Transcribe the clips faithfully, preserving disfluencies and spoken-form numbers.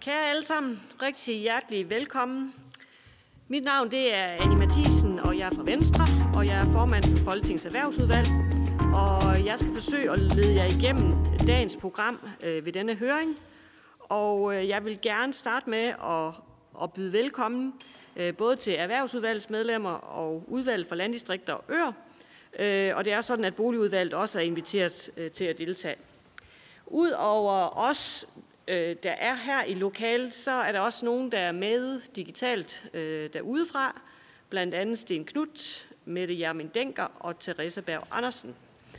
Kære alle sammen, rigtig hjertelig velkommen. Mit navn det er Annie Mathisen, og jeg er fra Venstre, og jeg er formand for Folketingets Erhvervsudvalg. Og jeg skal forsøge at lede jer igennem dagens program øh, ved denne høring. Og øh, jeg vil gerne starte med at, at byde velkommen øh, både til Erhvervsudvalgets medlemmer og udvalget for landdistrikter og øer. Øh, og det er sådan, at Boligudvalget også er inviteret øh, til at deltage. Udover os, øh, der er her i lokalet, så er der også nogen, der er med digitalt øh, derudefra. Blandt andet Sten Knudt, Mette Hjermind Denker og Therese Berg Andersen.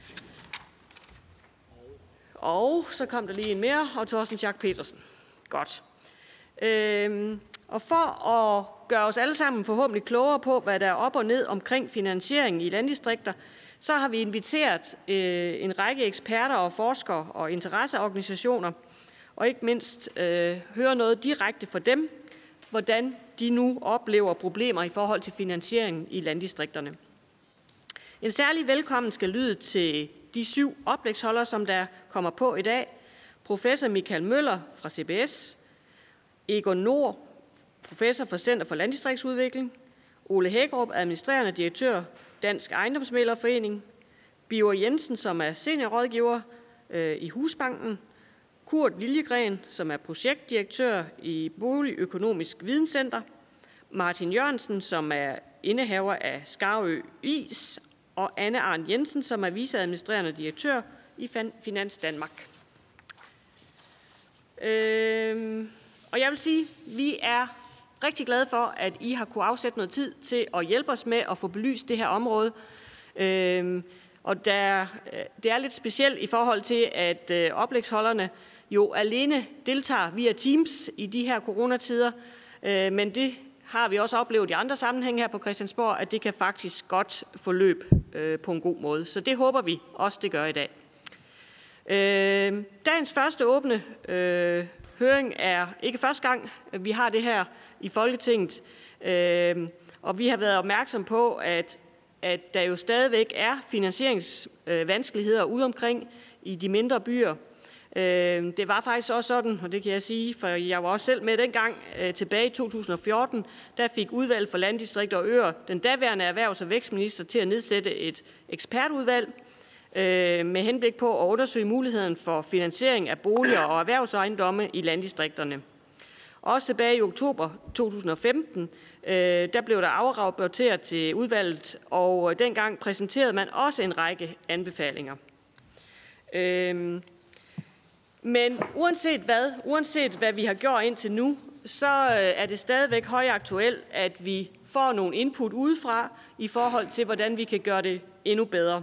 Og så kom der lige en mere, og Thorsten Schack Petersen. Godt. Øhm, og for at gøre os alle sammen forhåbentlig klogere på, hvad der er op og ned omkring finansieringen i landdistrikter, så har vi inviteret øh, en række eksperter og forskere og interesseorganisationer, og ikke mindst øh, høre noget direkte fra dem, hvordan de nu oplever problemer i forhold til finansieringen i landdistrikterne. En særlig velkommen skal lyde til de syv oplægsholdere, som der kommer på i dag. Professor Michael Møller fra C B S, Egon Nord, professor for Center for Landdistriktsudvikling, Ole Hækkerup, administrerende direktør, Dansk Ejendomsmæglerforening, Biver Jensen, som er seniorrådgiver øh, i Husbanken, Kurt Liljegren, som er projektdirektør i Boligøkonomisk Videnscenter, Martin Jørgensen, som er indehaver af Skarø Is, og Anne Arndt Jensen, som er viceadministrerende direktør i Finans Danmark. Øhm, og jeg vil sige, at vi er rigtig glade for, at I har kunne afsætte noget tid til at hjælpe os med at få belyst det her område. Øhm, og der, det er lidt specielt i forhold til, at øh, oplægsholderne jo alene deltager via Teams i de her coronatider, øh, men det har vi også oplevet i andre sammenhænge her på Christiansborg, at det kan faktisk godt forløbe øh, på en god måde. Så det håber vi også, det gør i dag. Øh, dagens første åbne øh, høring er ikke første gang, vi har det her i Folketinget, øh, og vi har været opmærksom på, at, at der jo stadigvæk er finansieringsvanskeligheder ude omkring i de mindre byer. Det var faktisk også sådan, og det kan jeg sige, for jeg var også selv med dengang tilbage i to tusind og fjorten, der fik udvalget for landdistrikter og øer den daværende erhvervs- og vækstminister til at nedsætte et ekspertudvalg med henblik på at undersøge muligheden for finansiering af boliger og erhvervsejendomme i landdistrikterne. Også tilbage i oktober to tusind og femten, der blev der afrapporteret til udvalget, og dengang præsenterede man også en række anbefalinger. Men uanset hvad, uanset hvad vi har gjort indtil nu, så er det stadigvæk højaktuelt, at vi får nogle input udefra i forhold til, hvordan vi kan gøre det endnu bedre.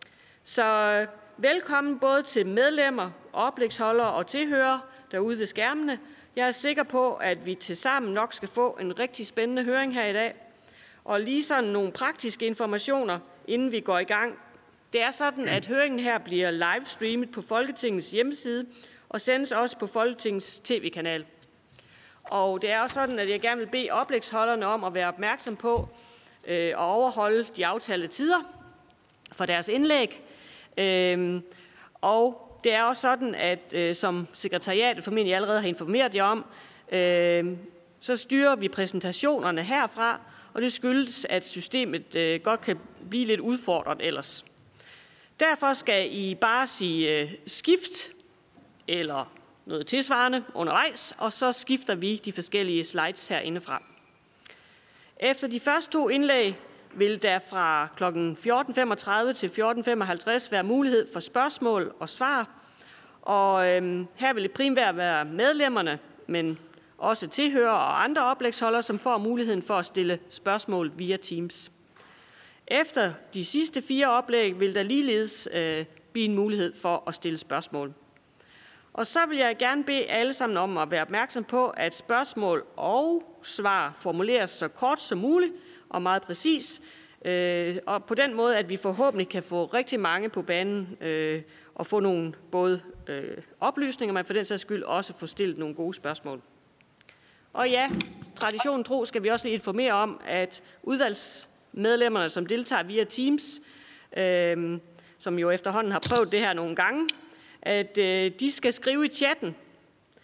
Så velkommen både til medlemmer, oplægsholdere og tilhørere derude ved skærmene. Jeg er sikker på, at vi tilsammen nok skal få en rigtig spændende høring her i dag. Og lige sådan nogle praktiske informationer, inden vi går i gang. Det er sådan, at høringen her bliver livestreamet på Folketingets hjemmeside og sendes også på Folketingets tv-kanal. Og det er også sådan, at jeg gerne vil bede oplægsholderne om at være opmærksom på øh, at overholde de aftalte tider for deres indlæg. Øh, og det er også sådan, at øh, som sekretariatet formentlig allerede har informeret jer om, øh, så styrer vi præsentationerne herfra, og det skyldes, at systemet øh, godt kan blive lidt udfordret ellers. Derfor skal I bare sige øh, skift eller noget tilsvarende undervejs, og så skifter vi de forskellige slides herindefra. Efter de første to indlæg vil der fra klokken fjorten femogtredive til fjorten femoghalvtreds være mulighed for spørgsmål og svar. Og øh, her vil det primært være medlemmerne, men også tilhørere og andre oplægsholdere, som får muligheden for at stille spørgsmål via Teams. Efter de sidste fire oplæg vil der ligeledes øh, blive en mulighed for at stille spørgsmål. Og så vil jeg gerne bede alle sammen om at være opmærksom på, at spørgsmål og svar formuleres så kort som muligt og meget præcis, øh, og på den måde, at vi forhåbentlig kan få rigtig mange på banen øh, og få nogle både øh, oplysninger, men for den sags skyld også få stillet nogle gode spørgsmål. Og ja, traditionen tro skal vi også lige informere om, at udvalgsmedlemmerne, som deltager via Teams, øh, som jo efterhånden har prøvet det her nogle gange, at øh, de skal skrive i chatten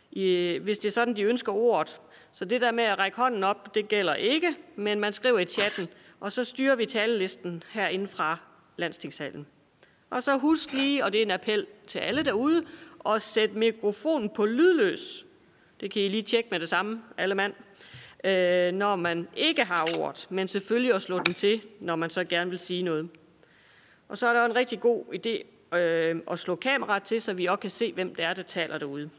i, hvis det er sådan, de ønsker ordet. Så det der med at række hånden op, det gælder ikke, men man skriver i chatten, og så styrer vi talelisten herinde fra Landstingssalen. Og så husk lige, og det er en appel til alle derude, at sætte mikrofonen på lydløs. Det kan I lige tjekke med det samme, alle mand, øh, når man ikke har ordet, men selvfølgelig at slå den til, når man så gerne vil sige noget. Og så er der en rigtig god idé øh, at slå kameraet til, så vi også kan se, hvem det er, der taler derude.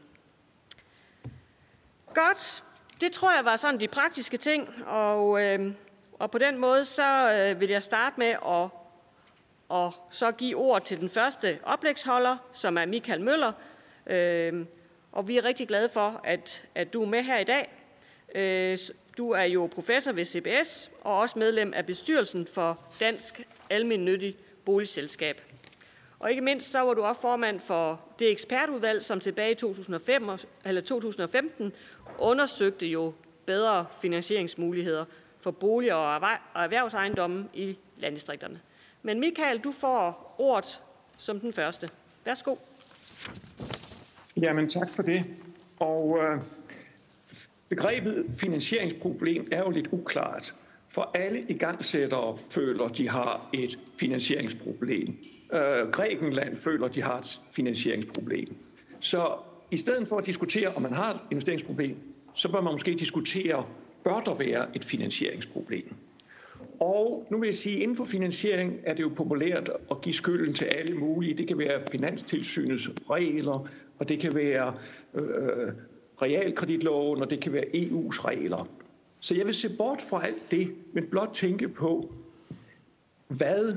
Godt. Det tror jeg var sådan de praktiske ting, og, øh, og på den måde så øh, vil jeg starte med at og så give ord til den første oplægsholder, som er Michael Møller. Øh, og vi er rigtig glade for, at, at du er med her i dag. Øh, du er jo professor ved C B S og også medlem af bestyrelsen for Dansk Almennyttig Boligselskab. Og ikke mindst så var du også formand for det ekspertudvalg, som tilbage i to tusind og fem, eller to tusind og femten undersøgte jo bedre finansieringsmuligheder for boliger og erhvervsejendomme i landdistrikterne. Men Michael, du får ordet som den første. Værsgo. Jamen tak for det. Og øh, begrebet finansieringsproblem er jo lidt uklart, for alle igangsættere føler, de har et finansieringsproblem. Øh, Grækenland føler, de har et finansieringsproblem. Så i stedet for at diskutere, om man har et investeringsproblem, så bør man måske diskutere, bør der være et finansieringsproblem? Og nu vil jeg sige, at inden for finansiering er det jo populært at give skylden til alle mulige. Det kan være Finanstilsynets regler, og det kan være øh, realkreditloven, og det kan være E U's regler. Så jeg vil se bort fra alt det, men blot tænke på, hvad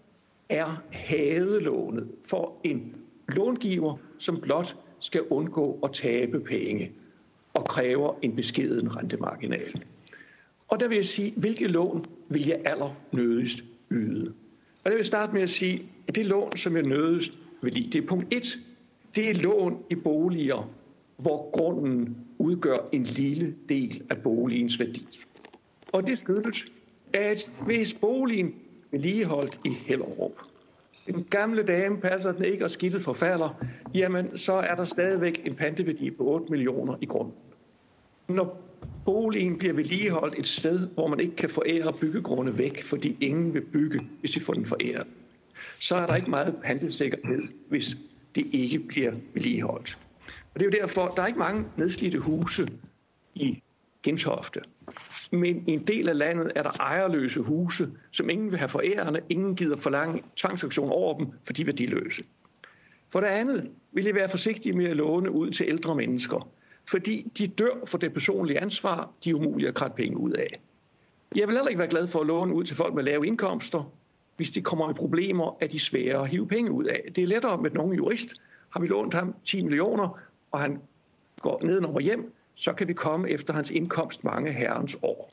er hadelånet for en långiver, som blot skal undgå at tabe penge og kræver en beskeden rentemarginal. Og der vil jeg sige, hvilke lån vil jeg allernødigst yde? Og der vil jeg starte med at sige, at det lån, som jeg nødigst vil i, det er punkt et. Det er lån i boliger, hvor grunden udgør en lille del af boligens værdi. Og det skyldes, at hvis boligen er ligeholdt i Hellerup, den gamle dame passer den ikke, og skidtet forfalder, jamen så er der stadigvæk en panteværdi på otte millioner i grunden. Når boligen bliver vedligeholdt et sted, hvor man ikke kan forære byggegrunde væk, fordi ingen vil bygge, hvis de får den foræret, så er der ikke meget pantesikkerhed, hvis det ikke bliver vedligeholdt. Og det er jo derfor, der er ikke mange nedslidte huse i Gentofte. Men i en del af landet er der ejerløse huse, som ingen vil have forærende, ingen gider forlange tvangsauktion over dem, for de er værdiløse. For det andet vil jeg være forsigtig med at låne ud til ældre mennesker, fordi de dør for det personlige ansvar, de er umulige at kratte penge ud af. Jeg vil heller ikke være glad for at låne ud til folk med lave indkomster, hvis de kommer i problemer, er de svære at hive penge ud af. Det er lettere med nogen jurist. Har vi lånt ham ti millioner, og han går nedenover hjem, så kan vi komme efter hans indkomst mange herrens år.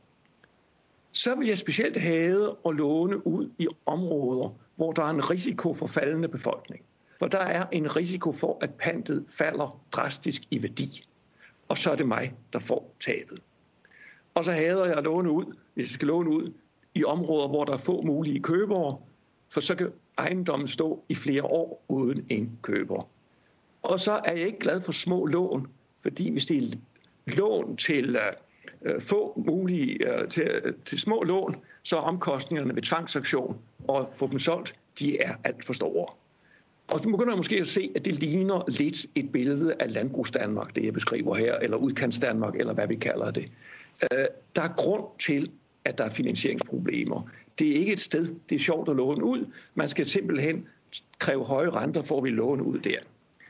Så vil jeg specielt have at låne ud i områder, hvor der er en risiko for faldende befolkning. For der er en risiko for, at pantet falder drastisk i værdi. Og så er det mig, der får tabet. Og så hader jeg at låne ud, hvis jeg skal låne ud, i områder, hvor der er få mulige købere, for så kan ejendommen stå i flere år uden en køber. Og så er jeg ikke glad for små lån, fordi hvis det er lån til uh, få mulige, uh, til, til små lån, så er omkostningerne ved tvangsauktion og få dem solgt, de er alt for store. Og så begynder jeg måske at se, at det ligner lidt et billede af Landbrugsdanmark, det jeg beskriver her, eller Udkantsdanmark, eller hvad vi kalder det. Uh, der er grund til, at der er finansieringsproblemer. Det er ikke et sted, det er sjovt at låne ud. Man skal simpelthen kræve høje renter, for at vi låne ud der.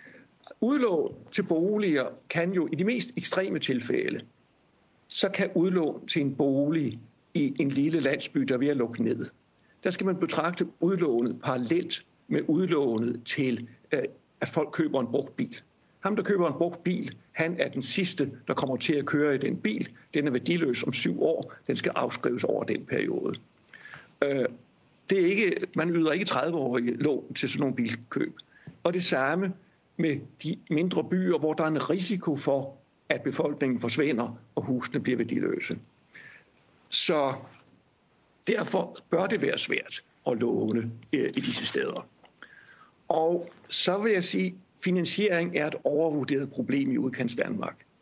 Udlån til boliger kan jo i de mest ekstreme tilfælde, så kan udlån til en bolig i en lille landsby, der er ved at lukke ned. Der skal man betragte udlånet parallelt med udlånet til, at folk køber en brugt bil. Ham, der køber en brugt bil, han er den sidste, der kommer til at køre i den bil. Den er værdiløs om syv år. Den skal afskrives over den periode. Det er ikke, man yder ikke tredive-årige lån til sådan nogle bilkøb. Og det samme med de mindre byer, hvor der er en risiko for, at befolkningen forsvinder, og husene bliver værdiløse. Så derfor bør det være svært at låne i disse steder. Og så vil jeg sige, finansiering er et overvurderet problem i Udkantsdanmark.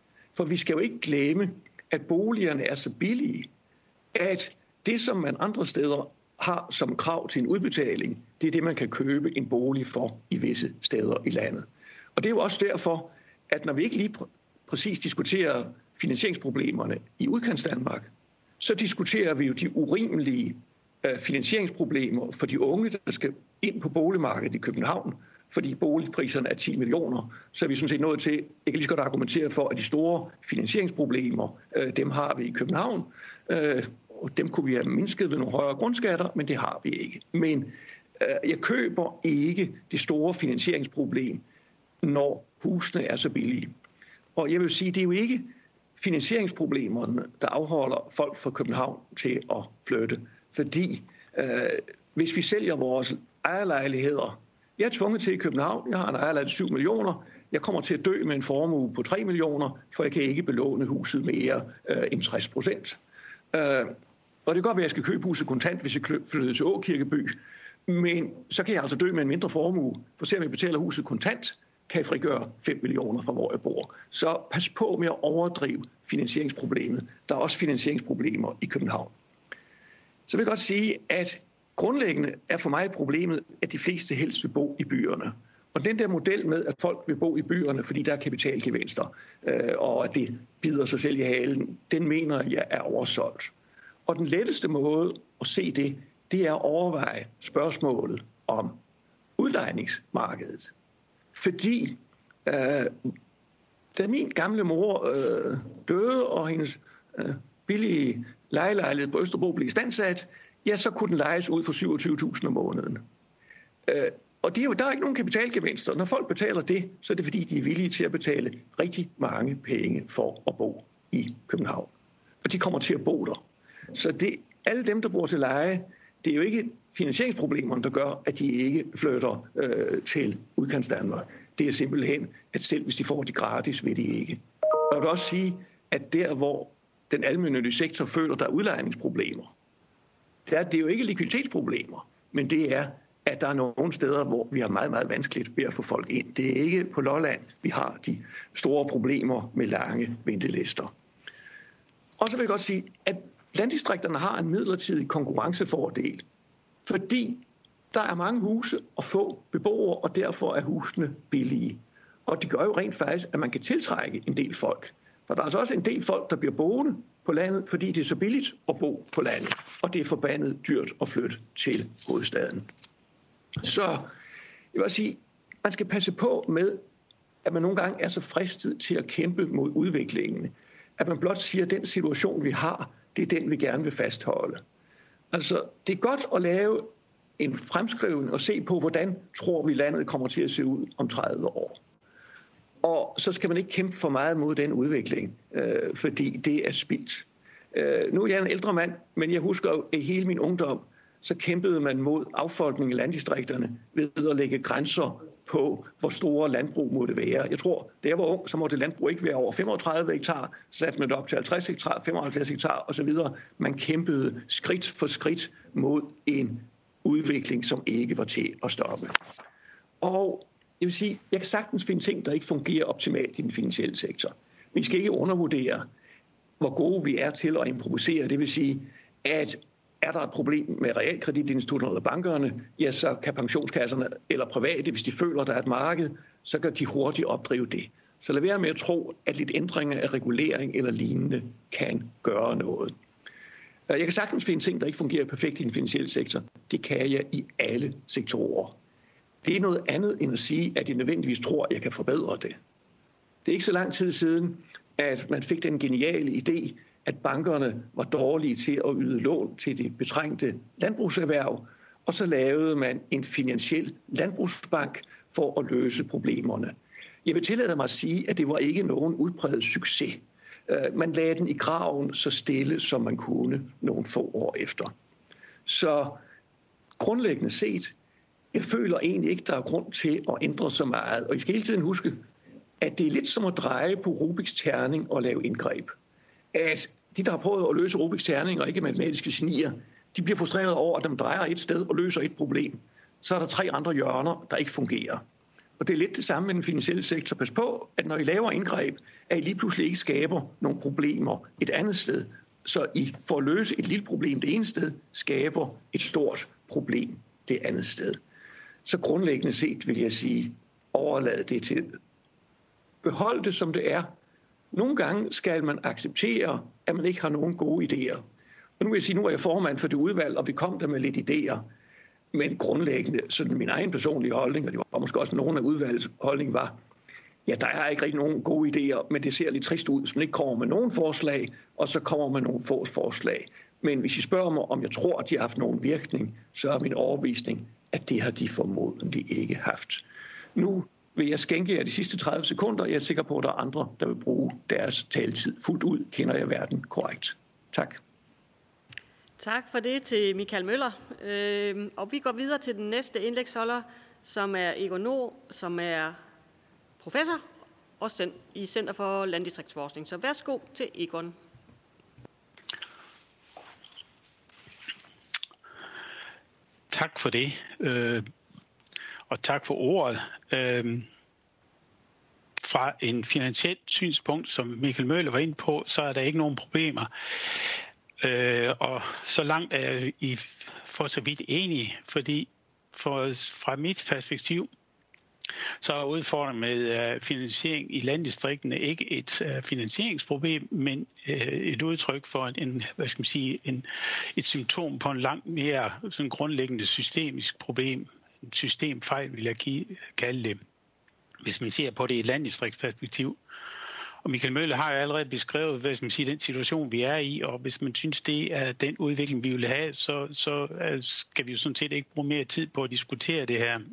For vi skal jo ikke glemme, at boligerne er så billige, at det, som man andre steder har som krav til en udbetaling, det er det, man kan købe en bolig for i visse steder i landet. Og det er jo også derfor, at når vi ikke lige pr- præcis diskuterer finansieringsproblemerne i udkantsdanmark, så diskuterer vi jo de urimelige øh, finansieringsproblemer for de unge, der skal ind på boligmarkedet i København, fordi boligpriserne er ti millioner, så er vi sådan set nået til, jeg kan lige så godt argumentere for, at de store finansieringsproblemer, øh, dem har vi i København, øh, og dem kunne vi have mindsket ved nogle højere grundskatter, men det har vi ikke. Men øh, jeg køber ikke det store finansieringsproblem, når husene er så billige. Og jeg vil sige, det er jo ikke finansieringsproblemerne, der afholder folk fra København til at flytte. Fordi øh, hvis vi sælger vores ejerlejligheder, jeg er tvunget til i København, jeg har en ejerlejlighed syv millioner, jeg kommer til at dø med en formue på tre millioner, for jeg kan ikke belåne huset mere øh, end tres procent. Øh, og det kan godt være, at jeg skal købe huset kontant, hvis jeg flytter til Åkirkeby, men så kan jeg altså dø med en mindre formue, for selvom jeg betaler huset kontant, kan jeg frigøre fem millioner fra, hvor jeg bor. Så pas på med at overdrive finansieringsproblemet. Der er også finansieringsproblemer i København. Så vil jeg godt sige, at grundlæggende er for mig problemet, at de fleste helst vil bo i byerne. Og den der model med, at folk vil bo i byerne, fordi der er kapitalgevinster, øh, og at det bider sig selv i halen, den mener jeg er oversolgt. Og den letteste måde at se det, det er at overveje spørgsmålet om udlejningsmarkedet. Fordi øh, da min gamle mor øh, døde, og hendes øh, billige lejelejlighed på Østerbro blev istandsat, ja, så kunne den lejes ud for syvogtyve tusind om måneden. Øh, og det er jo, der er ikke nogen kapitalgevinster. Når folk betaler det, så er det fordi, de er villige til at betale rigtig mange penge for at bo i København. Og de kommer til at bo der. Så det, alle dem, der bor til leje, det er jo ikke finansieringsproblemerne, der gør, at de ikke flytter øh, til udkantsdanmark. Det er simpelthen, at selv hvis de får det gratis, vil de ikke. Og jeg vil også sige, at der, hvor den almennyttige sektor føler, der er udlejningsproblemer, der er det jo ikke likviditetsproblemer, men det er, at der er nogle steder, hvor vi har meget, meget vanskeligt ved at få folk ind. Det er ikke på Lolland, vi har de store problemer med lange ventelister. Og så vil jeg godt sige, at landdistrikterne har en midlertidig konkurrencefordel, fordi der er mange huse og få beboere, og derfor er husene billige. Og det gør jo rent faktisk, at man kan tiltrække en del folk. For der er altså også en del folk, der bliver boende på landet, fordi det er så billigt at bo på landet, og det er forbandet dyrt at flytte til hovedstaden. Så jeg vil sige, man skal passe på med, at man nogle gange er så fristet til at kæmpe mod udviklingen, at man blot siger, at den situation, vi har, det er den, vi gerne vil fastholde. Altså, det er godt at lave en fremskrivning og se på, hvordan tror vi, landet kommer til at se ud om tredive år. Og så skal man ikke kæmpe for meget mod den udvikling, øh, fordi det er spildt. Øh, nu er jeg en ældre mand, men jeg husker jo, at hele min ungdom, så kæmpede man mod affolkning i landdistrikterne ved at lægge grænser på, hvor store landbrug måtte være. Jeg tror, da jeg var ung, så måtte landbrug ikke være over femogtredive hektar, så satte man det op til halvtreds hektar, femoghalvfjerds hektar osv. Man kæmpede skridt for skridt mod en udvikling, som ikke var til at stoppe. Og jeg vil sige, jeg kan sagtens finde ting, der ikke fungerer optimalt i den finansielle sektor. Vi skal ikke undervurdere, hvor gode vi er til at improvisere. Det vil sige, at er der et problem med realkreditinstitutterne eller bankerne, ja, så kan pensionskasserne eller private, hvis de føler, der er et marked, så kan de hurtigt opdrive det. Så lad være med at tro, at lidt ændringer af regulering eller lignende kan gøre noget. Jeg kan sagtens finde ting, der ikke fungerer perfekt i den finansielle sektor. Det kan jeg i alle sektorer. Det er noget andet end at sige, at jeg nødvendigvis tror, at jeg kan forbedre det. Det er ikke så lang tid siden, at man fik den geniale idé, at bankerne var dårlige til at yde lån til de betrængte landbrugserhverv, og så lavede man en finansiel landbrugsbank for at løse problemerne. Jeg vil tillade mig at sige, at det var ikke nogen udpræget succes. Man lagde den i graven så stille, som man kunne nogle få år efter. Så grundlæggende set, jeg føler egentlig ikke, der er grund til at ændre så meget. Og I skal hele tiden huske, at det er lidt som at dreje på Rubiks terning og lave indgreb. At de, der har prøvet at løse Rubiks terning og ikke matematiske genier, de bliver frustreret over, at de drejer et sted og løser et problem. Så er der tre andre hjørner, der ikke fungerer. Og det er lidt det samme med den finansielle sektor. Pas på, at når I laver indgreb, at I lige pludselig ikke skaber nogle problemer et andet sted. Så I for at løse et lille problem det ene sted, skaber et stort problem det andet sted. Så grundlæggende set vil jeg sige, overlad det til. Behold det som det er. Nogle gange skal man acceptere, at man ikke har nogen gode idéer. Og nu vil jeg sige, nu er jeg formand for det udvalg, og vi kom der med lidt idéer. Men grundlæggende, sådan min egen personlige holdning, og det var måske også nogen af udvalgets holdning, var, ja, der er ikke rigtig nogen gode idéer, men det ser lidt trist ud, hvis man ikke kommer med nogen forslag, og så kommer man nogle få forslag. Men hvis I spørger mig, om jeg tror, at de har haft nogen virkning, så er min overbevisning, at det har de formodentlig ikke haft. Nu vil jeg skænke jer de sidste tredive sekunder. Jeg er sikker på, at der er andre, der vil bruge deres taletid fuldt ud. Kender jeg verden korrekt. Tak. Tak for det til Michael Møller. Øh, og vi går videre til den næste indlægsholder, som er Egon Nord, som er professor og i Center for Landdistriktsforskning. Så værsgo til Egon. Tak for det, øh, og tak for ordet. Øh, fra en finansielt synspunkt, som Michael Møller var inde på, så er der ikke nogen problemer. Øh, og så langt er jeg i for så vidt enig, fordi for, fra mit perspektiv, så er udfordringen med uh, finansiering i landdistrikterne ikke et uh, finansieringsproblem, men uh, et udtryk for en, hvad skal man sige, en, et symptom på en langt mere sådan grundlæggende systemisk problem. En systemfejl, vil jeg give, kalde det, hvis man ser på det i et landdistriktsperspektiv. Og Michael Møller har jo allerede beskrevet, hvad skal man sige, den situation, vi er i, og hvis man synes, det er den udvikling, vi vil have, så, så skal vi jo sådan set ikke bruge mere tid på at diskutere det her.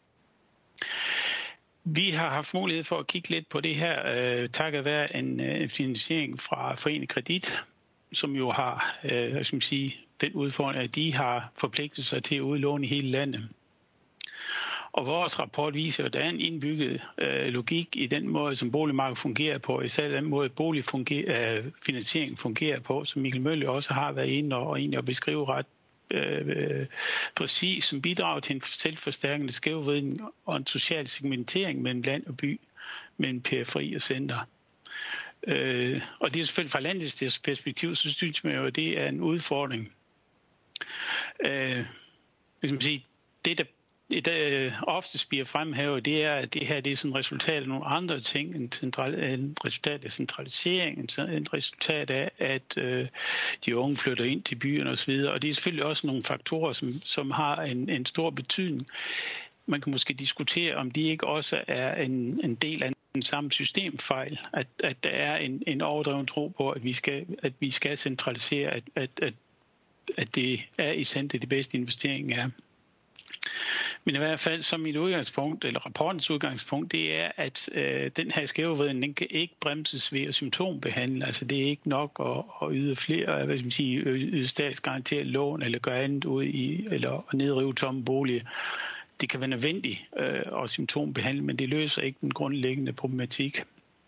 Vi har haft mulighed for at kigge lidt på det her, øh, takket være en, en finansiering fra Foreningen Kredit, som jo har, øh, hvad skal man sige, den udfordring, at de har forpligtet sig til at udlåne i hele landet. Og vores rapport viser, at der er en indbygget øh, logik i den måde, som boligmarkedet fungerer på, især den måde, boligfinansiering fungerer på, som Michael Møller også har været inde og, og egentlig at beskrive ret øh, præcis, som bidrager til en selvforstærkende skævvridning og en social segmentering mellem land og by, mellem periferi og center. Øh, og det er selvfølgelig fra landets perspektiv, så synes man jo, at det er en udfordring. Øh, hvis man siger, det der Det, der oftest bliver fremhævet, det er, at det her det er sådan et resultat af nogle andre ting, en, central, en resultat af centralisering, en, en resultat af, at øh, de unge flytter ind til byerne osv. Og det er selvfølgelig også nogle faktorer, som, som har en, en stor betydning. Man kan måske diskutere, om de ikke også er en, en del af den samme systemfejl, at, at der er en, en overdreven tro på, at vi skal, at vi skal centralisere, at, at, at, at det er i center de bedste investeringer er. Men i hvert fald som mit udgangspunkt, eller rapportens udgangspunkt, det er, at øh, den her skævvridning, den kan ikke bremses ved at symptombehandle. Altså det er ikke nok at, at yde flere, hvad skal man sige, yde statsgaranteret lån, eller gøre andet ud i, eller at nedrive tomme boliger. Det kan være nødvendigt øh, at symptombehandle, men det løser ikke den grundlæggende problematik.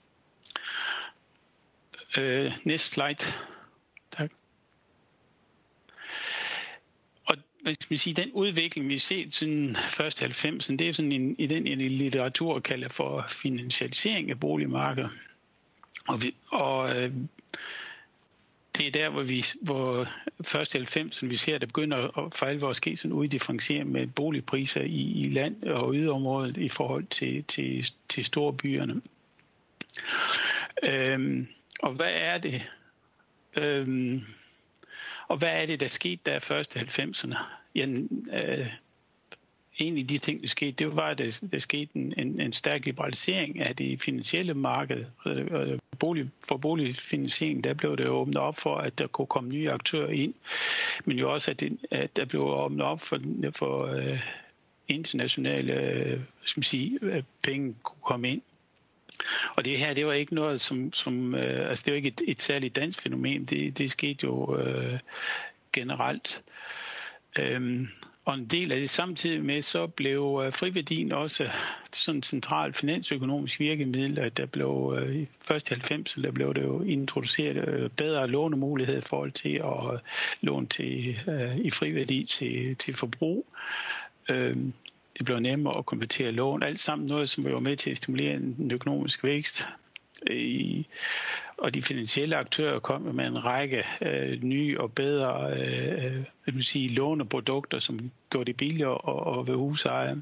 Øh, næste slide. Tak. Hvad skal man sige, den udvikling, vi har set siden første halvfemserne, det er sådan en, i den en litteratur kalder for finansialisering af boligmarkedet. Og, vi, og øh, det er der, hvor vi hvor første halvfemserne, vi ser, at der begynder at for alvor at ske sådan en uddifferentiering med boligpriser i, i land og yderområdet i forhold til, til, til store byerne. Øhm, og hvad er det? Øhm, Og hvad er det, der skete der først i halvfemserne? Ja, øh, en af de ting, der skete, det var, at der, der skete en, en, en stærk liberalisering af det finansielle marked. Øh, bolig, for boligfinansiering, der blev det åbnet op for, at der kunne komme nye aktører ind, men jo også, at, det, at der blev åbnet op for, for øh, internationale øh, skal man sige, øh, penge kunne komme ind. Og det her, det var ikke noget, som, som øh, altså det var ikke et, et særligt dansk fænomen. Det, det skete jo øh, generelt. Øhm, og en del af det samtidig med, så blev øh, friværdien også sådan et centralt finansøkonomisk virkemiddel, at der blev øh, i første halvfemserne, der blev det jo introduceret øh, bedre lånemuligheder i forhold til at øh, låne til, øh, i friværdi til, til forbrug. Øhm, det blev nemmere at konvertere lån. Alt sammen noget, som var med til at stimulere den økonomiske vækst. I, og de finansielle aktører kom med en række øh, nye og bedre øh, vil man sige, låneprodukter, som gjorde det billigere at, at være husejer.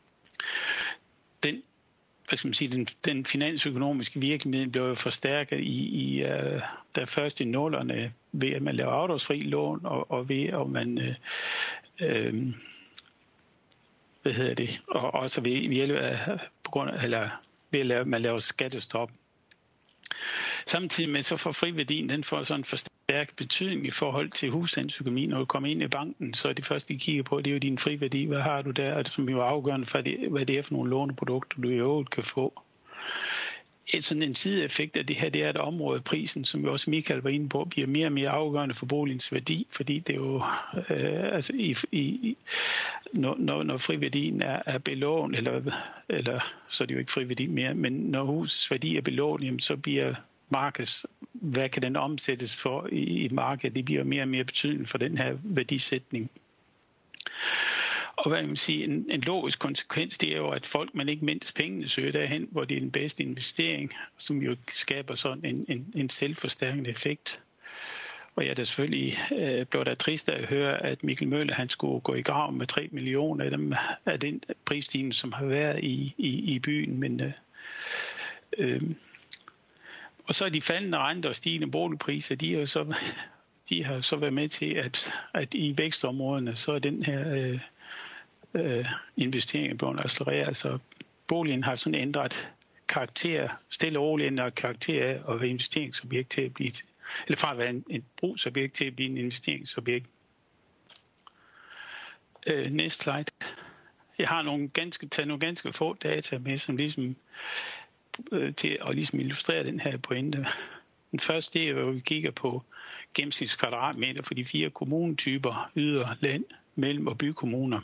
Den, hvad skal man sige, den, den finansøkonomiske virkemiddel blev jo forstærket i, i uh, der først i nullerne ved, at man laver afdragsfri lån, og, og ved, at man øh, øh, hvad hedder det, og også ved, ved, af, på grund af, eller ved at lave, man laver skattestop. Samtidig med så får friværdien, den får sådan en forstærket betydning i forhold til husstandsøkonomi. Når du kommer ind i banken, så er det første, de kigger på, det er jo din friværdi. Hvad har du der, som jo er afgørende for, hvad det er for nogle låneprodukter, du i øvrigt kan få. Et sådan en sideeffekt af det her, det er, at områdeprisen, som jo også Michael var inde på, bliver mere og mere afgørende for boligens værdi, fordi det er jo, øh, altså i, i, når, når, når friværdien er, er belånt, eller, eller så er det jo ikke friværdi mere, men når husets værdi er belånt, jamen, så bliver markeds, hvad kan den omsættes for i, i markedet, det bliver mere og mere betydning for den her værdisætning. Og hvad man sige, en, en logisk konsekvens, det er jo, at folk, man ikke mindst pengene, søger derhen, hvor det er den bedste investering, som jo skaber sådan en, en, en selvforstærkende effekt. Og jeg er da selvfølgelig øh, blev da trist at høre, at Mikkel Møller, han skulle gå i grav med tre millioner af, dem, af den prisstigning, som har været i, i, i byen. Men, øh, øh, og så er de faldende renter og stigende boligpriser, de har så, de har så været med til, at, at i vækstområderne, så er den her øh, øh, investering blevet accelereret. Altså boligen har sådan ændret karakter, stille og roligt ændret karakter af at være investeringsobjekt til at blive, eller fra at være en, en brugsobjekt til at blive en investeringsobjekt. Øh, næste slide. Jeg har nogle ganske, taget nogle ganske få data med, som ligesom øh, til at ligesom illustrere den her pointe. Den første, det er, hvor vi kigger på gennemsnits kvadratmeter for de fire kommunetyper, yder, land, mellem- og bykommuner.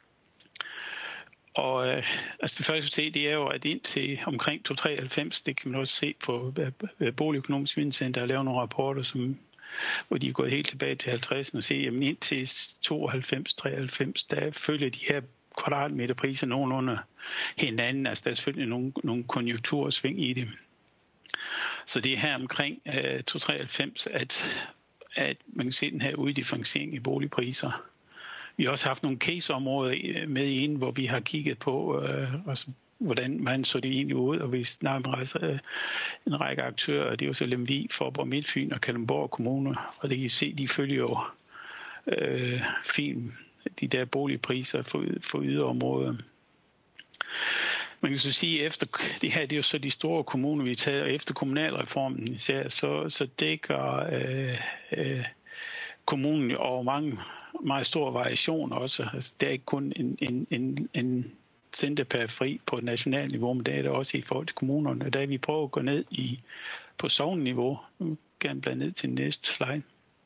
Og øh, altså det første se, det er jo, at indtil omkring to komma treoghalvfems, det kan man også se på Boligøkonomisk Videnscenter, og lave nogle rapporter, som, hvor de er gået helt tilbage til halvtredserne og se, jamen indtil tooghalvfems til treoghalvfems, der følger de her kvadratmeterpriser nogenlunde hinanden. Altså der er selvfølgelig nogle, nogle konjunktursving i det. Så det er her omkring øh, to komma treoghalvfems, at, at man kan se den her uddifferentiering i boligpriser. Vi har også haft nogle caseområder med inde, hvor vi har kigget på, øh, altså, hvordan man så det egentlig ud, og vi snakker med en række aktører, og det er jo så Lemvig, Faaborg, Midtfyn og Kalundborg kommuner, og det kan I se, de følger jo øh, fint de der boligpriser for, for yderområder. Man kan så sige, at efter det her, det er jo så de store kommuner, vi tager, og efter kommunalreformen især, så, så dækker øh, øh, kommunen over mange meget stor variation også. Altså, det er ikke kun en, en, en, en centerperiferi på et nationalt niveau, men det er det også i forhold til kommunerne. Og der vi prøver at gå ned i, på sogneniveau, nu vil jeg gerne blande ned til næste slide,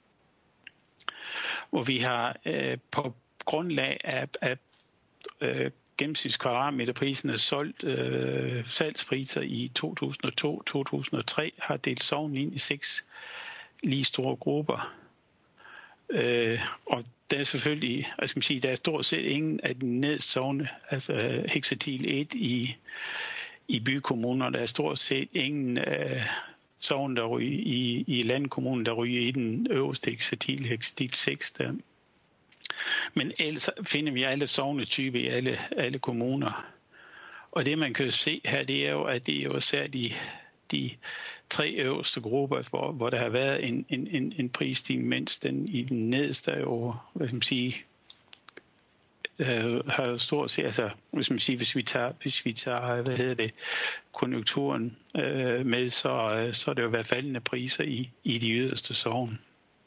hvor vi har øh, på grundlag af, af øh, gennemsnits kvadratmeterpriserne solgt øh, salgspriser i to tusind og to til to tusind og tre, har delt sognen ind i seks lige store grupper. Øh, og der er selvfølgelig, jeg skal sige, der er stort set ingen af de nedsovne, altså hexatil et i, i bykommuner, der er stort set ingen af sovne, der ryger i, i landkommunen, der ryger i den øverste hexatil, hexatil seks der. Men ellers finder vi alle sognetyper i alle, alle kommuner. Og det man kan se her, det er jo, at det er jo især de, de tre øverste grupper, hvor, hvor der har været en, en, en, en prisstigning, mens den i den nederste er jo, hvad skal man sige, øh, har stort set, altså, hvis man siger, hvis vi tager, hvis vi tager, hvad hedder det, konjunkturen øh, med, så, så er det jo været faldende priser i, i de yderste sogne.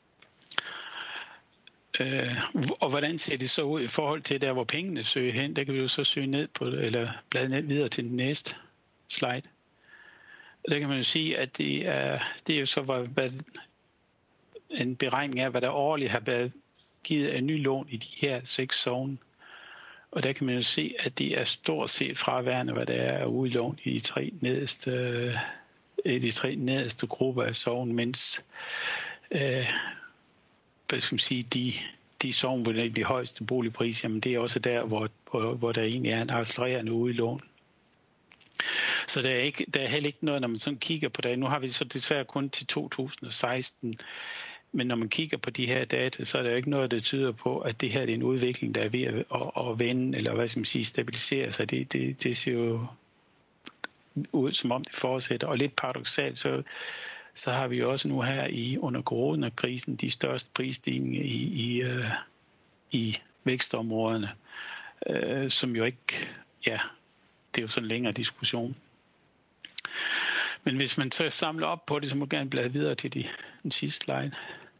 Øh, og hvordan ser det så ud i forhold til der, hvor pengene søger hen? Der kan vi jo så søge ned på, eller blade ned videre til den næste slide. Der kan man jo sige, at det er, det er jo så hvad, hvad, en beregning af, hvad der årligt har været givet af ny lån i de her seks sogne. Og der kan man jo se, at det er stort set fraværende, hvad der er udlån i de tre nederste, de tre nederste grupper af sogne, mens øh, hvad skal man sige, de, de sogne, hvor der er de højeste boligpriser, jamen det er også der, hvor, hvor, hvor der egentlig er en accelererende udlån. Så der er, ikke, der er heller ikke noget, når man sådan kigger på det. Nu har vi så desværre kun til to tusind og seksten, men når man kigger på de her data, så er der jo ikke noget, der tyder på, at det her er en udvikling, der er ved at, at, at vende, eller hvad skal man sige, stabilisere sig. Det, det, det ser jo ud, som om det fortsætter. Og lidt paradoksalt, så, så har vi jo også nu her i under coronakrisen de største prisstigninger i, i, uh, i vækstområderne, uh, som jo ikke, ja, det er jo sådan en længere diskussion. Men hvis man så samler op på det, så må man gerne bladre videre til de, den sidste slide.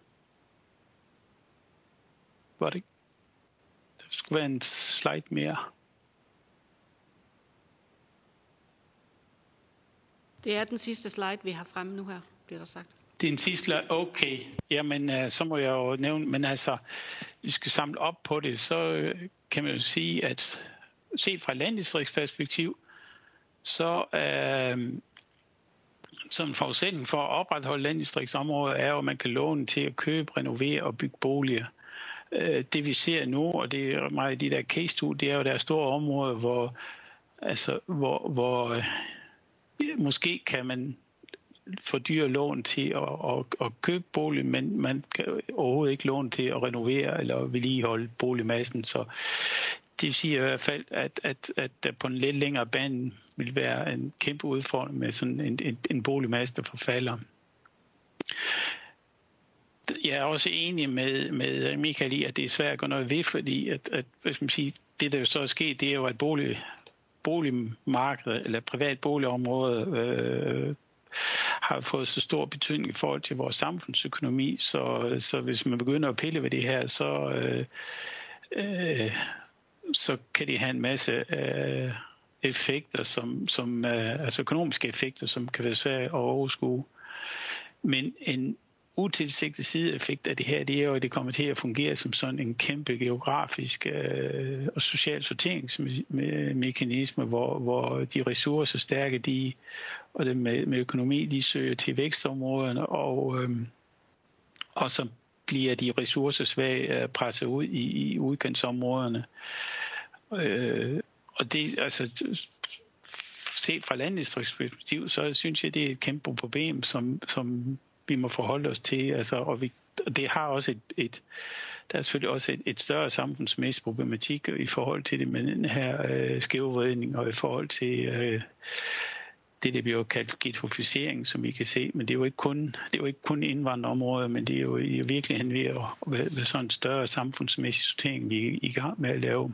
Var det ikke? Der skulle være en slide mere. Det er den sidste slide, vi har fremme nu her, bliver der sagt. Det er en sidste slide. Okay. Jamen, uh, så må jeg jo nævne, men altså, vi skal samle op på det, så uh, kan man jo sige, at set fra et landdistriktsperspektiv, så uh, som forudsætning for at opretholde landdistriktsområder er jo, at man kan låne til at købe, renovere og bygge boliger. Det vi ser nu, og det er meget af de der case studier, det er jo der er store områder, hvor, altså, hvor, hvor ja, måske kan man få dyre lån til at, at, at købe bolig, men man kan overhovedet ikke låne til at renovere eller vedligeholde boligmassen. Så det siger i hvert fald, at, at, at der på en lidt længere bane vil være en kæmpe udfordring med sådan en, en, en boligmasse, der forfalder. Jeg er også enig med, med Michael i, at det er svært at gøre noget ved, fordi at, at, hvis man siger, det, der så er sket, det er jo, at bolig, boligmarkedet eller privat boligområde øh, har fået så stor betydning i forhold til vores samfundsøkonomi, så, så hvis man begynder at pille ved det her, så, øh, øh, så kan det have en masse øh, effekter, som, som, øh, altså økonomiske effekter, som kan være svære at overskue. Men en utilsigtet sideeffekt af det her, det er jo, at det kommer til at fungere som sådan en kæmpe geografisk øh, og social sorteringsmekanisme, hvor, hvor de ressourcestærke, de, og det med, med økonomi, de søger til vækstområderne, og, øh, og så bliver de ressourcesvage øh, presset ud i, i udkantsområderne. Øh, og det, altså, set fra landdistriktsperspektiv, så synes jeg, det er et kæmpe problem, som, som vi må forholde os til, altså, og, vi, og det har også et, et der er selvfølgelig også et, et større samfundsmæssig problematik i forhold til det med den her øh, skævvridning, og i forhold til øh, det, der bliver kaldt ghettoficering, som vi kan se, men det er jo ikke kun, det er jo ikke kun indvandrerområder, men det er jo i virkeligheden ved at være sådan en større samfundsmæssig sortering, vi er i gang med at lave.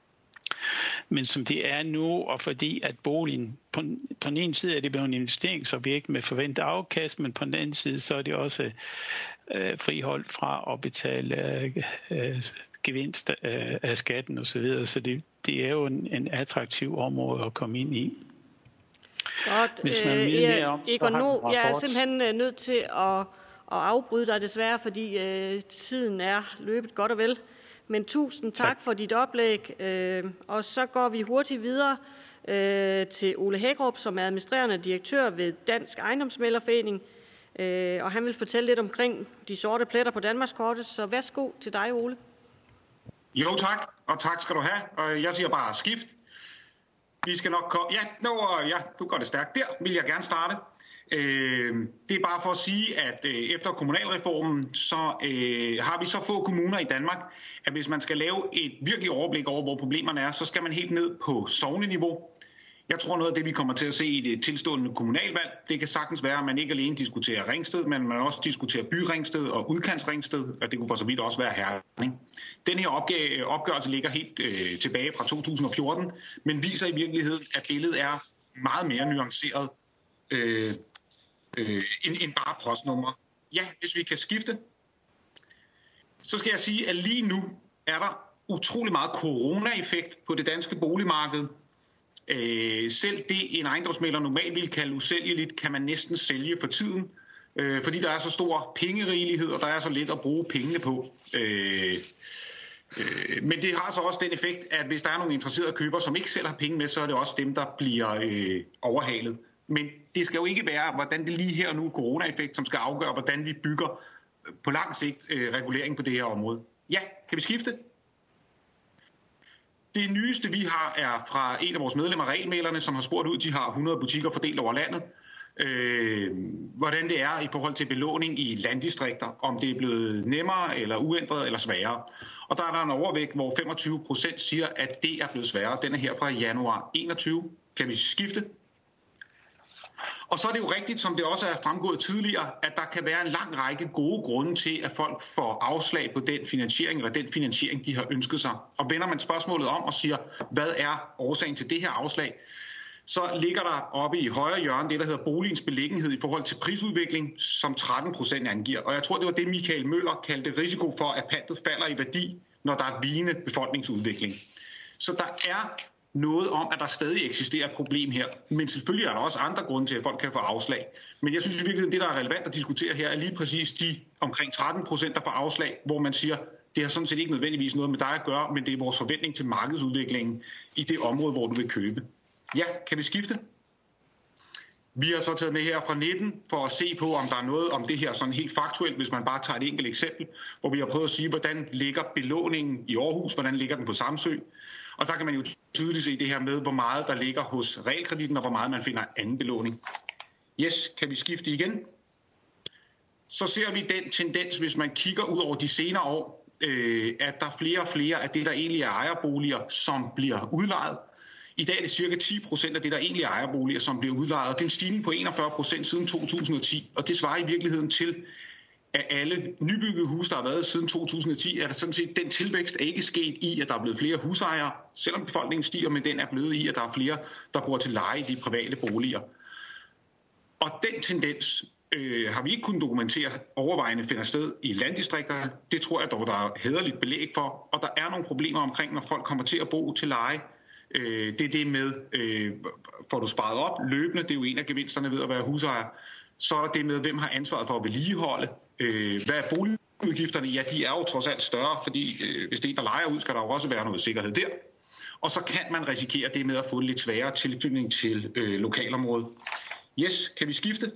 Men som det er nu, og fordi at boligen, på, på den ene side er det blevet en investeringsobjekt med forventet afkast, men på den anden side så er det også øh, friholdt fra at betale øh, øh, gevinst af, af skatten osv. Så, videre. Så det, det er jo en, en attraktiv område at komme ind i. Godt. Hvis man vil øh, mere om, Egon, nu, jeg er simpelthen nødt til at, at afbryde dig desværre, fordi øh, tiden er løbet godt og vel. Men tusind tak, tak for dit oplæg, øh, og så går vi hurtigt videre øh, til Ole Hækkerup, som er administrerende direktør ved Dansk Ejendomsmæglerforening, øh, og han vil fortælle lidt omkring de sorte pletter på Danmarkskortet, så værsgo til dig, Ole. Jo tak, og tak skal du have, og jeg siger bare skift. Vi skal nok komme, ja, no, ja, du går det stærkt, der vil jeg gerne starte. Øh, det er bare for at sige, at øh, efter kommunalreformen, så øh, har vi så få kommuner i Danmark, at hvis man skal lave et virkelig overblik over, hvor problemerne er, så skal man helt ned på sogneniveau. Jeg tror noget af det, vi kommer til at se i det tilstående kommunalvalg, det kan sagtens være, at man ikke alene diskuterer Ringsted, men man også diskuterer Byringsted og Udkantsringsted, og det kunne for så vidt også være Herning. Den her opgave, opgørelse ligger helt øh, tilbage fra to tusind og fjorten, men viser i virkeligheden, at billedet er meget mere nuanceret øh, øh, end, end bare postnummer. Ja, hvis vi kan skifte, så skal jeg sige, at lige nu er der utrolig meget corona-effekt på det danske boligmarked. Øh, selv det, en ejendomsmægler normalt vil kalde usælgeligt, kan man næsten sælge for tiden, øh, fordi der er så stor pengerigelighed, og der er så let at bruge pengene på. Øh, øh, men det har så også den effekt, at hvis der er nogle interesserede købere, som ikke selv har penge med, så er det også dem, der bliver øh, overhalet. Men det skal jo ikke være, hvordan det lige her nu corona-effekt, som skal afgøre, hvordan vi bygger på lang sigt øh, regulering på det her område. Ja, kan vi skifte? Det nyeste, vi har, er fra en af vores medlemmer, Regelmælerne, som har spurgt ud. De har hundrede butikker fordelt over landet. Øh, hvordan det er i forhold til belåning i landdistrikter. Om det er blevet nemmere, eller uændret, eller sværere. Og der er der en overvægt, hvor femogtyve procent siger, at det er blevet sværere. Den er her fra januar enogtyve. Kan vi skifte? Og så er det jo rigtigt, som det også er fremgået tidligere, at der kan være en lang række gode grunde til, at folk får afslag på den finansiering, eller den finansiering, de har ønsket sig. Og vender man spørgsmålet om og siger, hvad er årsagen til det her afslag, så ligger der oppe i højre hjørne det, der hedder boligens beliggenhed i forhold til prisudvikling, som tretten procent angiver. Og jeg tror, det var det, Michael Møller kaldte risiko for, at pantet falder i værdi, når der er vigende befolkningsudvikling. Så der er noget om, at der stadig eksisterer et problem her. Men selvfølgelig er der også andre grunde til, at folk kan få afslag. Men jeg synes i virkeligheden, det der er relevant at diskutere her, er lige præcis de omkring tretten procent, der får afslag, hvor man siger, det har sådan set ikke nødvendigvis noget med dig at gøre, men det er vores forventning til markedsudviklingen i det område, hvor du vil købe. Ja, kan vi skifte? Vi har så taget med her fra nitten for at se på, om der er noget om det her sådan helt faktuelt, hvis man bare tager et enkelt eksempel, hvor vi har prøvet at sige, hvordan ligger belåningen i Aarhus, hvordan ligger den på Samsø. Og der kan man jo tydeligt se det her med, hvor meget der ligger hos realkreditten, og hvor meget man finder anden belåning. Yes, kan vi skifte igen? Så ser vi den tendens, hvis man kigger ud over de senere år, øh, at der er flere og flere af det, der egentlig er ejerboliger, som bliver udlejet. I dag er det cirka ti procent af det, der egentlig er ejerboliger, som bliver udlejet. Det er en stigning på enogfyrre procent siden to tusind og ti, og det svarer i virkeligheden til, at alle nybyggede huse, der har været siden to tusind og ti, er der sådan set, den tilvækst er ikke sket i, at der er blevet flere husejere, selvom befolkningen stiger, men den er blevet i, at der er flere, der bor til leje i de private boliger. Og den tendens øh, har vi ikke kunnet dokumentere overvejende finder sted i landdistrikterne. Det tror jeg dog, der er hæderligt belæg for, og der er nogle problemer omkring, når folk kommer til at bo til leje. Øh, det er det med, øh, får du sparet op løbende, det er jo en af gevinsterne ved at være husejer. Så er der det med, hvem har ansvaret for at vedligeholde. Øh, hvad er boligudgifterne? Ja, de er jo trods alt større, fordi øh, hvis det er en, der lejer ud, skal der jo også være noget sikkerhed der. Og så kan man risikere det med at få en lidt sværere tilknytning til øh, lokalområdet. Yes, kan vi skifte?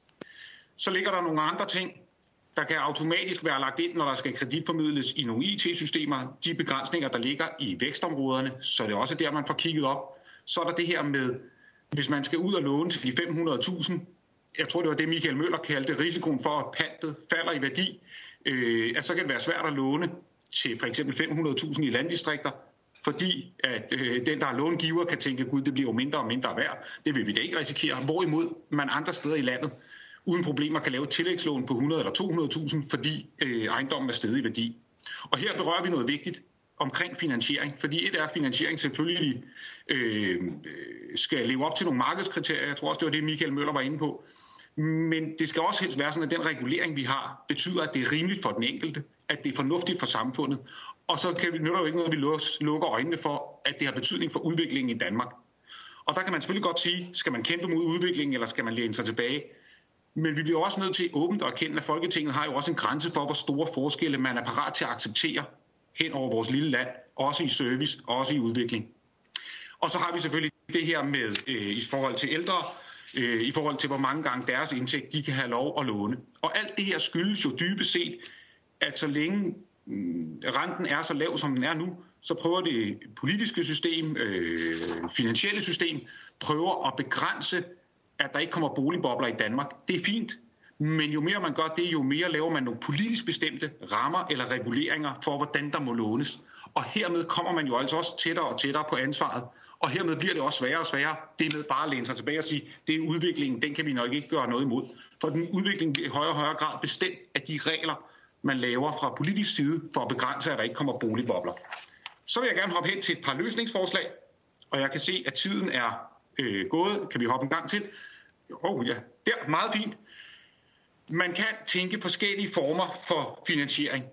Så ligger der nogle andre ting, der kan automatisk være lagt ind, når der skal kreditformidles i nogle I T-systemer. De begrænsninger, der ligger i vækstområderne, så det er også der, man får kigget op. Så er der det her med, hvis man skal ud og låne til de fem hundrede tusind, jeg tror, det var det, Michael Møller kaldte risikoen for, at pantet falder i værdi, øh, at så kan det være svært at låne til for eksempel fem hundrede tusind i landdistrikter, fordi at øh, den, der er långiver, kan tænke, gud, det bliver jo mindre og mindre værd. Det vil vi da ikke risikere. Hvorimod man andre steder i landet uden problemer kan lave et tillægslån på hundrede eller to hundrede tusind, fordi øh, ejendommen er steget i værdi. Og her berører vi noget vigtigt omkring finansiering, fordi et er finansiering selvfølgelig øh, skal leve op til nogle markedskriterier. Jeg tror også, det var det, Michael Møller var inde på. Men det skal også helst være sådan, at den regulering, vi har, betyder, at det er rimeligt for den enkelte, at det er fornuftigt for samfundet. Og så kan vi, nytter jo ikke noget, at vi lukker øjnene for, at det har betydning for udviklingen i Danmark. Og der kan man selvfølgelig godt sige, skal man kæmpe mod udviklingen, eller skal man læne sig tilbage? Men vi bliver også nødt til åbent at erkende, at Folketinget har jo også en grænse for, hvor store forskelle man er parat til at acceptere hen over vores lille land, også i service, også i udvikling. Og så har vi selvfølgelig det her med øh, i forhold til ældre, øh, i forhold til hvor mange gange deres indtægt, de kan have lov at låne. Og alt det her skyldes jo dybest set, at så længe mm, renten er så lav, som den er nu, så prøver det politiske system, øh, finansielle system, prøver at begrænse, at der ikke kommer boligbobler i Danmark. Det er fint, men jo mere man gør det, jo mere laver man nogle politisk bestemte rammer eller reguleringer for, hvordan der må lånes. Og hermed kommer man jo altså også tættere og tættere på ansvaret. Og hermed bliver det også sværere og sværere. Det med bare at læne sig tilbage og sige, det er udviklingen, den kan vi nok ikke gøre noget imod. For den udvikling bliver i højere og højere grad bestemt af de regler, man laver fra politisk side for at begrænse, at der ikke kommer boligbobler. Så vil jeg gerne hoppe hen til et par løsningsforslag. Og jeg kan se, at tiden er øh, gået. Kan vi hoppe en gang til? Oh, ja, der, meget fint. Man kan tænke forskellige former for finansiering.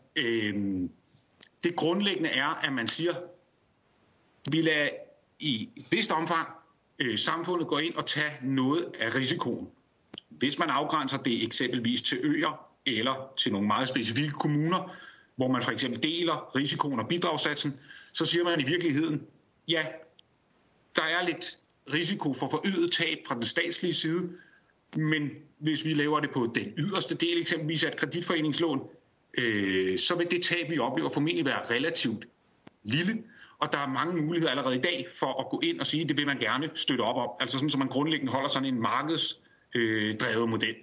Det grundlæggende er, at man siger, vi lader i et vist omfang samfundet gå ind og tage noget af risikoen. Hvis man afgrænser det eksempelvis til øer eller til nogle meget specifikke kommuner, hvor man for eksempel deler risikoen og bidragssatsen, så siger man i virkeligheden, ja, der er lidt risiko for forøget tab fra den statslige side, men hvis vi laver det på den yderste del, eksempelvis af et kreditforeningslån, øh, så vil det tab, vi oplever, formentlig være relativt lille. Og der er mange muligheder allerede i dag for at gå ind og sige, at det vil man gerne støtte op om. Altså sådan, så man grundlæggende holder sådan en markedsdrevet øh, model.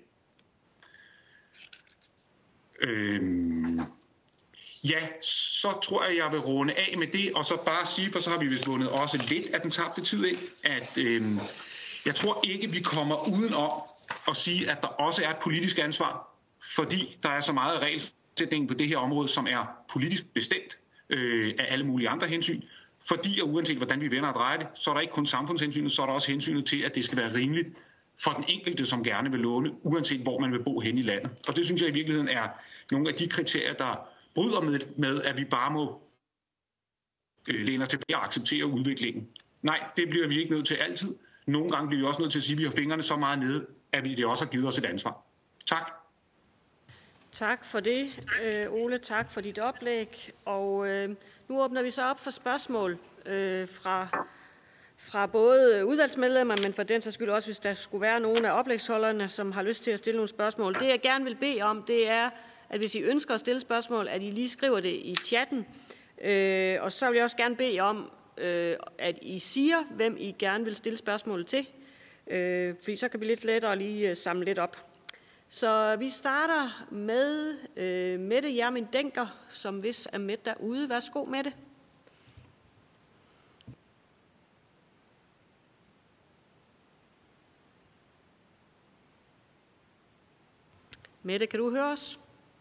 Øhm, ja, så tror jeg, jeg vil runde af med det, og så bare sige, for så har vi vist vundet også lidt af den tabte tid ind, at øhm, jeg tror ikke, vi kommer udenom at sige, at der også er et politisk ansvar, fordi der er så meget regelsætning på det her område, som er politisk bestemt øh, af alle mulige andre hensyn. Fordi, og uanset hvordan vi vender og drejer det, så er der ikke kun samfundshensynet, så er der også hensynet til, at det skal være rimeligt for den enkelte, som gerne vil låne, uanset hvor man vil bo hen i landet. Og det synes jeg i virkeligheden er nogle af de kriterier, der bryder med, med at vi bare må øh, læne os tilbage og acceptere udviklingen. Nej, det bliver vi ikke nødt til altid. Nogle gange bliver vi også nødt til at sige, at vi har fingrene så meget nede, at vi det også har givet os et ansvar. Tak. Tak for det, Ole. Tak for dit oplæg. Og øh, nu åbner vi så op for spørgsmål øh, fra, fra både udvalgsmedlemmer, men for den sags skyld også, hvis der skulle være nogle af oplægsholderne, som har lyst til at stille nogle spørgsmål. Det, jeg gerne vil bede om, det er, at hvis I ønsker at stille spørgsmål, at I lige skriver det i chatten. Øh, og så vil jeg også gerne bede om, øh, at I siger, hvem I gerne vil stille spørgsmål til. Øh, fordi så kan vi lidt lettere lige uh, samle lidt op. Så vi starter med øh, Mette Hjermind Dencker, som vist er med derude. Værsgo, Mette. Mette, kan du høre os?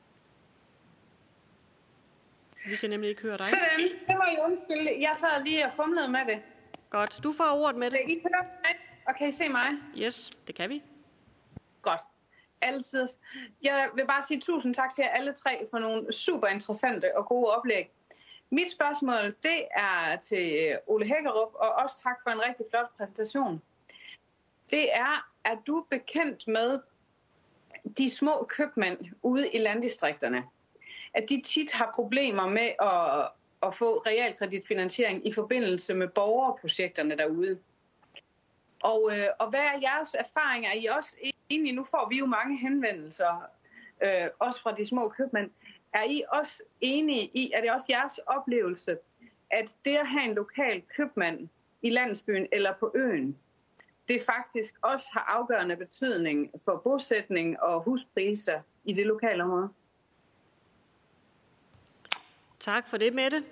Vi kan nemlig ikke høre dig. Sådan, det må I undskylde. Jeg sad lige og fumlede med det. Godt. Du får ordet, Mette. I kan høre mig, og kan I se mig? Yes, det kan vi. Godt. Altid. Jeg vil bare sige tusind tak til jer alle tre for nogle super interessante og gode oplæg. Mit spørgsmål, det er til Ole Hækkerup, og også tak for en rigtig flot præsentation. Det er, er du bekendt med de små købmænd ude i landdistrikterne? At de tit har problemer med at, at få realkreditfinansiering i forbindelse med borgerprojekterne derude. Og, øh, og hvad er jeres erfaringer? Er I også enige? Nu får vi jo mange henvendelser, øh, også fra de små købmænd. Er I også enige i, er det også jeres oplevelse, at det at have en lokal købmand i landsbyen eller på øen, det faktisk også har afgørende betydning for bosætning og huspriser i det lokale område? Tak for det, Mette.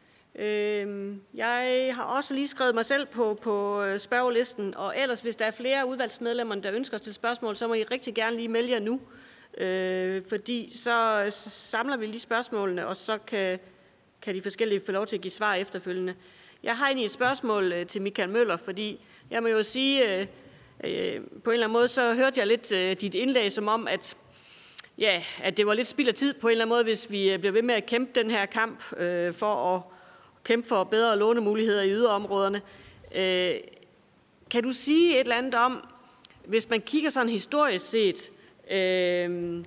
Jeg har også lige skrevet mig selv på, på spørgelisten, og ellers, hvis der er flere udvalgsmedlemmer, der ønsker at stille spørgsmål, så må I rigtig gerne lige melde jer nu, øh, fordi så samler vi lige spørgsmålene, og så kan, kan de forskellige få lov til at give svar efterfølgende. Jeg har egentlig et spørgsmål til Michael Møller, fordi jeg må jo sige, øh, øh, på en eller anden måde, så hørte jeg lidt øh, dit indlæg som om, at Ja, at det var lidt spild af tid på en eller anden måde, hvis vi bliver ved med at kæmpe den her kamp øh, for at kæmpe for bedre lånemuligheder i yderområderne. Øh, kan du sige et eller andet om, hvis man kigger sådan historisk set, øh,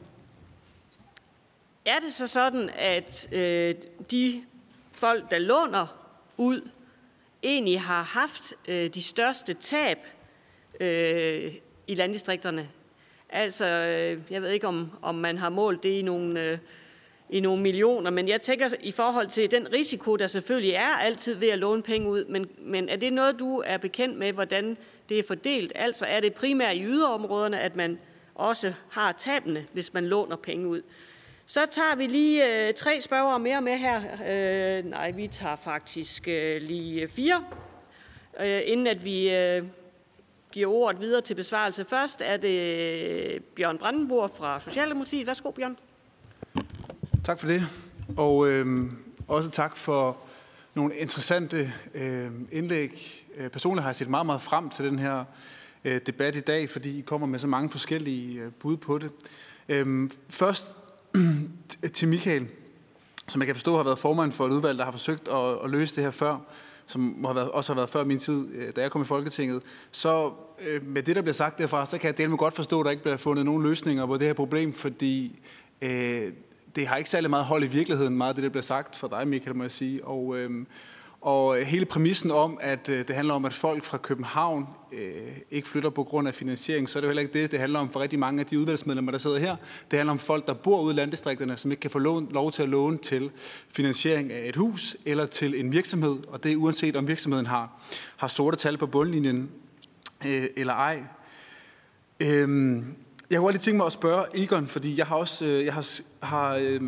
er det så sådan, at øh, de folk, der låner ud, egentlig har haft øh, de største tab øh, i landdistrikterne? Altså, jeg ved ikke, om, om man har målt det i nogle, øh, i nogle millioner, men jeg tænker i forhold til den risiko, der selvfølgelig er altid ved at låne penge ud, men, men er det noget, du er bekendt med, hvordan det er fordelt? Altså, er det primært i yderområderne, at man også har tabene, hvis man låner penge ud? Så tager vi lige øh, tre spørgere mere med her. Øh, nej, vi tager faktisk øh, lige fire, øh, inden at vi... Øh, giver ordet videre til besvarelse. Først er det Bjørn Brandenborg fra Socialdemokratiet. Værsgo, Bjørn. Tak for det, og øh, også tak for nogle interessante øh, indlæg. Personligt har jeg set meget, meget frem til den her øh, debat i dag, fordi I kommer med så mange forskellige øh, bud på det. Øh, først til Michael, som jeg kan forstå har været formand for et udvalg, der har forsøgt at, at løse det her før, som har været, også har været før min tid, da jeg kom i Folketinget, så øh, med det, der bliver sagt derfra, så kan jeg dele med godt forstå, at der ikke bliver fundet nogen løsninger på det her problem, fordi øh, det har ikke særlig meget hold i virkeligheden, meget af det, der bliver sagt fra dig, Michael, må jeg sige. Og, øh, Og hele præmissen om, at det handler om, at folk fra København øh, ikke flytter på grund af finansiering, så er det jo heller ikke det. Det handler om for rigtig mange af de udvalgsmedlemmer, der sidder her. Det handler om folk, der bor ude i landdistrikterne, som ikke kan få lån, lov til at låne til finansiering af et hus eller til en virksomhed. Og det er uanset om virksomheden har, har sorte tal på bundlinjen øh, eller ej. Øhm, jeg kunne godt lige tænke mig at spørge Egon, fordi jeg har også øh, jeg har, har, øh,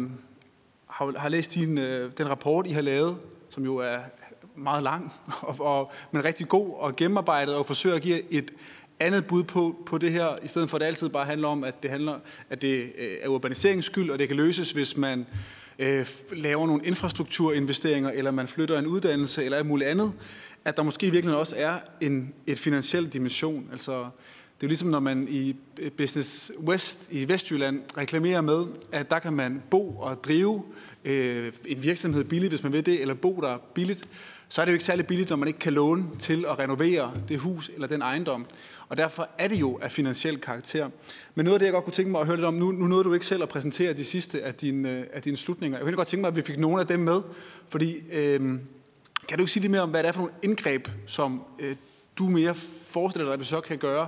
har, har læst din, øh, den rapport, I har lavet, som jo er meget lang, og, og, men rigtig god og gennemarbejdet, og forsøger at give et andet bud på, på det her, i stedet for at det altid bare handler om, at det, handler, at det er urbaniseringens skyld, og det kan løses, hvis man øh, laver nogle infrastrukturinvesteringer, eller man flytter en uddannelse, eller alt muligt andet, at der måske virkelig også er en et finansiel dimension. Altså, det er jo ligesom, når man i Business West i Vestjylland reklamerer med, at der kan man bo og drive øh, en virksomhed billigt, hvis man vil det, eller bo der billigt, så er det jo ikke særlig billigt, når man ikke kan låne til at renovere det hus eller den ejendom. Og derfor er det jo af finansiel karakter. Men noget af det, jeg godt kunne tænke mig at høre lidt om, nu, nu nåede du ikke selv at præsentere de sidste af dine, af dine slutninger. Jeg kunne godt tænke mig, at vi fik nogle af dem med, fordi øh, kan du ikke sige lidt mere om, hvad det er for nogle indgreb, som øh, du mere forestiller dig, at vi så kan gøre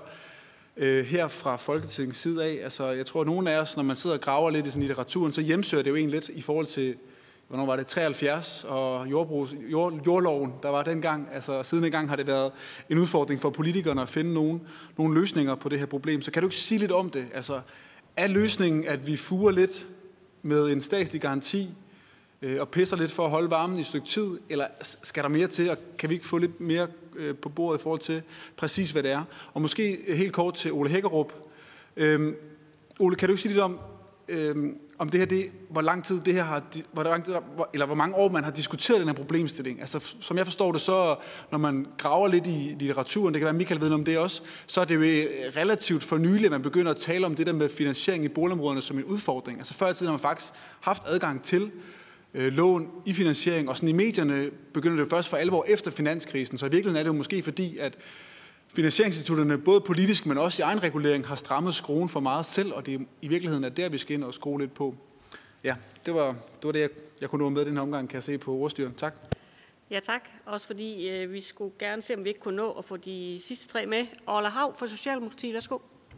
øh, her fra Folketingets side af? Altså, jeg tror, at nogle af os, når man sidder og graver lidt i sådan litteraturen, så hjemsøger det jo egentlig lidt i forhold til, hvornår var det, treoghalvfjerds og jordbrugs, jord, jordloven, der var dengang. Altså, siden engang har det været en udfordring for politikerne at finde nogle, nogle løsninger på det her problem. Så kan du ikke sige lidt om det? Altså, er løsningen, at vi fuger lidt med en statslig garanti øh, og pisser lidt for at holde varmen i et stykke tid, eller skal der mere til, og kan vi ikke få lidt mere øh, på bordet i forhold til præcis, hvad det er? Og måske helt kort til Ole Hækkerup. Øh, Ole, kan du ikke sige lidt om, øh, om det her, det, hvor lang tid det her har, hvor lang tid, eller hvor mange år man har diskuteret den her problemstilling? Altså, som jeg forstår det, så når man graver lidt i litteraturen, det kan være, Michael ved om det også, så er det jo relativt for nylig, at man begynder at tale om det der med finansiering i boligområderne som en udfordring. Altså før i tiden har man faktisk haft adgang til øh, lån i finansiering, og sådan i medierne begynder det jo først for alvor efter finanskrisen. Så i virkeligheden er det jo måske fordi, at finansieringsinstitutterne, både politisk, men også i egen regulering, har strammet skruen for meget selv, og det i virkeligheden er der, vi skal ind og skrue lidt på. Ja, det var det, var det jeg, jeg kunne nå med i den her omgang, kan jeg se på ordstyren. Tak. Ja, tak. Også fordi øh, vi skulle gerne se, om vi ikke kunne nå at få de sidste tre med. Orla Hav fra Socialdemokratiet, værsgo.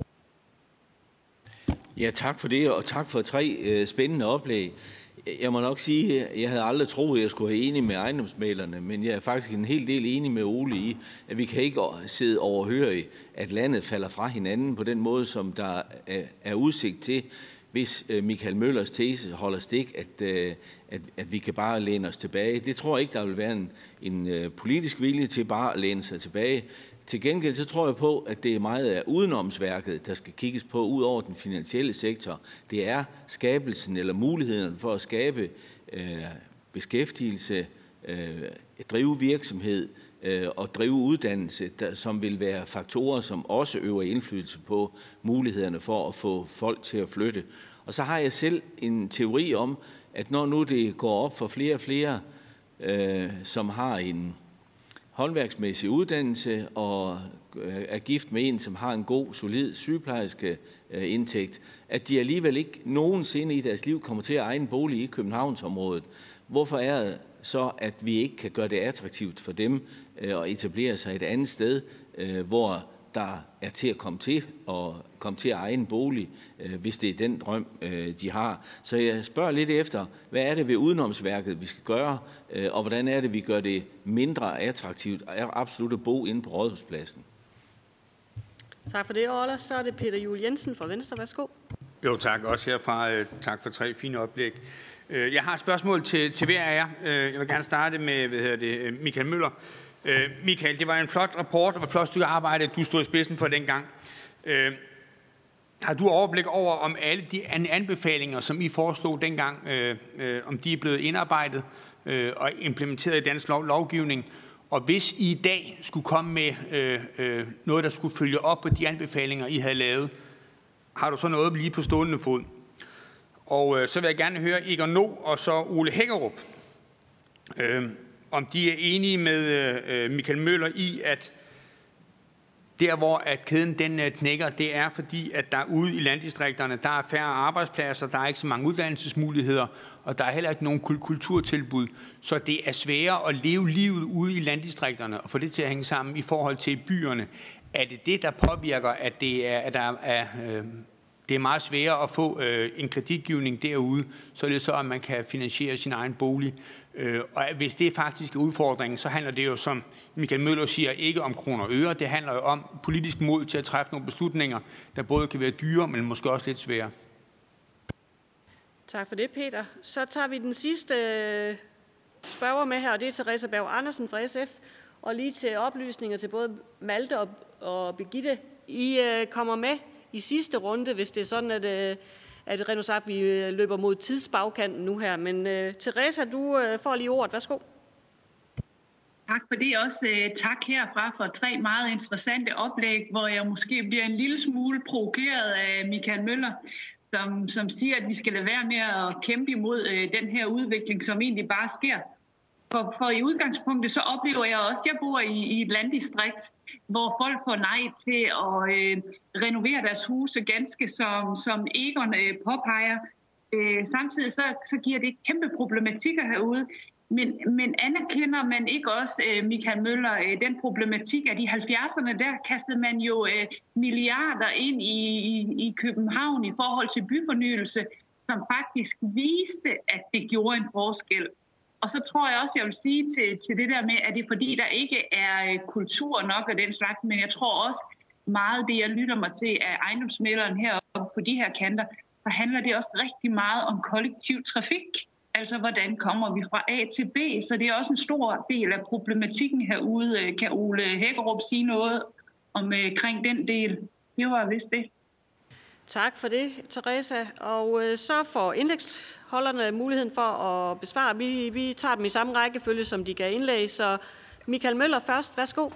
Ja, tak for det, og tak for tre øh, spændende oplæg. Jeg må nok sige, at jeg havde aldrig troet, at jeg skulle have enig med ejendomsmæglerne, men jeg er faktisk en hel del enig med Ole i, at vi kan ikke sidde overhøre, at landet falder fra hinanden på den måde, som der er udsigt til, hvis Michael Møllers tese holder stik, at, at, at vi kan bare læne os tilbage. Det tror jeg ikke, der vil være en, en politisk vilje til bare at læne sig tilbage. Til gengæld så tror jeg på, at det er meget af udenomsværket, der skal kigges på ud over den finansielle sektor. Det er skabelsen eller muligheden for at skabe øh, beskæftigelse, øh, drive virksomhed øh, og drive uddannelse, der, som vil være faktorer, som også øver indflydelse på mulighederne for at få folk til at flytte. Og så har jeg selv en teori om, at når nu det går op for flere og flere, øh, som har en håndværksmæssig uddannelse og er gift med en, som har en god, solid sygeplejerske indtægt, at de alligevel ikke nogensinde i deres liv kommer til at eje en bolig i Københavnsområdet. Hvorfor er det så, at vi ikke kan gøre det attraktivt for dem at etablere sig et andet sted, hvor der er til at komme til og komme til at eje en bolig, hvis det er den drøm, de har. Så jeg spørger lidt efter, hvad er det ved udenomsværket, vi skal gøre, og hvordan er det, vi gør det mindre attraktivt og absolut at bo inde på Rådhuspladsen? Tak for det, Orla. Så er det Peter Juel Jensen fra Venstre. Værsgo. Jo, tak. Også herfra. Tak for tre fine oplæg. Jeg har et spørgsmål til, til hver af jer. Jeg vil gerne starte med hvad hedder det, Michael Møller. Michael, det var en flot rapport og et flot stykke arbejde, du stod i spidsen for dengang. Øh, har du overblik over, om alle de anbefalinger, som I foreslog dengang, øh, øh, om de er blevet indarbejdet øh, og implementeret i dansk lov, lovgivning? Og hvis I i dag skulle komme med øh, øh, noget, der skulle følge op på de anbefalinger, I havde lavet, har du så noget lige på stående fod? Og øh, så vil jeg gerne høre Egon No og så Ole Hækkerup. Øh, om de er enige med øh, Michael Møller i, at Der, hvor at kæden den knækker, det er fordi, at der ude i landdistrikterne, der er færre arbejdspladser, der er ikke så mange uddannelsesmuligheder, og der er heller ikke nogen kulturtilbud. Så det er sværere at leve livet ude i landdistrikterne og få det til at hænge sammen i forhold til byerne. Er det det, der påvirker, at det er, at der er, øh, det er meget sværere at få øh, en kreditgivning derude, så er det så, at man kan finansiere sin egen bolig. Øh, og hvis det er faktisk udfordringen, så handler det jo, som Michael Møller siger, ikke om kroner og øre. Det handler jo om politisk mod til at træffe nogle beslutninger, der både kan være dyre, men måske også lidt svære. Tak for det, Peter. Så tager vi den sidste spørger med her, og det er Theresa Berg Andersen fra S F. Og lige til oplysninger til både Malte og, og Birgitte. I øh, kommer med i sidste runde, hvis det er sådan, at, øh, at rent sagt, vi løber mod tidsbagkanten nu her. Men øh, Theresa, du øh, får lige ordet. Værsgo. Tak for det. Også øh, tak herfra for tre meget interessante oplæg, hvor jeg måske bliver en lille smule provokeret af Michael Møller, som, som siger, at vi skal lade være med at kæmpe imod øh, den her udvikling, som egentlig bare sker. For, for i udgangspunktet så oplever jeg også, at jeg bor i, i et landdistrikt, hvor folk får nej til at øh, renovere deres huse ganske, som, som Egon øh, påpeger. Øh, samtidig så, så giver det kæmpe problematikker herude. Men, men anerkender man ikke også, øh, Michael Møller, øh, den problematik, at i halvfjerdserne der kastede man jo øh, milliarder ind i, i, i København i forhold til byfornyelse, som faktisk viste, at det gjorde en forskel. Og så tror jeg også, jeg vil sige til, til det der med, at det er fordi, der ikke er kultur nok af den slags, men jeg tror også meget det, jeg lytter mig til af ejendomsmægleren heroppe på de her kanter, så handler det også rigtig meget om kollektiv trafik. Altså, hvordan kommer vi fra A til B? Så det er også en stor del af problematikken herude. Kan Ole Hækkerup sige noget omkring den del? Det var vist det. Tak for det, Theresa. Og øh, så får indlægsholderne muligheden for at besvare. Vi, vi tager dem i samme rækkefølge, som de gav indlæg. Så Michael Møller først. Værsgo.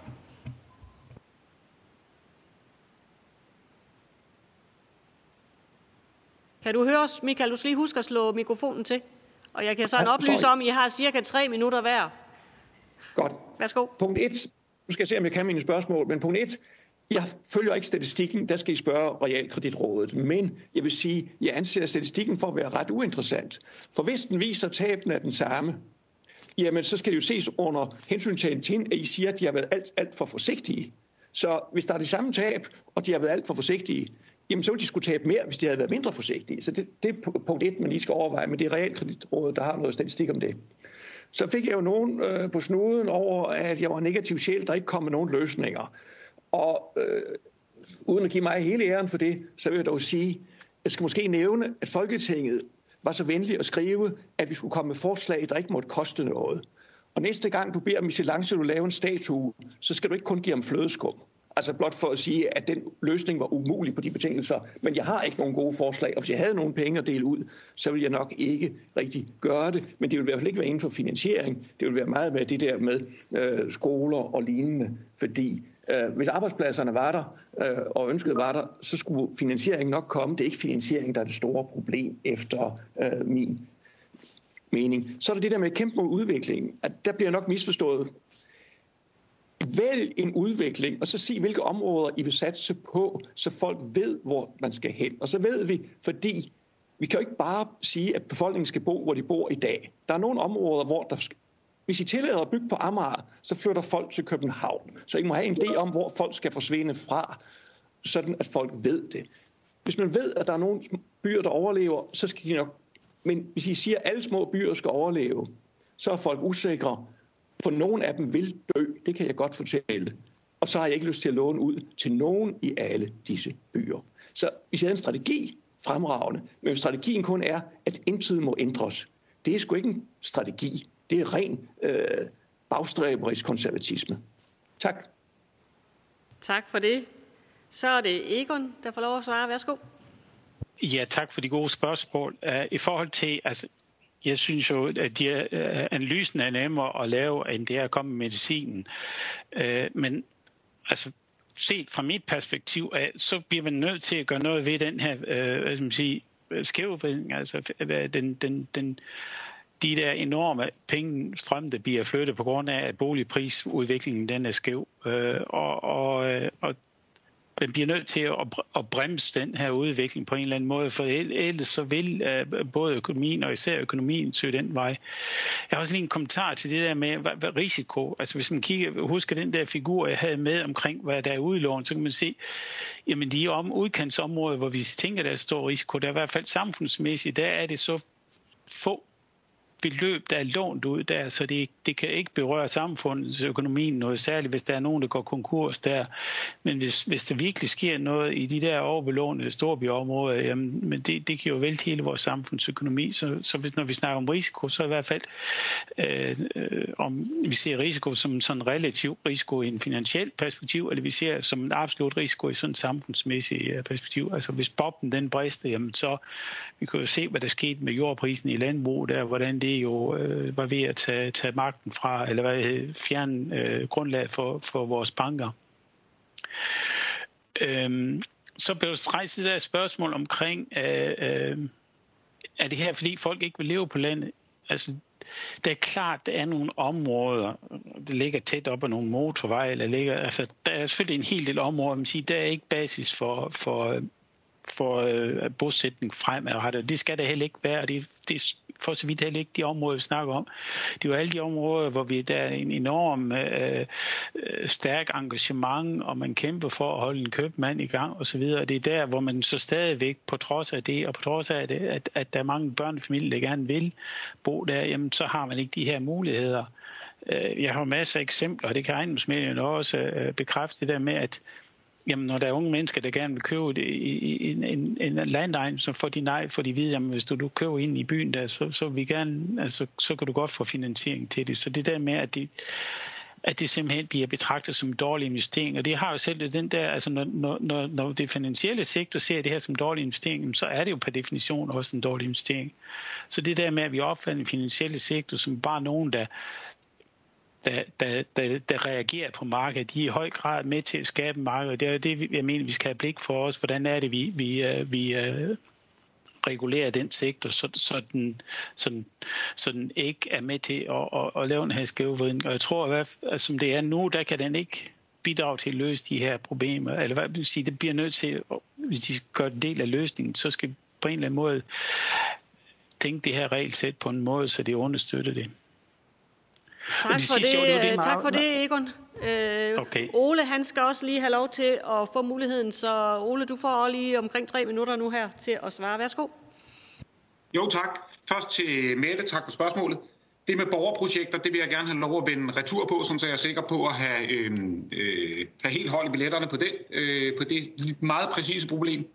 Kan du høre os, Michael? Du skal lige huske at slå mikrofonen til. Og jeg kan sådan ja, oplyse sorry. om, at I har cirka tre minutter hver. Godt. Værsgo. Punkt et. Nu skal jeg se, om jeg kan mine spørgsmål. Men punkt et. Jeg følger ikke statistikken, der skal I spørge Realkreditrådet, men jeg vil sige, jeg anser statistikken for at være ret uinteressant. For hvis den viser, at tabene er den samme, jamen så skal det jo ses under hensyntagen til, at I siger, at de har været alt, alt for forsigtige. Så hvis der er det samme tab, og de har været alt for forsigtige, jamen så ville de skulle tabe mere, hvis de havde været mindre forsigtige. Så det, det er punkt et, man lige skal overveje, men det er Realkreditrådet, der har noget statistik om det. Så fik jeg jo nogen øh, på snuden over, at jeg var en negativ sjæl, der ikke kom med nogen løsninger. Og øh, uden at give mig hele æren for det, så vil jeg dog sige, jeg skal måske nævne, at Folketinget var så venlig at skrive, at vi skulle komme med forslag, der ikke måtte koste noget. Og næste gang du beder Michelangelo lave en statue, så skal du ikke kun give ham flødeskum. Altså blot for at sige, at den løsning var umulig på de betingelser. Men jeg har ikke nogen gode forslag, og hvis jeg havde nogle penge at dele ud, så ville jeg nok ikke rigtig gøre det. Men det ville i hvert fald ikke være inden for finansiering. Det ville være meget med det der med øh, skoler og lignende, fordi øh, hvis arbejdspladserne var der, øh, og ønsket var der, så skulle finansieringen nok komme. Det er ikke finansiering, der er det store problem efter øh, min mening. Så er der det der med at kæmpe mod udviklingen. At der bliver nok misforstået. Vælg en udvikling, og så sig, hvilke områder I vil satse på, så folk ved, hvor man skal hen. Og så ved vi, fordi vi kan jo ikke bare sige, at befolkningen skal bo, hvor de bor i dag. Der er nogle områder, hvor der skal... Hvis I tillader at bygge på Amager, så flytter folk til København. Så I må have en idé om, hvor folk skal forsvinde fra, sådan at folk ved det. Hvis man ved, at der er nogle byer, der overlever, så skal de nok... Men hvis I siger, at alle små byer skal overleve, så er folk usikre. For nogle af dem vil dø, det kan jeg godt fortælle. Og så har jeg ikke lyst til at låne ud til nogen i alle disse byer. Så hvis jeg havde en strategi, fremragende, men hvis strategien kun er, at intet må ændres, det er sgu ikke en strategi. Det er ren øh, bagstræberisk konservatisme. Tak. Tak for det. Så er det Egon, der får lov at svare. Værsgo. Ja, tak for de gode spørgsmål. Uh, I forhold til... Altså Jeg synes jo, at de, uh, analysen er nemmere at lave, end det er at komme med medicinen. Uh, men altså, set fra mit perspektiv, uh, så bliver man nødt til at gøre noget ved den her uh, hvad skal man sige, skævvridning. Altså, den, den, den, de der enorme pengestrøm, der bliver flyttet på grund af, at boligprisudviklingen den er skæv. Uh, og, og, og den bliver nødt til at, at bremse den her udvikling på en eller anden måde, for ellers så vil uh, både økonomien og især økonomien søge den vej. Jeg har også lige en kommentar til det der med hvad, hvad risiko. Altså hvis man kigger, husker den der figur, jeg havde med omkring, hvad der er udlån, så kan man se, jamen de om udkantsområder, hvor vi tænker, der er stor risiko, der er i hvert fald samfundsmæssigt, der er det så få beløb, der er lånt ud der, så det, det kan ikke berøre samfundets økonomien noget særligt, hvis der er nogen, der går konkurs der. Men hvis, hvis der virkelig sker noget i de der overbelånede storbyområder, jamen, men det, det kan jo vælte hele vores samfundsøkonomi. Så, så hvis, når vi snakker om risiko, så i hvert fald, øh, øh, om vi ser risiko som sådan en relativ risiko i en finansiel perspektiv, eller vi ser som en absolut risiko i sådan en samfundsmæssig perspektiv. Altså hvis boblen den brister, jamen så vi kan jo se, hvad der skete med jordprisen i landbrug der, hvordan det jo øh, var ved at tage, tage magten fra, eller hvad, fjerne øh, grundlag for, for vores banker. Øhm, så blev der rejst det der spørgsmål omkring, øh, øh, er det her, fordi folk ikke vil leve på landet? Altså, det er klart, der er nogle områder, der ligger tæt op ad nogle motorveje, eller ligger, altså, der er selvfølgelig en hel del områder, man siger, der er ikke basis for, for for øh, bosætning fremadrettet. Det skal der heller ikke være, og det, det er for så vidt heller ikke de områder, vi snakker om. Det er jo alle de områder, hvor vi der er en enorm øh, stærk engagement, og man kæmper for at holde en købmand i gang osv. Det er der, hvor man så stadigvæk, på trods af det, og på trods af det, at, at der er mange børnefamilier, der gerne vil bo der, jamen så har man ikke de her muligheder. Jeg har masser af eksempler, og det kan ejendomsmæglerne også bekræfte det der med, at jamen, når der er unge mennesker, der gerne vil købe det i en, en, en landejendom, så får de nej, for de ved, at hvis du, du køber ind i byen der, så, så, vi gerne, altså, så kan du godt få finansiering til det. Så det der med, at det, at det simpelthen bliver betragtet som en dårlig investering, og det har jo selv den der, altså når, når, når det finansielle sektor ser det her som dårlig investering, så er det jo per definition også en dårlig investering. Så det der med, at vi opfatter den finansielle sektor som bare nogen, der Der, der, der, der reagerer på markedet. De er i høj grad med til at skabe markedet. Det er det, jeg mener, vi skal have blik for os. Hvordan er det, vi, vi, vi uh, regulerer den sektor, så, så, den, så, den, så den ikke er med til at, at, at lave en her skævvridning. Og jeg tror, at altså, som det er nu, der kan den ikke bidrage til at løse de her problemer. Eller hvad vil sige, det bliver nødt til, hvis de gør en del af løsningen, så skal vi på en eller anden måde tænke det her regelsæt på en måde, så det understøtter det. Tak for det, det, det, det tak for det, Egon. Øh, okay. Ole, han skal også lige have lov til at få muligheden, så Ole, du får lige omkring tre minutter nu her til at svare. Værsgo. Jo, tak. Først til Mette, tak for spørgsmålet. Det med borgerprojekter, det vil jeg gerne have lov at vende retur på, så jeg er sikker på at have, øh, øh, have helt hold i billetterne på det, øh, på det meget præcise problem.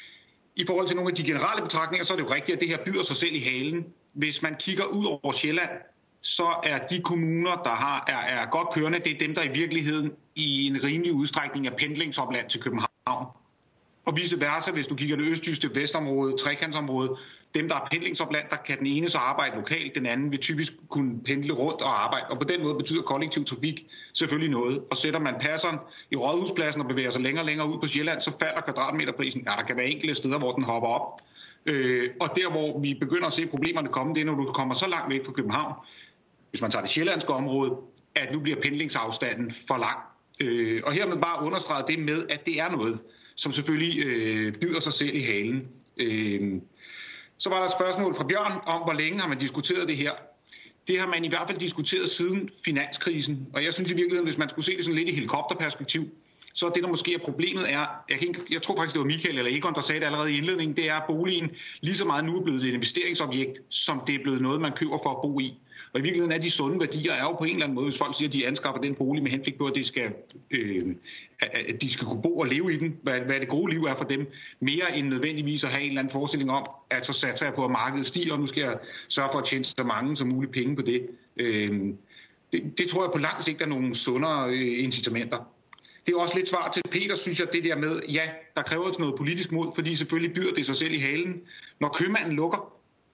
I forhold til nogle af de generelle betragtninger, så er det jo rigtigt, at det her bider sig selv i halen. Hvis man kigger ud over Sjælland, så er de kommuner, der har, er, er godt kørende, det er dem, der i virkeligheden i en rimelig udstrækning er pendlingsopland til København. Og vice versa, hvis du kigger det østjyske vestområde, trekantsområde, dem, der er pendlingsopland, der kan den ene så arbejde lokalt, den anden vil typisk kunne pendle rundt og arbejde. Og på den måde betyder kollektiv trafik selvfølgelig noget. Og sætter man passeren i Rådhuspladsen og bevæger sig længere og længere ud på Sjælland, så falder kvadratmeterprisen. Ja, der kan være enkelte steder, hvor den hopper op. Øh, og der, hvor vi begynder at se problemerne komme, det er, når du kommer så langt væk fra København, hvis man tager det sjællandske område, at nu bliver pendlingsafstanden for lang. Øh, og her vil man bare understrege det med, at det er noget, som selvfølgelig øh, bider sig selv i halen. Øh, så var der et spørgsmål fra Bjørn om, hvor længe har man diskuteret det her. Det har man i hvert fald diskuteret siden finanskrisen. Og jeg synes i virkeligheden, hvis man skulle se det sådan lidt i helikopterperspektiv, så det, der måske er problemet, er, jeg, kan ikke, jeg tror faktisk, det var Michael eller Egon, der sagde det allerede i indledningen, det er, at boligen lige så meget nu er blevet et investeringsobjekt, som det er blevet noget, man køber for at bo i. Og i virkeligheden er de sunde værdier er jo på en eller anden måde, hvis folk siger, at de anskaffer den bolig med henblik på, at, det skal, øh, at de skal kunne bo og leve i den, hvad, hvad det gode liv er for dem, mere end nødvendigvis at have en eller anden forestilling om, at så satser jeg på, at markedet stiger, og nu skal jeg sørge for at tjene så mange som muligt penge på det. Øh, det. Det tror jeg på lang sigt er nogle sundere øh, incitamenter. Det er også lidt svar til Peter, synes jeg, det der med, ja, der kræver noget politisk mod, fordi selvfølgelig byder det sig selv i halen. Når købmanden lukker,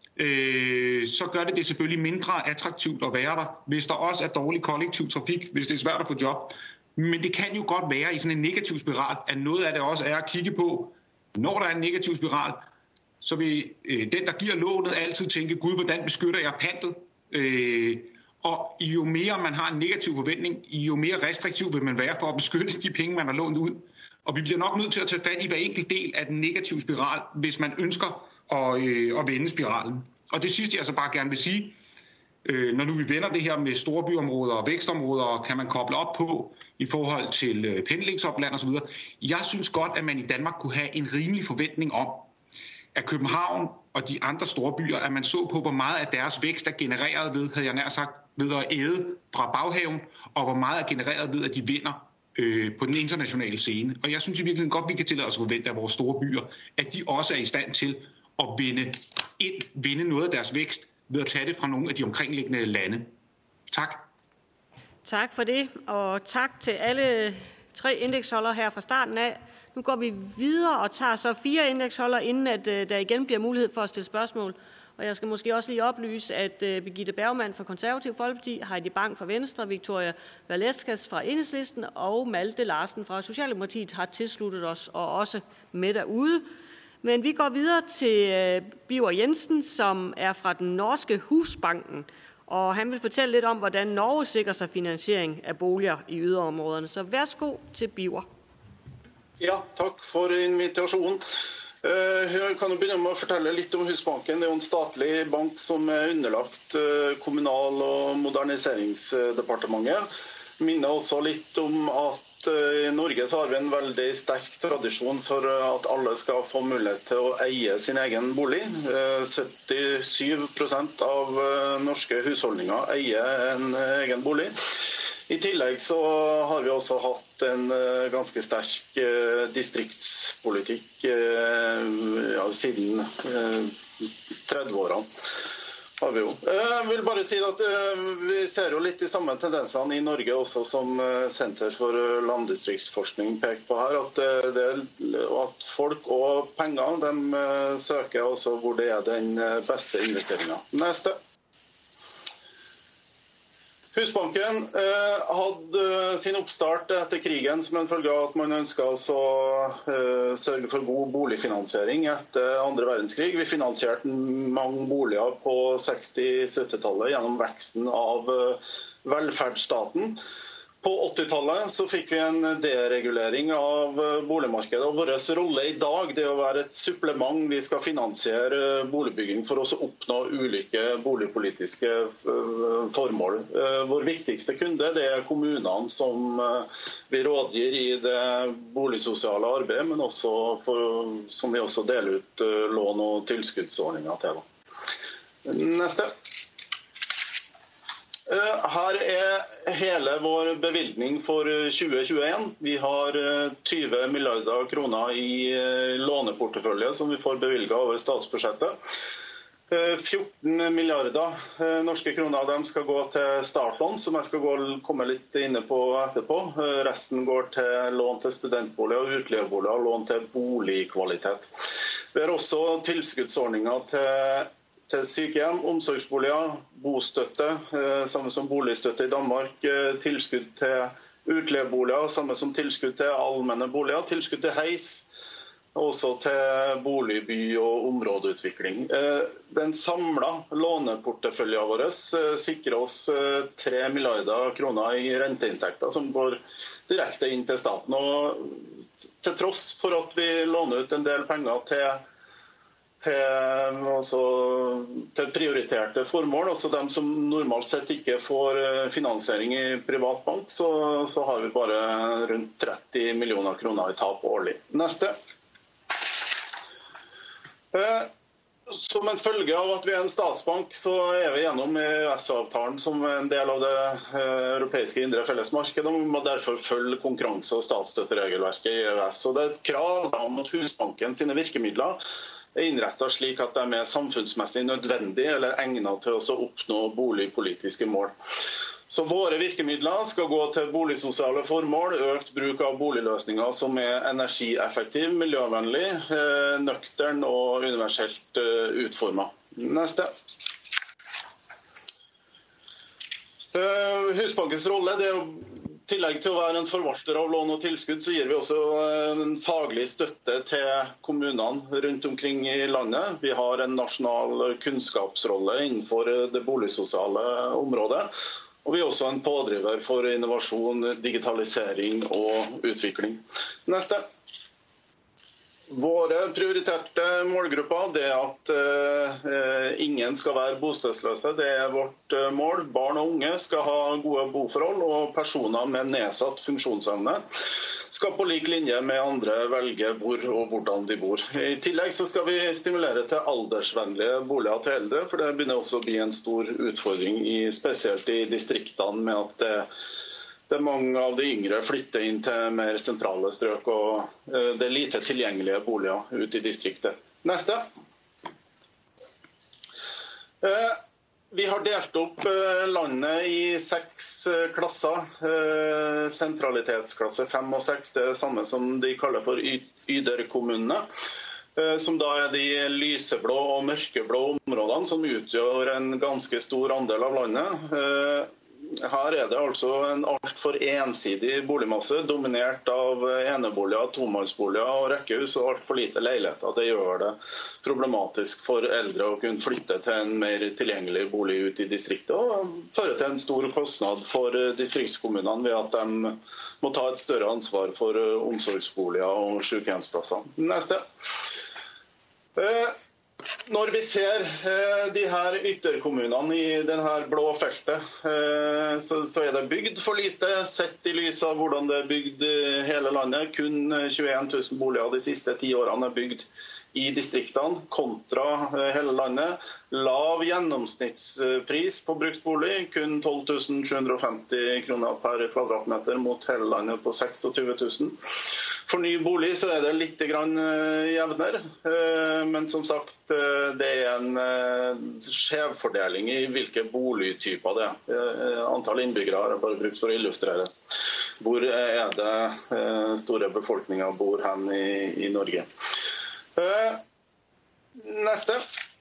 øh, så gør det det selvfølgelig mindre attraktivt at være der, hvis der også er dårlig kollektiv trafik, hvis det er svært at få job. Men det kan jo godt være i sådan en negativ spiral, at noget af det også er at kigge på, når der er en negativ spiral, så vil øh, den, der giver lånet, altid tænke, gud, hvordan beskytter jeg pantet? Øh, Og jo mere man har en negativ forventning, jo mere restriktiv vil man være for at beskytte de penge, man har lånt ud. Og vi bliver nok nødt til at tage fat i hver enkelt del af den negative spiral, hvis man ønsker at, øh, at vende spiralen. Og det sidste, jeg så bare gerne vil sige, øh, når nu vi vender det her med store byområder og vækstområder, kan man koble op på i forhold til øh, pendlingsopland osv. Jeg synes godt, at man i Danmark kunne have en rimelig forventning om, at København og de andre store byer, at man så på, hvor meget af deres vækst er genereret ved, havde jeg nær sagt, ved at æde fra baghaven, og hvor meget er genereret ved, at de vinder øh, på den internationale scene. Og jeg synes i virkeligheden godt, vi kan tillade os at forvente af vores store byer, at de også er i stand til at vinde, ind, vinde noget af deres vækst ved at tage det fra nogle af de omkringliggende lande. Tak. Tak for det, og tak til alle tre indeksholdere her fra starten af. Nu går vi videre og tager så fire indeksholdere, inden at uh, der igen bliver mulighed for at stille spørgsmål. Og jeg skal måske også lige oplyse, at uh, Birgitte Bergman fra Konservativ Folkeparti, Heidi Bank fra Venstre, Victoria Velasquez fra Enhedslisten og Malte Larsen fra Socialdemokratiet har tilsluttet os og også med derude. Men vi går videre til uh, Biver Jensen, som er fra den norske Husbanken. Og han vil fortælle lidt om, hvordan Norge sikrer sig finansiering af boliger i yderområderne. Så værsgo til Biver. Ja, takk for invitasjonen. Jeg kan jo begynne med å fortelle litt om Husbanken. Det er jo en statlig bank som er underlagt Kommunal- og moderniseringsdepartementet. Minner også litt om at i Norge så har vi en veldig sterk tradisjon for at alle skal få mulighet til å eie sin egen bolig. syttisju prosent av norske husholdninger eier en egen bolig. I tillegg så har vi også hatt en ganske sterk distriktspolitikk ja, siden tretti-årene. Har vi jo. Jeg vil bare si at vi ser jo litt de samme tendensene i Norge også som Senter for landdistriktsforskning peker på her, at, det, at folk og penger de søker også hvor det er den beste investeringen. Neste. Husbanken eh, hadde sin oppstart etter krigen som en følge av at man ønsket å eh, sørge for god boligfinansiering etter andre verdenskrig. Vi finansierte mange boliger på seksti-syttitallet gjennom veksten av eh, velferdsstaten. På åttitallet så fikk vi en deregulering av boligmarkedet, og vår rolle i dag det er å være et supplement. Vi skal finansiere boligbygging for å oppnå ulike boligpolitiske formål. Vår viktigste kunde det er kommunene som vi rådgir i det boligsosiale arbeidet, men også for, som vi også deler ut lån- og tilskuddsordninger til. Neste. Her er hele vår bevilgning for tjue tjueen. Vi har tyve milliarder kroner i låneportefølje som vi får bevilget over statsbudsjettet. fjorten milliarder norske kroner de skal gå til startlån, som jeg skal gå, komme litt inne på etterpå. Resten går til lån til studentboliger og utleieboliger og lån til boligkvalitet. Vi har også tilskuddsordninger til til sykehjem, omsorgsboliger, bostøtte, samme som boligstøtte i Danmark, tilskudd til utleieboliger, samme som tilskudd til allmenne boliger, tilskudd til heis, også til boligby- og områdeutvikling. Den samlede låneporteføljen vår sikrer oss tre milliarder kroner i renteinntekter som går direkte inn til staten. Og til tross for at vi låner ut en del penger til Til, også, til prioriterte formål, altså de som normalt sett ikke får finansiering i privat bank, så, så har vi bare rundt tretti millioner kroner i tap årlig. Neste. Som en følge av at vi er en statsbank, så er vi gjennom E U S-avtalen som en del av det europeiske indre fellesmarkedet, og vi må derfor følge konkurranse- og statsstøtteregelverket i E U S. Og det er et krav om at Husbanken sine virkemidler er innrettet slik at de er samfunnsmessig nødvendige eller egnet til å oppnå boligpolitiske mål. Så våre virkemidler skal gå til boligsosiale formål, økt bruk av boligløsninger som er energieffektiv, miljøvennlig, nøktern og universelt utformet. Neste. Husbankens rolle det er å tillegg til å være en forvalter av lån og tilskudd, så gir vi også en faglig støtte til kommunene rundt omkring i landet. Vi har en nasjonal kunnskapsrolle innenfor det boligsosiale området. Og vi er også en pådriver for innovasjon, digitalisering og utvikling. Neste. Våre prioriterte målgrupper det er at eh, ingen skal være bostedsløse. Det er vårt eh, mål. Barn og unge skal ha gode boforhold, og personer med nedsatt funksjonsevne skal på lik linje med andre velge hvor og hvordan de bor. I tillegg så skal vi stimulere til aldersvennlige boliger til eldre, for det begynner også å bli en stor utfordring, i, spesielt i distriktene, med at det Det er mange av de yngre flytter inn til mer sentrale strøk, og det er lite tilgjengelige boliger ute i distriktet. Neste. Vi har delt opp landet i seks klasser. Sentralitetsklasse fem og seks, det er det samme som de kaller for yderkommunene, som da er de lyseblå og mørkeblå områdene, som utgjør en ganske stor andel av landet. Her er det altså en alt for ensidig boligmasse, dominert av eneboliger, tomannsboliger og rekkehus, og alt for lite leiligheter. Det gjør det problematisk for eldre å kunne flytte til en mer tilgjengelig bolig ut i distriktet, og fører til en stor kostnad for distriktskommunene ved at de må ta et større ansvar for omsorgsboliger og sykehjemsplasser. Neste. Når vi ser de her ytterkommunene i denne blå feltet, så er det bygd for lite, sett i lys av hvordan det er bygd hele landet. Kun tjueen tusen boliger de siste ti årene er bygd i distriktene kontra hele landet. Lav gjennomsnittspris på brukt bolig, kun tolv tusen sju hundre og femti kroner per kvadratmeter mot hele landet på tjueseks tusen. For ny bolig så er det litt grann jevnere, men som sagt, det er en skjevfordeling i hvilke boligtyper det er. Antall innbyggere har jeg bare brukt for å illustrere. Hvor er det store befolkninger bor hen i, i Norge? Neste.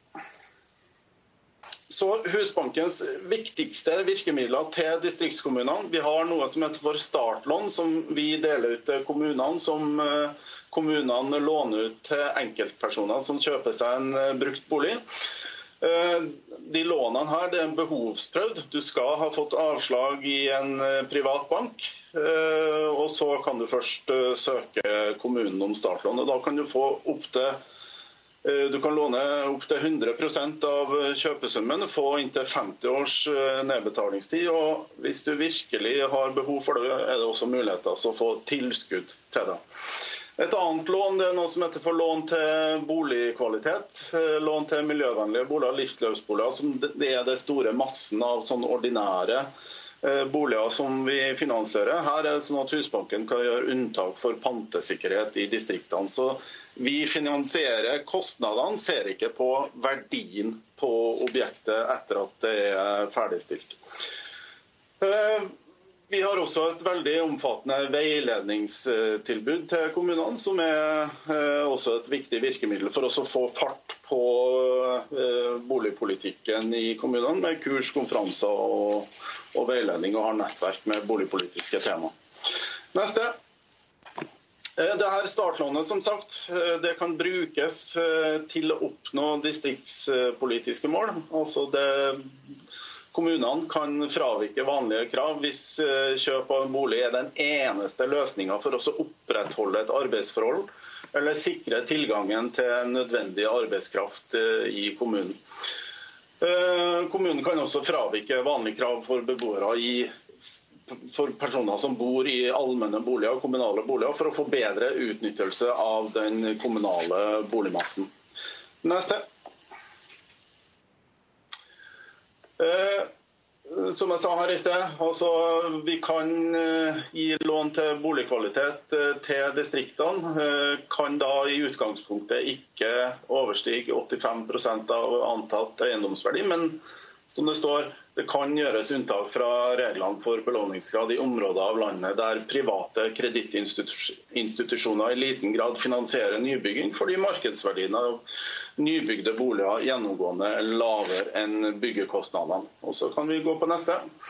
Så Husbankens viktigste virkemidler til distriktskommunene. Vi har noe som heter for startlån, som vi deler ut til kommunene, som kommunene låner ut til enkeltpersoner som kjøper seg en brukt bolig. De lånene her det er behovsprøvd. Du skal ha fått avslag i en privat bank, og så kan du først søke kommunen om startlån. Og da kan du få opp til Du kan låne opp til hundre prosent av kjøpesummen, få inntil femti års nedbetalingstid, og hvis du virkelig har behov for det, er det også muligheter til å få tilskudd til det. Et annet lån det er noe som heter for lån til boligkvalitet, lån til miljøvennlige boliger, livsløpsboliger, som det er det store massen av sånne ordinære boliger som vi finansierer. Her er det sånn at Husbanken kan gjøre unntak for pantesikkerhet i distriktene. Så vi finansierer kostnadene, ser ikke på verdien på objektet etter at det er ferdigstilt. Vi har også et veldig omfattende veiledningstilbud til kommunene, som er også et viktig virkemiddel for oss å få fart på boligpolitikken i kommunene, med kurs, konferanser og, og veiledning, og har nettverk med boligpolitiske tema. Neste. Det her startlånet, som sagt, det kan brukes til å oppnå distriktspolitiske mål. Altså det Kommunene kan fravike vanlige krav hvis kjøp av en bolig er den eneste løsningen for å opprettholde et arbeidsforhold, eller sikre tilgangen til nødvendig arbeidskraft i kommunen. Kommunen kan også fravike vanlige krav for beboere i, for personer som bor i allmenne boliger og kommunale boliger, for å få bedre utnyttelse av den kommunale boligmassen. Neste. Som jeg sa her i sted, altså, vi kan gi lån til boligkvalitet til distriktene, kan da i utgangspunktet ikke overstige åttifem prosent av antatt eiendomsverdi, men som det står, det kan gjøres unntak fra reglene for belåningsgrad i områder av landet der private kredittinstitusjoner i liten grad finansierer nybygging, fordi markedsverdien av nybygde boliger gjennomgående er lavere enn byggekostnadene. Og så kan vi gå på neste.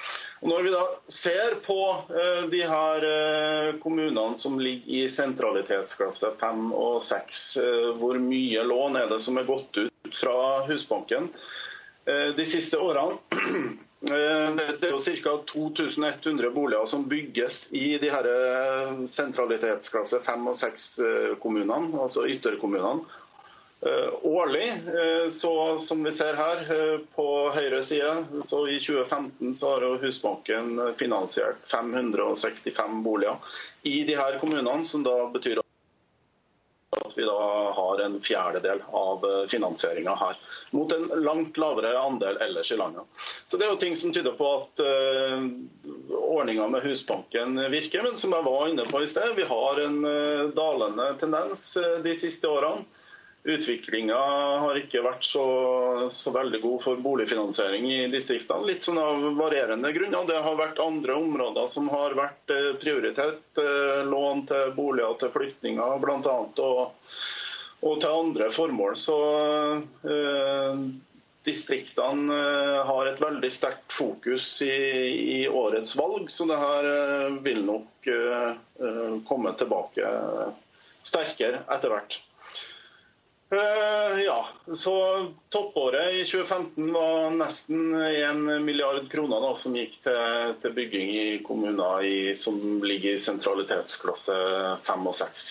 Og når vi da ser på uh, de her uh, kommunene som ligger i sentralitetsklasse fem og seks, uh, hvor mye lån er det som er gått ut fra Husbanken uh, de siste årene, uh, det er jo ca. to tusen ett hundre boliger som bygges i de her uh, sentralitetsklasse fem og seks uh, kommunene, altså ytterkommunene. Uh, årlig, uh, så som vi ser her uh, på høyre side, så i tjue femten så har Husbanken finansiert fem hundre og sekstifem boliger i de her kommunene, som da betyr at vi da har en fjerdedel av finansieringen her, mot en langt lavere andel ellers i landet. Så det er jo ting som tyder på at uh, ordningen med Husbanken virker, men som jeg var inne på i sted, vi har en uh, dalende tendens uh, de siste årene. Utviklingen har ikke vært så, så veldig god for boligfinansiering i distriktene. Litt sånn av varierende grunner. Det har vært andre områder som har vært prioritet. Lån til boliger til flyktninger blant annet, og, og til andre formål. Så eh, distriktene har et veldig sterkt fokus i, i årets valg. Så det her vil nok eh, komme tilbake sterkere etter hvert. Uh, ja, så toppåret i tjue femten var nesten en milliard kroner da, som gikk til, til bygging i kommuner i, som ligger i sentralitetsklasse fem og seks.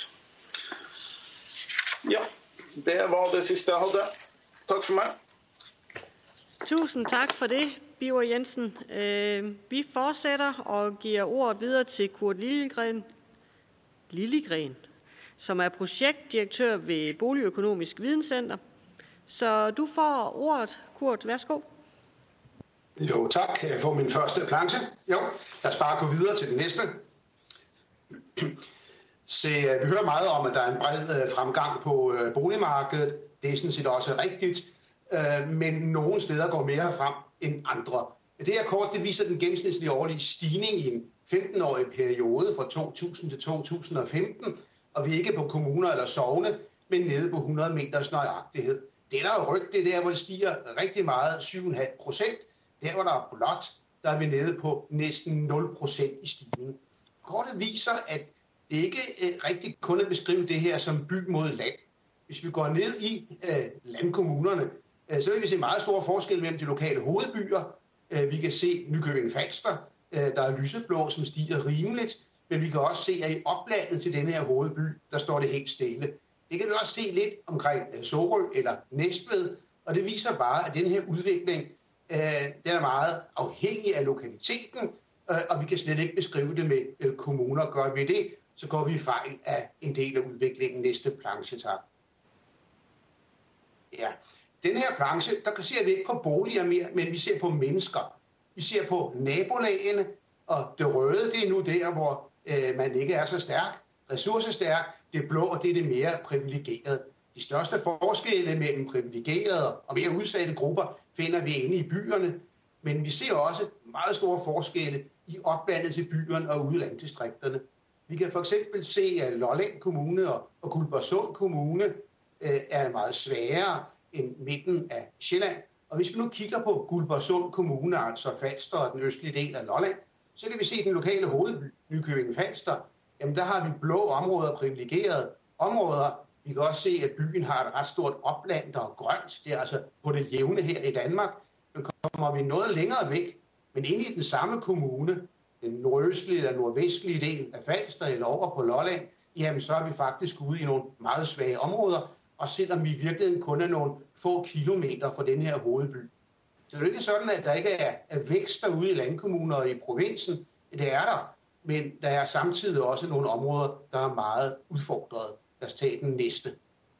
Ja, det var det siste jeg hadde. Takk for meg. Tusind tak for det, Birger Jensen. Uh, vi fortsætter og giver ordet videre til Kurt Lillegren. Lillegren. som er projektdirektør ved Boligøkonomisk Videnscenter. Så du får ordet, Kurt. Værsgo. Jo, tak. Jeg får min første planche. Jo, lad os bare gå videre til den næste. Så vi hører meget om, at der er en bred fremgang på boligmarkedet. Det er sådan set også rigtigt, men nogle steder går mere frem end andre. Det her kort det viser den gennemsnitlige årlige stigning i en femten-årig periode fra to tusind til to tusind og femten, og vi er ikke på kommuner eller sogne, men nede på hundrede meters nøjagtighed. Det der er jo rygt, det er der, hvor det stiger rigtig meget, syv komma fem procent. Der, hvor der er blot, der er vi nede på næsten nul procent i stigning. Kortet viser, at det ikke er rigtig kun at beskrive det her som by mod land. Hvis vi går ned i øh, landkommunerne, øh, så vil vi se meget store forskel mellem de lokale hovedbyer. Øh, vi kan se Nykøbing Falster, øh, der er lyseblå, som stiger rimeligt, men vi kan også se, at i oplandet til denne her hovedby, der står det helt stille. Det kan vi også se lidt omkring øh, Sorø eller Næstved, og det viser bare, at den her udvikling øh, den er meget afhængig af lokaliteten, øh, og vi kan slet ikke beskrive det med øh, kommuner. Gør vi det, så går vi fejl af en del af udviklingen. Næste planche, tak. Ja, den her planche, der ser vi ikke på boliger mere, men vi ser på mennesker. Vi ser på nabolagene, og det røde, det er nu der, hvor øh, man ikke er så stærk, ressourcestærk. Det blå, og det er det mere privilegerede. De største forskelle mellem privilegerede og mere udsatte grupper finder vi inde i byerne, men vi ser også meget store forskelle i oplandet til byerne og ude i landdistrikterne. Vi kan for eksempel se, at Lolland Kommune og Guldborgsund Kommune øh, er meget svagere end midten af Sjælland. Og hvis vi nu kigger på Guldborgsund Kommune, altså Falster og den østlige del af Lolland, så kan vi se den lokale hovedby, Nykøbing Falster. Jamen der har vi blå områder, privilegerede områder. Vi kan også se, at byen har et ret stort opland, der er grønt. Det er altså på det jævne her i Danmark. Men kommer vi noget længere væk, men inde i den samme kommune, den nordøstlige eller nordvestlige del af Falster eller over på Lolland, jamen så er vi faktisk ude i nogle meget svage områder, og selvom vi i virkeligheden kun er nogle få kilometer fra den her hovedby. Så det er ikke sådan, at der ikke er, er vækst derude i landkommuner og i provinsen. Det er der, men der er samtidig også nogle områder, der er meget udfordret. Lad os tage den næste.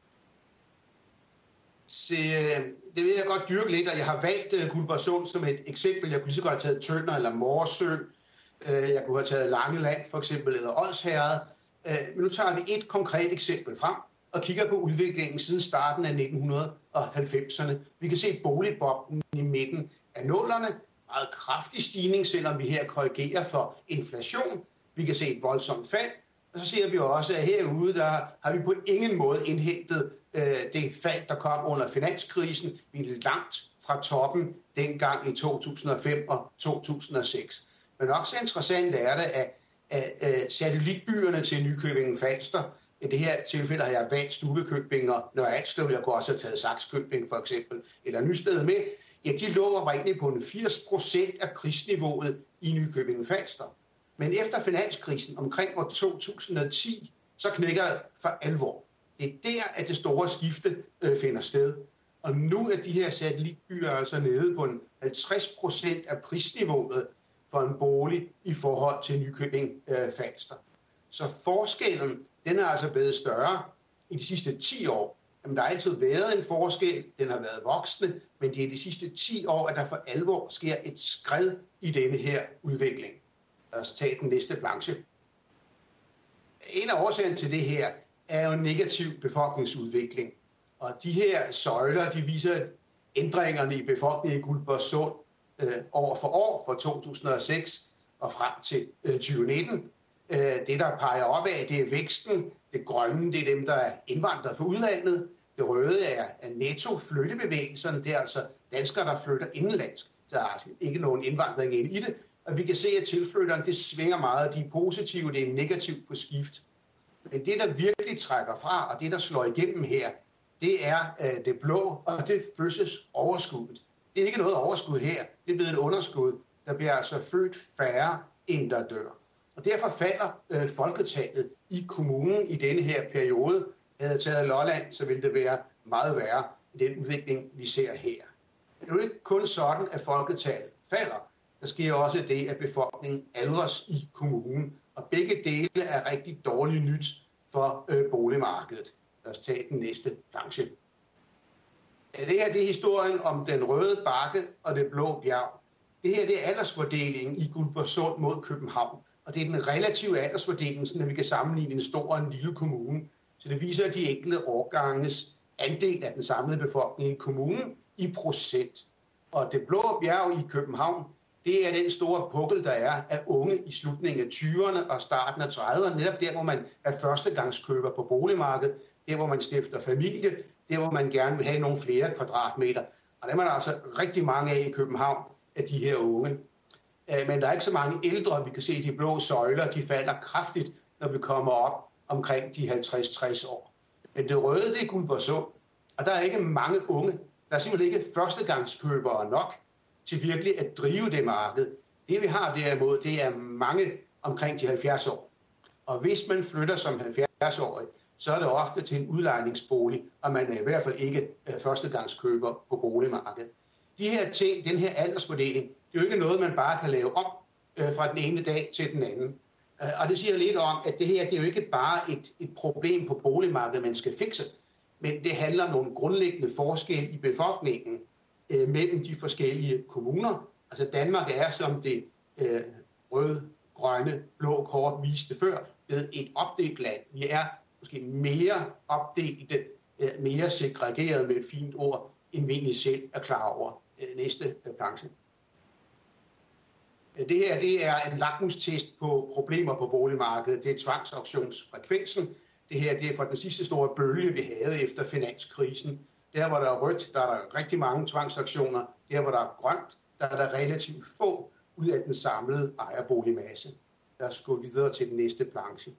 Så, det vil jeg godt dyrke lidt, og jeg har valgt uh, Guldborgsund som et eksempel. Jeg kunne lige så godt have taget Tønder eller Morsø. Uh, jeg kunne have taget Langeland for eksempel, eller Odsherred. Uh, men nu tager vi et konkret eksempel frem og kigger på udviklingen siden starten af nitten halvfemserne. Vi kan se boligboblen i midten af nullerne. Meget kraftig stigning, selvom vi her korrigerer for inflation. Vi kan se et voldsomt fald. Og så ser vi også, at herude der har vi på ingen måde indhentet øh, det fald, der kom under finanskrisen. Vi er langt fra toppen dengang i to tusind og fem og to tusind og seks. Men også interessant er det, at, at, at satellitbyerne til Nykøbing Falster, i det her tilfælde har jeg valgt Stubbekøbing og Nørre Alslev, jeg kunne også have taget Sakskøbing for eksempel, eller Nysted med, ja, de lå oprindeligt på en firs procent af prisniveauet i Nykøbing Falster. Men efter finanskrisen omkring år to tusind og ti, så knækker det for alvor. Det er der, at det store skifte øh, finder sted. Og nu er de her satellitbyer altså nede på en halvtreds procent af prisniveauet for en bolig i forhold til Nykøbing øh, Falster. Så forskellen, den er altså blevet større i de sidste ti år. Jamen, der har altid været en forskel, den har været voksende, men det er de sidste ti år, at der for alvor sker et skred i denne her udvikling. Lad os tage den næste planche. En af årsagen til det her er jo negativ befolkningsudvikling. Og de her søjler, de viser ændringerne i befolkningen i Guldborgsund øh, år for år, fra to tusind og seks og frem til øh, tyve nitten. Øh, det, der peger opad, det er væksten. Det grønne, det er dem, der er indvandret fra udlandet. Det røde er, er netto-flyttebevægelserne. Det er altså danskere, der flytter indenlandsk. Der er altså ikke nogen indvandring ind i det. Og vi kan se, at tilflytterne, det svinger meget. De er positive, det er negativt på skift. Men det, der virkelig trækker fra, og det, der slår igennem her, det er øh, det blå, og det fødsels overskuddet. Det er ikke noget overskud her, det er blevet et underskud. Der bliver altså født færre, end der dør. Og derfor falder øh, folketallet i kommunen i denne her periode. Havde taget Lolland, så ville det være meget værre i den udvikling, vi ser her. Det er jo ikke kun sådan, at folketallet falder. Der sker også det, at befolkningen aldres i kommunen. Og begge dele er rigtig dårligt nyt for øh, boligmarkedet. Lad os tage den næste planche. Det her det er historien om den røde bakke og det blå bjerg. Det her det er aldersfordelingen i Guldborgsund mod København. Og det er den relative aldersfordeling, så vi kan sammenligne en stor og en lille kommune. Så det viser de enkelte årganges andel af den samlede befolkning i kommunen i procent. Og det blå bjerg i København, det er den store pukkel, der er af unge i slutningen af tyverne og starten af trediverne. Netop der, hvor man er førstegangskøber på boligmarkedet. Der, hvor man stifter familie. Der, hvor man gerne vil have nogle flere kvadratmeter. Og der er man altså rigtig mange af i København, af de her unge. Men der er ikke så mange ældre. Vi kan se, at de blå søjler, de falder kraftigt, når vi kommer op omkring de halvtreds til tres år. Men det røde, det er Guldborgsund. Og der er ikke mange unge. Der er simpelthen ikke førstegangskøbere nok til virkelig at drive det marked. Det vi har derimod, det er mange omkring de halvfjerds år. Og hvis man flytter som halvfjerds-årig, så er det ofte til en udlejningsbolig, og man er i hvert fald ikke førstegangskøber på boligmarkedet. De her ting, den her aldersfordeling, det er jo ikke noget, man bare kan lave om øh, fra den ene dag til den anden. Øh, og det siger lidt om, at det her det er jo ikke bare et, et problem på boligmarkedet, man skal fikse, men det handler om nogle grundlæggende forskelle i befolkningen øh, mellem de forskellige kommuner. Altså Danmark er, som det øh, røde, grønne, blå kort viste før, ved et opdelt land. Vi er måske mere opdelte, øh, mere segregeret med et fint ord, end vi egentlig selv er klar over. Næste planche. Det her det er en lakmustest på problemer på boligmarkedet. Det er tvangsauktionsfrekvensen. Det her det er fra den sidste store bølge, vi havde efter finanskrisen. Der, hvor der er rødt, der er der rigtig mange tvangsauktioner. Der, hvor der er grønt, der er der relativt få ud af den samlede ejerboligmasse. Lad os gå videre til den næste planche.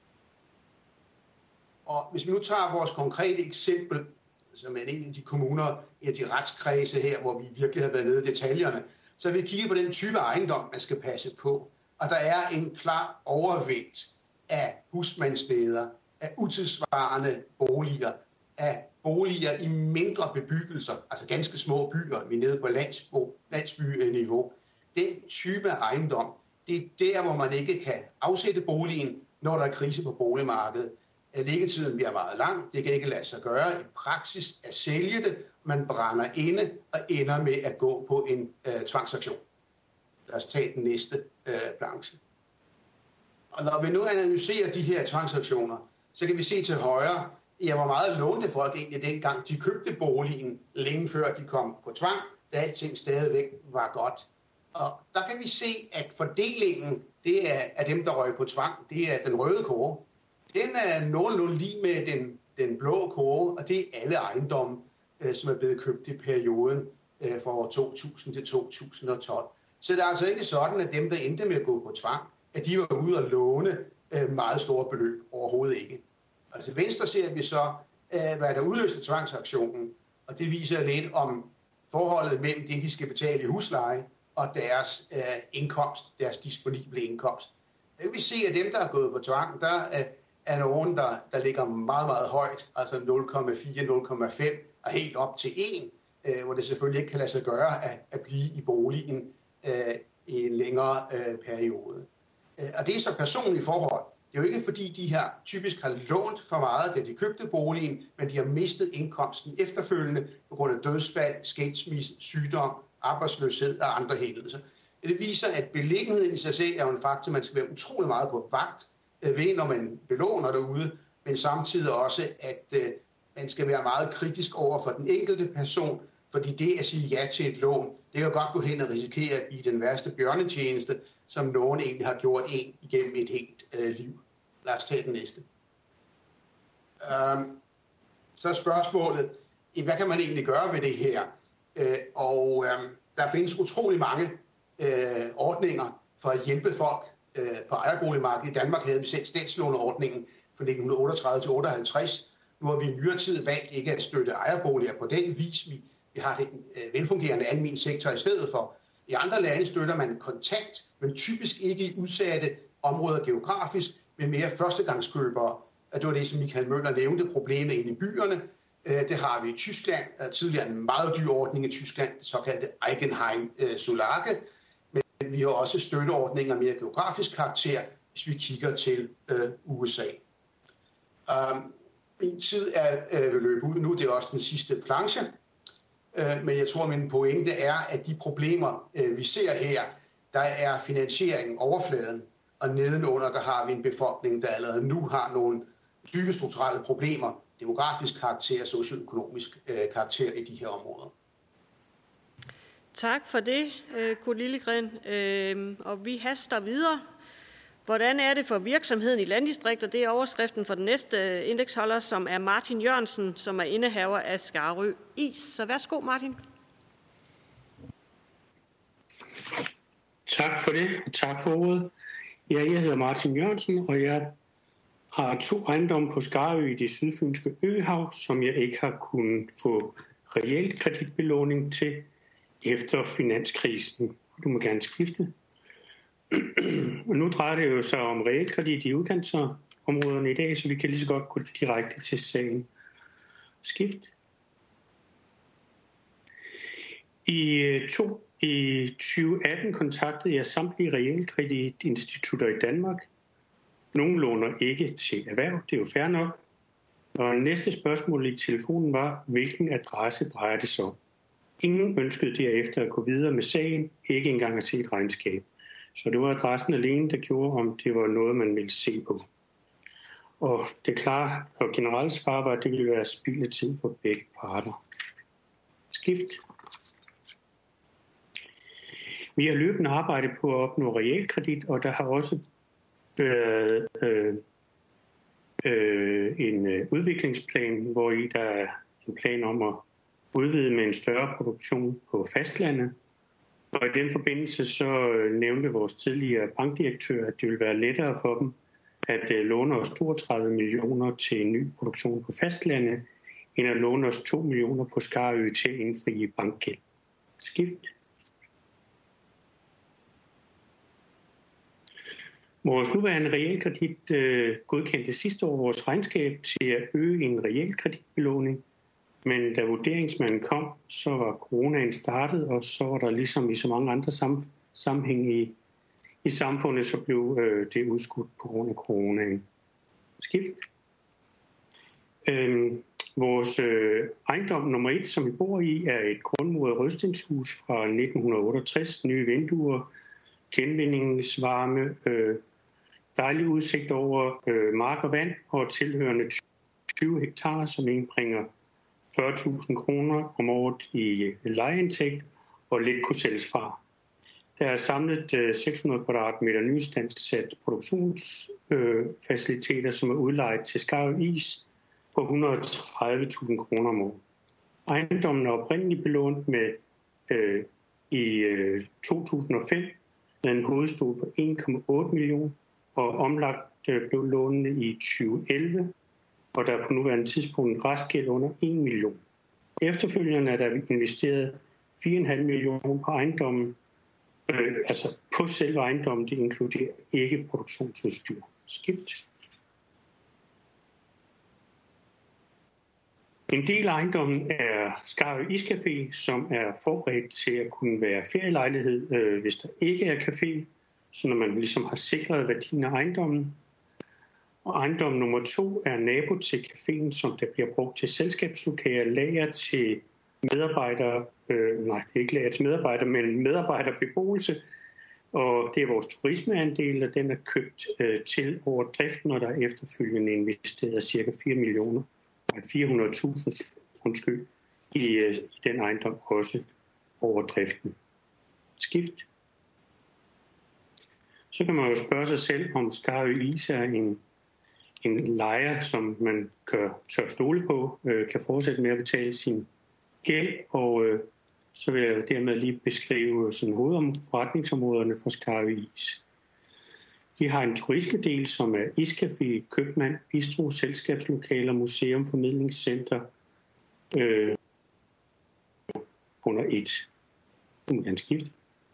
Og hvis vi nu tager vores konkrete eksempel, som er en af de kommuner, en af de retskredse her, hvor vi virkelig har været nede i detaljerne, så vil vi kigge på den type ejendom, man skal passe på. Og der er en klar overvægt af husmandssteder, af utidssvarende boliger, af boliger i mindre bebyggelser, altså ganske små byer, vi er nede på landsbyniveau. Den type af ejendom, det er der, hvor man ikke kan afsætte boligen, når der er krise på boligmarkedet. Liggetiden bliver meget lang, det kan ikke lade sig gøre i praksis at sælge det, man brænder inde og ender med at gå på en øh, tvangsaktion. Lad os tage den næste øh, planche. Og når vi nu analyserer de her tvangsaktioner, så kan vi se til højre, ja, hvor meget lånte folk egentlig dengang de købte boligen længe før de kom på tvang, da alting stadigvæk var godt. Og der kan vi se, at fordelingen det er af dem, der røg på tvang, det er den røde kurve. Den er nogenlunde lige med den, den blå kurve, og det er alle ejendomme, øh, som er blevet købt i perioden øh, fra år to tusind til to tusind og tolv. Så det er altså ikke sådan, at dem, der endte med at gå på tvang, at de var ude og låne øh, meget store beløb. Overhovedet ikke. Altså Venstre ser vi så, øh, hvad der udløste tvangsaktionen, og det viser lidt om forholdet mellem det, de skal betale i husleje, og deres øh, indkomst, deres disponible indkomst. Jeg vil se, at dem, der er gået på tvang, der øh, er nogen, der, der ligger meget, meget højt, altså nul komma fire, nul komma fem, og helt op til en, øh, hvor det selvfølgelig ikke kan lade sig gøre at, at blive i boligen øh, i en længere øh, periode. Øh, og det er så personlige forhold. Det er jo ikke fordi, de her typisk har lånt for meget, da de købte boligen, men de har mistet indkomsten efterfølgende på grund af dødsfald, skilsmisse, sygdom, arbejdsløshed og andre hændelser. Det viser, at beliggenheden i sig selv er jo en faktor, man skal være utrolig meget på vagt ved, når man belåner derude, men samtidig også, at øh, man skal være meget kritisk over for den enkelte person, fordi det at sige ja til et lån, det kan godt gå hen og risikere at blive den værste bjørnetjeneste, som nogen egentlig har gjort en igennem et helt øh, liv. Lad os tage den næste. Um, så er spørgsmålet, hvad kan man egentlig gøre ved det her? Uh, og um, der findes utrolig mange uh, ordninger for at hjælpe folk uh, på ejerboligmarkedet. I Danmark havde vi selv statslåneordningen fra nitten otteogtredive til otteoghalvtreds. Nu har vi i nyere tid valgt ikke at støtte ejerboliger på den vis. Vi, vi har den uh, velfungerende almen sektor i stedet for. I andre lande støtter man kontant, men typisk ikke i udsatte områder geografisk, med mere førstegangskøbere. Det var det, som Michael Møller nævnte, problemet inde i byerne. Det har vi i Tyskland. Der er tidligere en meget dyr ordning i Tyskland, det såkaldte Eigenheim-Zulage. Men vi har også støtteordninger mere geografisk karakter, hvis vi kigger til U S A. Min tid er ved løbet ud nu, det er også den sidste planche. Men jeg tror, min pointe er, at de problemer, vi ser her, der er finansieringen overfladen, og nedenunder, der har vi en befolkning, der allerede nu har nogle dybe strukturelle problemer, demografisk karakter og socioøkonomisk øh, karakter i de her områder. Tak for det, Kurt Lillegren. Øh, og vi haster videre. Hvordan er det for virksomheden i landdistrikter? Det er overskriften for den næste indeksholder, som er Martin Jørgensen, som er indehaver af Skarø Is. Så værsgo, Martin. Tak for det, og tak for ordet. Ja, jeg hedder Martin Jørgensen, og jeg har to ejendomme på Skarø i det sydfynske øhav, som jeg ikke har kunnet få reelt kreditbelåning til efter finanskrisen. Du må gerne skifte. Og nu drejer det jo sig om realkredit i udkantsområderne i dag, så vi kan lige så godt gå direkte til sagen. Skift. I, to, I tyve atten kontaktede jeg samtlige realkreditinstitutter i Danmark. Nogle låner ikke til erhverv, det er jo fair nok. Og næste spørgsmål i telefonen var, hvilken adresse drejer det sig om? Ingen ønskede derefter at gå videre med sagen, ikke engang at se et regnskab. Så det var adressen alene, der gjorde, om det var noget, man ville se på. Og det klare og generelle svar var, at det ville være spild af tid for begge parter. Skift. Vi har løbende arbejdet på at opnå realkredit, og der har også været øh, øh, en udviklingsplan, hvor i der er en plan om at udvide med en større produktion på fastlandet. Og i den forbindelse så nævnte vores tidligere bankdirektør, at det ville være lettere for dem at låne os toogtredive millioner til en ny produktion på fastlandet, end at låne os to millioner på Skarø til at indfri bankgæld. Skift. Vores nuværende realkredit øh, godkendte sidste år vores regnskab til at øge en realkreditbelåning. Men da vurderingsmanden kom, så var coronaen startet, og så var der ligesom i så mange andre sam- sammenhæng i, i samfundet, så blev øh, det udskudt på grund af coronaen. Skift. Øhm, vores øh, ejendom nummer et, som vi bor i, er et grundmuret rødstenshus fra nitten otteogtres, nye vinduer, genvindingsvarme, øh, dejlig udsigt over øh, mark og vand og tilhørende tyve hektar, som indbringer fyrre tusind kroner om året i lejeindtægt og lidt kunne sælges fra. Der er samlet øh, seks hundrede kvadratmeter nystandsat produktionsfaciliteter, øh, som er udlejet til Skarø Is på et hundrede og tredive tusind kroner om året. Ejendommen er oprindeligt belånt med øh, i øh, to tusind og fem med en hovedstol på en komma otte millioner, og omlagt øh, blev lånene i tyve elleve, og der er på nuværende tidspunkt en restgæld under en million. Efterfølgende er der investeret fire komma fem millioner på ejendommen, øh, altså på selve ejendommen, det inkluderer ikke produktionsudstyr. Skift. En del af ejendommen er Skarø Iscafé, som er forberedt til at kunne være ferielejlighed, øh, hvis der ikke er café, så når man ligesom har sikret værdien af ejendommen. Og ejendom nummer to er nabo til caféen, som der bliver brugt til selskabslokaler, lager til medarbejdere, øh, nej, det er ikke lager til medarbejdere, men medarbejderbeboelse. Og det er vores turismeandel, og den er købt øh, til over driften, og der er efterfølgende investeret cirka fire millioner, fire hundrede tusind undskyld, i, øh, i den ejendom også over driften. Skift. Så kan man jo spørge sig selv, om Skarø Is er en, en lejer, som man kan tør stole på, øh, kan fortsætte med at betale sin gæld, og øh, så vil jeg dermed lige beskrive sådan hovedforretningsområderne for Skarø Is. Vi har en turismedel, som er iscafé, købmand, bistro, selskabslokaler, museum, formidlingscenter øh, under et. En skift.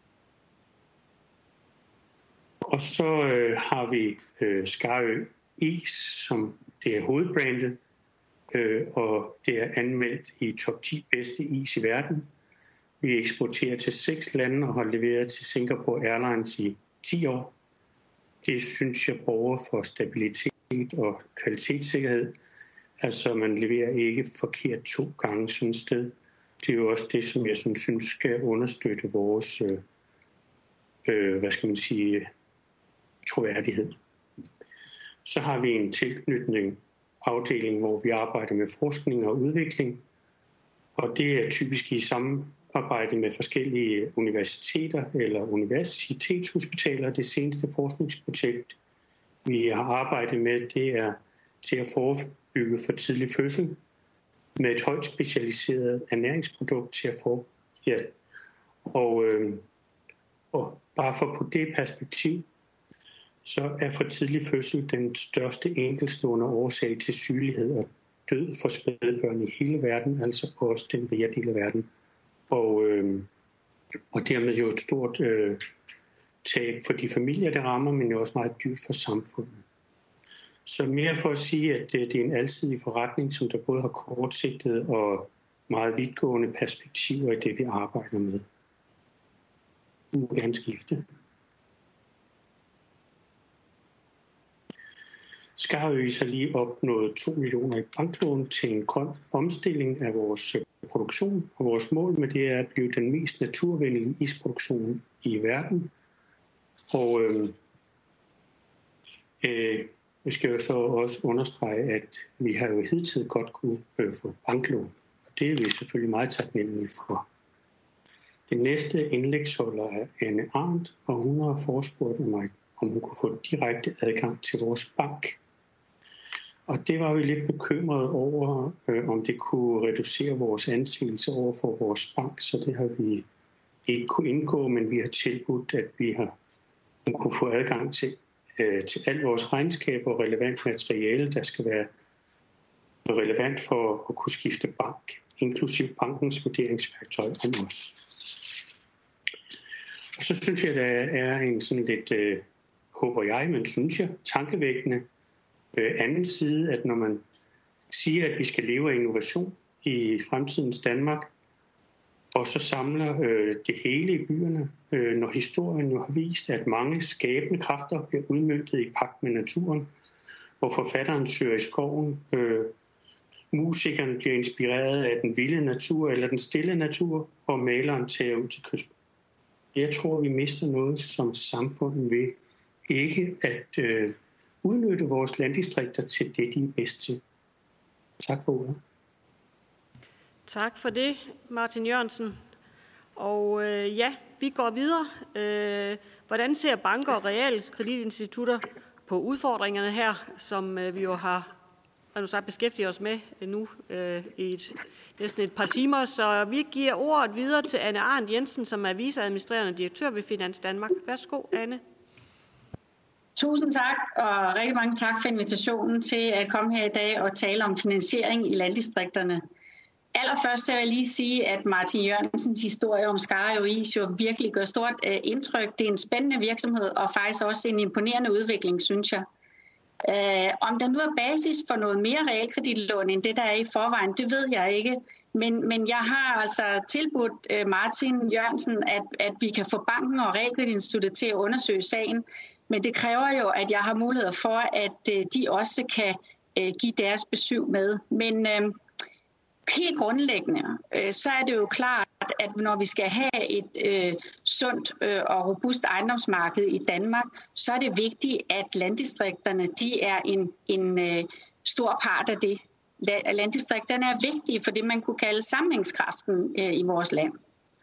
Og så øh, har vi øh, Skarø Is, som det er hovedbrandet, øh, og det er anmeldt i top ti bedste is i verden. Vi eksporterer til seks lande og har leveret til Singapore Airlines i ti år. Det synes jeg borger for stabilitet og kvalitetssikkerhed. Altså man leverer ikke forkert to gange sådan et sted. Det er jo også det, som jeg synes skal understøtte vores, øh, øh, hvad skal man sige, troværdighed. Så har vi en tilknytning afdeling, hvor vi arbejder med forskning og udvikling. Og det er typisk i samarbejde med forskellige universiteter eller universitetshospitaler. Det seneste forskningsprojekt, vi har arbejdet med, det er til at forebygge for tidlig fødsel med et højt specialiseret ernæringsprodukt til at få. Ja. Og, øh, og bare for på det perspektiv, så er for tidlig fødsel den største enkeltstående årsag til sygelighed og død for spædbørn i hele verden, altså også den rige del af verden. Og, øh, og dermed jo et stort øh, tab for de familier, det rammer, men jo også meget dyrt for samfundet. Så mere for at sige, at det, det er en alsidig forretning, som der både har kortsigtede og meget vidtgående perspektiver i det, vi arbejder med. Nu vil jeg skifte. Skarø har lige opnået to millioner i banklån til en grøn omstilling af vores produktion. Og vores mål med det er at blive den mest naturvenlige isproduktion i verden. Og øh, øh, vi skal jo så også understrege, at vi har jo hidtil godt kunne øh, få banklån. Og det er vi selvfølgelig meget taknemmelige for. Den næste indlægsholder er Anne Arndt, og hun har forespurgt mig, om hun kunne få direkte adgang til vores bank. Og det var vi lidt bekymrede over, øh, om det kunne reducere vores anseelse over for vores bank, så det har vi ikke kunne indgå, men vi har tilbudt, at vi har kunne få adgang til, øh, til alt vores regnskab og relevant materiale, der skal være relevant for at kunne skifte bank, inklusiv bankens vurderingsværktøj om os. Og så synes jeg, at der er en sådan lidt, øh, håber jeg, men synes jeg, tankevækkende øh, anden side, at når man siger, at vi skal leve af innovation i fremtidens Danmark, og så samler øh, det hele i byerne, øh, når historien jo har vist, at mange skabende kræfter bliver udmøntet i pagt med naturen, hvor forfatteren søger i skoven, øh, musikeren bliver inspireret af den vilde natur eller den stille natur, og maleren tager ud til kysten. Jeg tror, vi mister noget som samfund ved ikke at øh, udnytte vores landdistrikter til det, de er bedst til. Tak for ordet. Tak for det, Martin Jørgensen. Og øh, ja, vi går videre. Øh, hvordan ser banker og realkreditinstitutter på udfordringerne her, som øh, vi jo har nu sagt beskæftiger os med nu øh, i et, næsten et par timer. Så vi giver ordet videre til Anne Arndt Jensen, som er viceadministrerende direktør ved Finans Danmark. Værsgo, Anne. Tusind tak, og rigtig mange tak for invitationen til at komme her i dag og tale om finansiering i landdistrikterne. Allerførst vil jeg lige sige, at Martin Jørgensens historie om Skarø Is jo virkelig gør stort uh, indtryk. Det er en spændende virksomhed og faktisk også en imponerende udvikling, synes jeg. Uh, om der nu er basis for noget mere realkreditlån end det, der er i forvejen, det ved jeg ikke. Men, men jeg har altså tilbudt uh, Martin Jørgensen, at, at vi kan få banken og realkreditinstituttet til at undersøge sagen. Men det kræver jo, at jeg har mulighed for, at uh, de også kan uh, give deres besøg med. Men uh, helt grundlæggende, uh, så er det jo klart, at når vi skal have et øh, sundt øh, og robust ejendomsmarked i Danmark, så er det vigtigt, at landdistrikterne de er en, en øh, stor part af det. Landdistrikterne er vigtige for det, man kunne kalde sammenhængskraften øh, i vores land.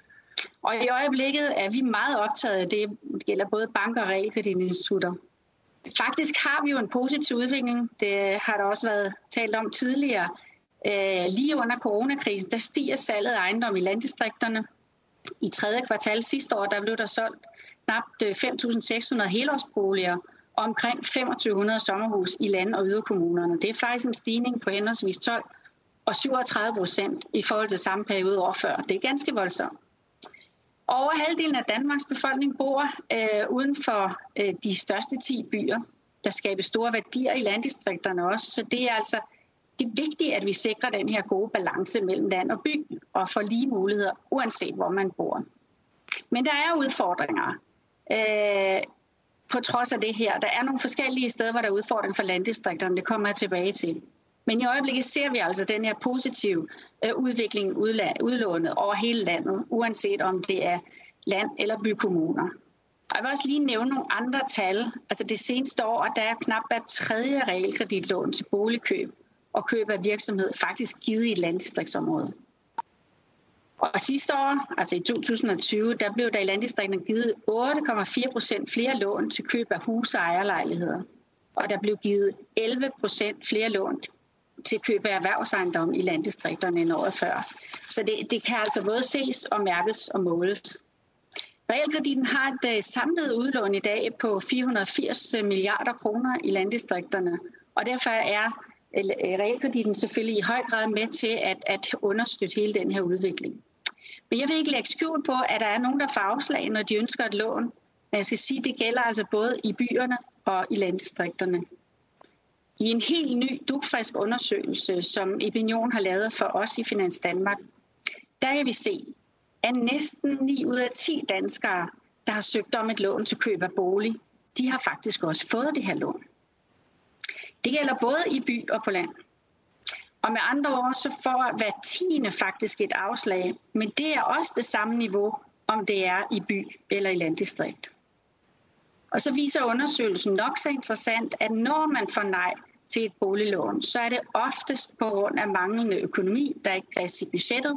Og i øjeblikket er vi meget optaget af det. Det gælder både banker og realkreditinstitutter. Faktisk har vi jo en positiv udvikling. Det har der også været talt om tidligere. Lige under coronakrisen, der stiger salget af ejendom i landdistrikterne. I tredje kvartal sidste år, der blev der solgt knap fem tusind seks hundrede helårsboliger og omkring to tusind fem hundrede sommerhus i land- og yderkommunerne. Det er faktisk en stigning på henholdsvis tolv og syvogtredive procent i forhold til samme periode år før. Det er ganske voldsomt. Over halvdelen af Danmarks befolkning bor øh, uden for øh, de største ti byer. Der skabes store værdier i landdistrikterne også, så det er altså det er vigtigt, at vi sikrer den her gode balance mellem land og by og får lige muligheder, uanset hvor man bor. Men der er udfordringer. Øh, på trods af det her, der er nogle forskellige steder, hvor der er udfordringer for landdistrikterne. Det kommer jeg tilbage til. Men i øjeblikket ser vi altså den her positive øh, udvikling udlånet over hele landet, uanset om det er land- eller bykommuner. Og jeg vil også lige nævne nogle andre tal. Altså det seneste år, der er knap hver tredje realkreditlån til boligkøb og køb af virksomhed faktisk givet i et landdistriktsområde. Og sidste år, altså i to tusind og tyve, der blev der i landdistrikterne givet otte komma fire procent flere lån til køb af huse og ejerlejligheder. Og der blev givet elleve procent flere lån til køb af erhvervsejendom i landdistrikterne end året før. Så det, det kan altså både ses og mærkes og måles. Realkreditten har et samlet udlån i dag på fire hundrede og firs milliarder kroner i landdistrikterne, og derfor er realkreditten selvfølgelig i høj grad med til at, at understøtte hele den her udvikling. Men jeg vil ikke lægge skjul på, at der er nogen, der får afslag, når de ønsker et lån. Men jeg skal sige, at det gælder altså både i byerne og i landdistrikterne. I en helt ny, dugfrisk undersøgelse, som Epinion har lavet for os i Finans Danmark, der kan vi se, at næsten ni ud af ti danskere, der har søgt om et lån til køb af bolig, de har faktisk også fået det her lån. Det gælder både i by og på land. Og med andre ord, så får hver tiende faktisk et afslag, men det er også det samme niveau, om det er i by eller i landdistrikt. Og så viser undersøgelsen nok så interessant, at når man får nej til et boliglån, så er det oftest på grund af manglende økonomi, der ikke er plads i budgettet.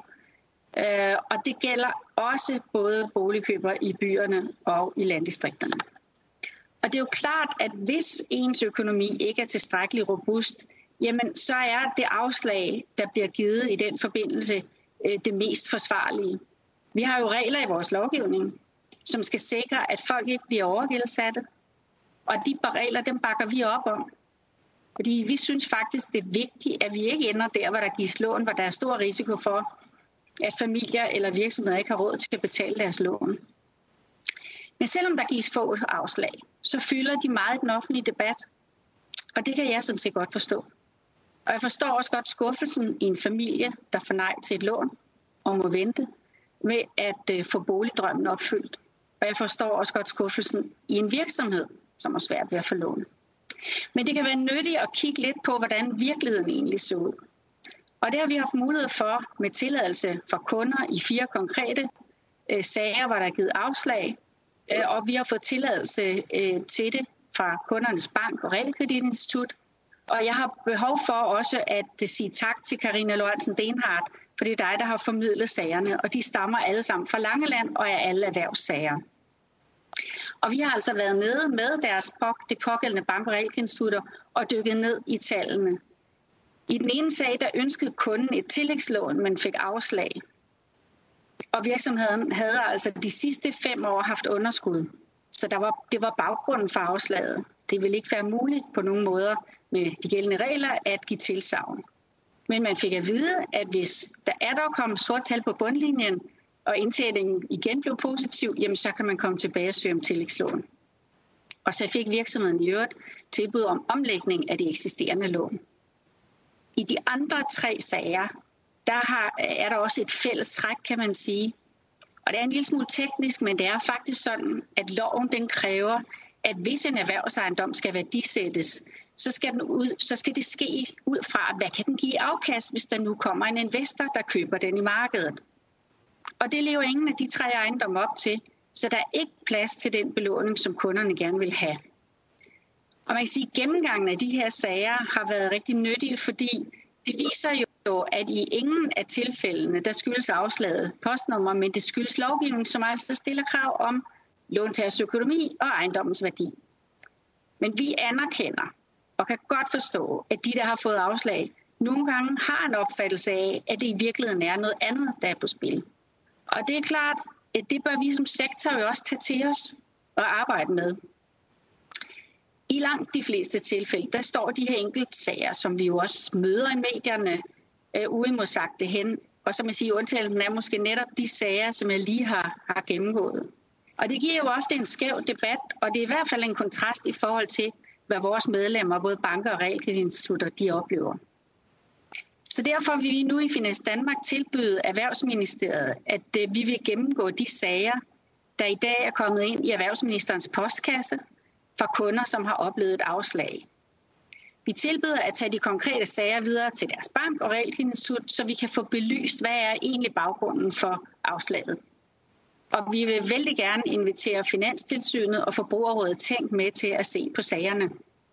Og det gælder også både boligkøbere i byerne og i landdistrikterne. Og det er jo klart, at hvis ens økonomi ikke er tilstrækkeligt robust, jamen så er det afslag, der bliver givet i den forbindelse, det mest forsvarlige. Vi har jo regler i vores lovgivning, som skal sikre, at folk ikke bliver overgældssatte. Og de regler, dem bakker vi op om. Fordi vi synes faktisk, det er vigtigt, at vi ikke ender der, hvor der gives lån, hvor der er stor risiko for, at familier eller virksomheder ikke har råd til at betale deres lån. Men selvom der gives få afslag, så fylder de meget i den offentlige debat. Og det kan jeg sådan set godt forstå. Og jeg forstår også godt skuffelsen i en familie, der får nej til et lån og må vente med at få boligdrømmen opfyldt. Og jeg forstår også godt skuffelsen i en virksomhed, som er svært ved at få lån. Men det kan være nyttigt at kigge lidt på, hvordan virkeligheden egentlig ser ud. Og det har vi haft mulighed for med tilladelse for kunder i fire konkrete øh, sager, hvor der er givet afslag. Øh, og vi har fået tilladelse øh, til det fra kundernes bank og realkreditinstitut. Og jeg har behov for også at sige tak til Karina Lorentzen Dehnhardt, for det er dig, der har formidlet sagerne. Og de stammer alle sammen fra Langeland og er alle erhvervssager. Og vi har altså været nede med deres, det pågældende bank- og realkreditinstitutter og dykket ned i tallene. I den ene sag, der ønskede kunden et tillægslån, men fik afslag. Og virksomheden havde altså de sidste fem år haft underskud. Så der var, det var baggrunden for afslaget. Det ville ikke være muligt på nogen måder med de gældende regler at give tilsagn. Men man fik at vide, at hvis der er der kommet sort tal på bundlinjen, og indtjeningen igen blev positiv, jamen så kan man komme tilbage og søge om tillægslån. Og så fik virksomheden i øvrigt tilbud om omlægning af de eksisterende lån. I de andre tre sager, der har, er der også et fælles træk, kan man sige. Og det er en lille smule teknisk, men det er faktisk sådan, at loven den kræver, at hvis en erhvervsejendom skal værdisættes, så skal, den ud, så skal det ske ud fra, hvad kan den give afkast, hvis der nu kommer en investor, der køber den i markedet. Og det lever ingen af de tre ejendomme op til, så der er ikke plads til den belåning, som kunderne gerne vil have. Og man kan sige, at gennemgangen af de her sager har været rigtig nyttige, fordi det viser jo, at i ingen af tilfældene, der skyldes afslaget postnummer, men det skyldes lovgivning, som altså stiller krav om låntagers økonomi og ejendommens værdi. Men vi anerkender og kan godt forstå, at de, der har fået afslag, nogle gange har en opfattelse af, at det i virkeligheden er noget andet, der er på spil. Og det er klart, at det bør vi som sektor jo også tage til os og arbejde med. I langt de fleste tilfælde, der står de her enkeltsager, som vi jo også møder i medierne, øh, uimodsagte hen. Og som jeg siger, undtagelsen er måske netop de sager, som jeg lige har, har gennemgået. Og det giver jo ofte en skæv debat, og det er i hvert fald en kontrast i forhold til, hvad vores medlemmer, både banker og realkreditinstitutter, de oplever. Så derfor vil vi nu i Finans Danmark tilbyde Erhvervsministeriet, at øh, vi vil gennemgå de sager, der i dag er kommet ind i Erhvervsministerens postkasse for kunder, som har oplevet et afslag. Vi tilbyder at tage de konkrete sager videre til deres bank og realkreditinstitut, så vi kan få belyst, hvad er egentlig baggrunden for afslaget. Og vi vil vældig gerne invitere Finanstilsynet og Forbrugerrådet Tænk med til at se på sagerne.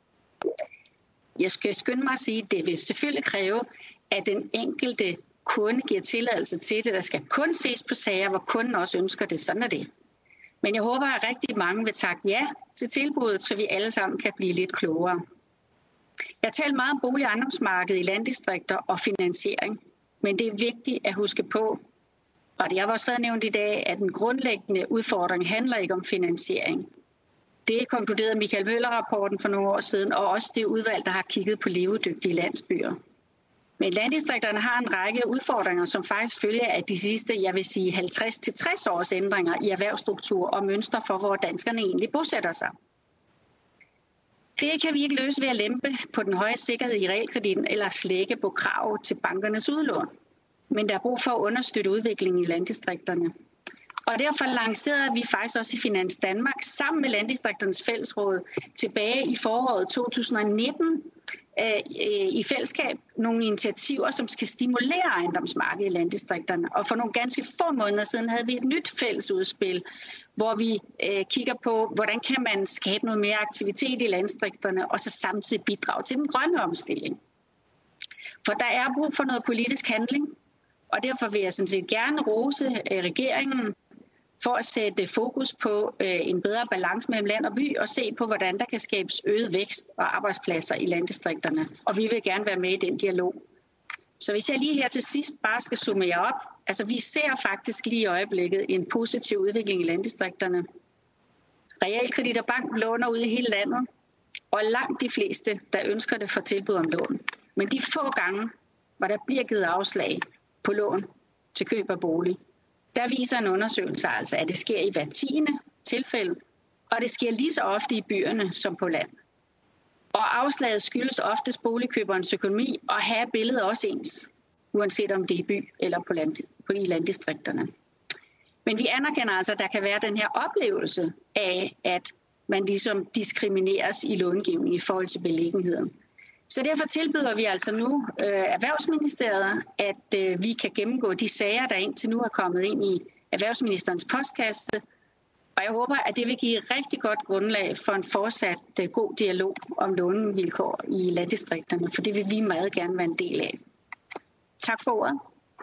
Jeg skal skynde mig at sige, at det vil selvfølgelig kræve, at den enkelte kunde giver tilladelse til det. Der skal kun ses på sager, hvor kunden også ønsker det. Sådan er det. Men jeg håber, at rigtig mange vil takke ja til tilbuddet, så vi alle sammen kan blive lidt klogere. Jeg taler meget om bolig- og ejendomsmarkedet i landdistrikter og finansiering. Men det er vigtigt at huske på, og det har også været nævnt i dag, at den grundlæggende udfordring handler ikke om finansiering. Det konkluderede Michael Møller-rapporten for nogle år siden, og også det udvalg, der har kigget på levedygtige landsbyer. Men landdistrikterne har en række udfordringer, som faktisk følger af de sidste, jeg vil sige, halvtreds til tres års ændringer i erhvervsstruktur og mønstre for, hvor danskerne egentlig bosætter sig. Det kan vi ikke løse ved at lempe på den høje sikkerhed i realkreditten eller slække på krav til bankernes udlån. Men der er brug for at understøtte udviklingen i landdistrikterne. Og derfor lancerede vi faktisk også i Finans Danmark sammen med Landdistrikternes Fællesråd tilbage i foråret to tusind og nitten øh, i fællesskab nogle initiativer, som skal stimulere ejendomsmarkedet i landdistrikterne. Og for nogle ganske få måneder siden havde vi et nyt fællesudspil, hvor vi øh, kigger på, hvordan kan man skabe noget mere aktivitet i landdistrikterne, og så samtidig bidrage til den grønne omstilling. For der er brug for noget politisk handling, og derfor vil jeg sådan set gerne rose øh, regeringen for at sætte fokus på øh, en bedre balance mellem land og by og se på, hvordan der kan skabes øget vækst og arbejdspladser i landdistrikterne. Og vi vil gerne være med i den dialog. Så hvis jeg lige her til sidst bare skal summere op, altså vi ser faktisk lige i øjeblikket en positiv udvikling i landdistrikterne. Realkredit og bank låner ud i hele landet, og langt de fleste, der ønsker det, får tilbud om lån. Men de få gange, hvor der bliver givet afslag på lån til køb af bolig, der viser en undersøgelse altså, at det sker i hver tiende tilfælde, og det sker lige så ofte i byerne som på land. Og afslaget skyldes oftest boligkøberens økonomi og have billedet også ens, uanset om det er i by eller på, land, på i landdistrikterne. Men vi anerkender altså, at der kan være den her oplevelse af, at man ligesom diskrimineres i långivning i forhold til beliggenheden. Så derfor tilbyder vi altså nu øh, Erhvervsministeriet, at øh, vi kan gennemgå de sager, der indtil nu er kommet ind i Erhvervsministerens postkasse. Og jeg håber, at det vil give et rigtig godt grundlag for en fortsat øh, god dialog om lånevilkår i landdistrikterne, for det vil vi meget gerne være en del af. Tak for ordet.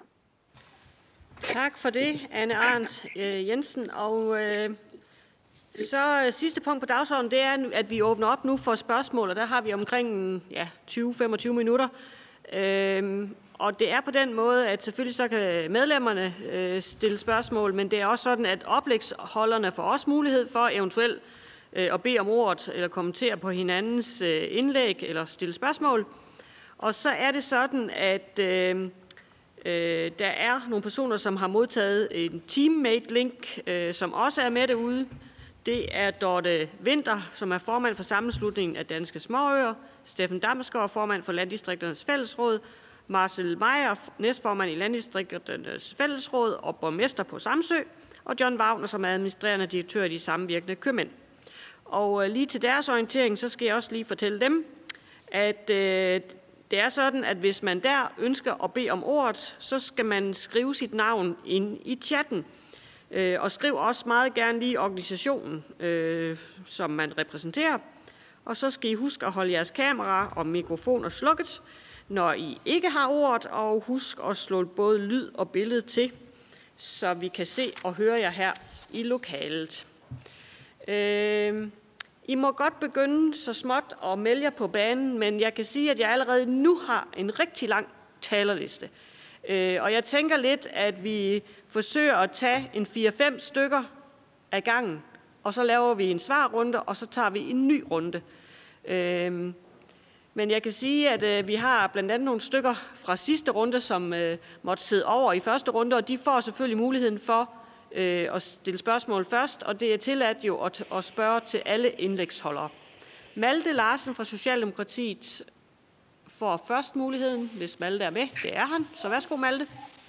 Tak for det, Anne Arndt øh, Jensen. Og øh, så øh, sidste punkt på dagsordenen, det er, at vi åbner op nu for spørgsmål, og der har vi omkring ja, tyve til femogtyve minutter. Øhm, og det er på den måde, at selvfølgelig så kan medlemmerne øh, stille spørgsmål, men det er også sådan, at oplægsholderne får også mulighed for eventuelt øh, at bede om ordet eller kommentere på hinandens øh, indlæg eller stille spørgsmål. Og så er det sådan, at øh, øh, der er nogle personer, som har modtaget en teammate-link, øh, som også er med derude. Det er Dorte Winter, som er formand for Sammenslutningen af Danske Småøer, Steffen Damsgaard, formand for Landdistrikternes Fællesråd, Marcel Meyer, næstformand i Landdistrikternes Fællesråd og borgmester på Samsø, og John Wagner, som er administrerende direktør i de samvirkende købmænd. Og lige til deres orientering, så skal jeg også lige fortælle dem, at øh, det er sådan, at hvis man der ønsker at bede om ordet, så skal man skrive sit navn ind i chatten. Øh, og skriv også meget gerne lige organisationen, øh, som man repræsenterer. Og så skal I huske at holde jeres kamera og mikrofoner slukket, når I ikke har ordet, og husk at slå både lyd og billede til, så vi kan se og høre jer her i lokalet. Øh, I må godt begynde så småt at melde jer på banen, men jeg kan sige, at jeg allerede nu har en rigtig lang talerliste. Øh, og jeg tænker lidt, at vi forsøger at tage en fire fem stykker af gangen, og så laver vi en svarrunde, og så tager vi en ny runde. Øh, men jeg kan sige, at øh, vi har blandt andet nogle stykker fra sidste runde, som øh, måtte sidde over i første runde, og de får selvfølgelig muligheden for øh, at stille spørgsmål først, og det er tilladt jo at, at spørge til alle indlægsholdere. Malte Larsen fra Socialdemokratiet får først muligheden, hvis Malte er med. Det er han. Så værsgo, Malte.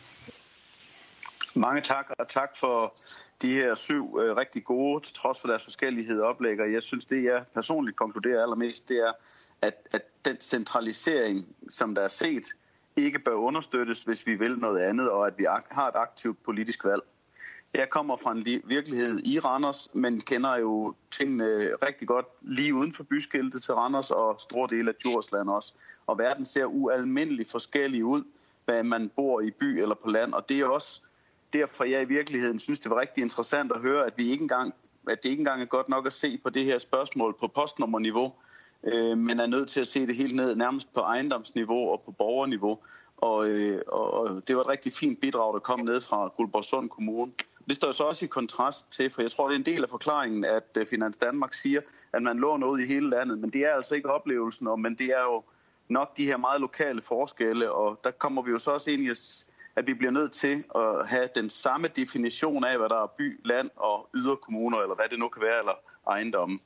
Mange tak, og tak for de her syv øh, rigtig gode, til trods for deres forskellighed oplæg. Jeg synes, det jeg personligt konkluderer allermest, det er, at, at den centralisering, som der er set, ikke bør understøttes, hvis vi vil noget andet, og at vi har et aktivt politisk valg. Jeg kommer fra en virkelighed i Randers, men kender jo tingene rigtig godt lige uden for byskiltet til Randers og store dele af Djursland også. Og verden ser ualmindeligt forskellig ud, hvad man bor i by eller på land. Og det er også derfor, jeg i virkeligheden synes, det var rigtig interessant at høre, at, vi ikke engang, at det ikke engang er godt nok at se på det her spørgsmål på postnummerniveau, øh, men er nødt til at se det helt ned nærmest på ejendomsniveau og på borgerniveau. Og, øh, og det var et rigtig fint bidrag, der kom ned fra Guldborgsund Kommune. Det står så også i kontrast til, for jeg tror, det er en del af forklaringen, at Finans Danmark siger, at man låner ud i hele landet, men det er altså ikke oplevelsen, men det er jo nok de her meget lokale forskelle, og der kommer vi jo så også ind i, at vi bliver nødt til at have den samme definition af, hvad der er by, land og yderkommuner, eller hvad det nu kan være, eller ejendomme.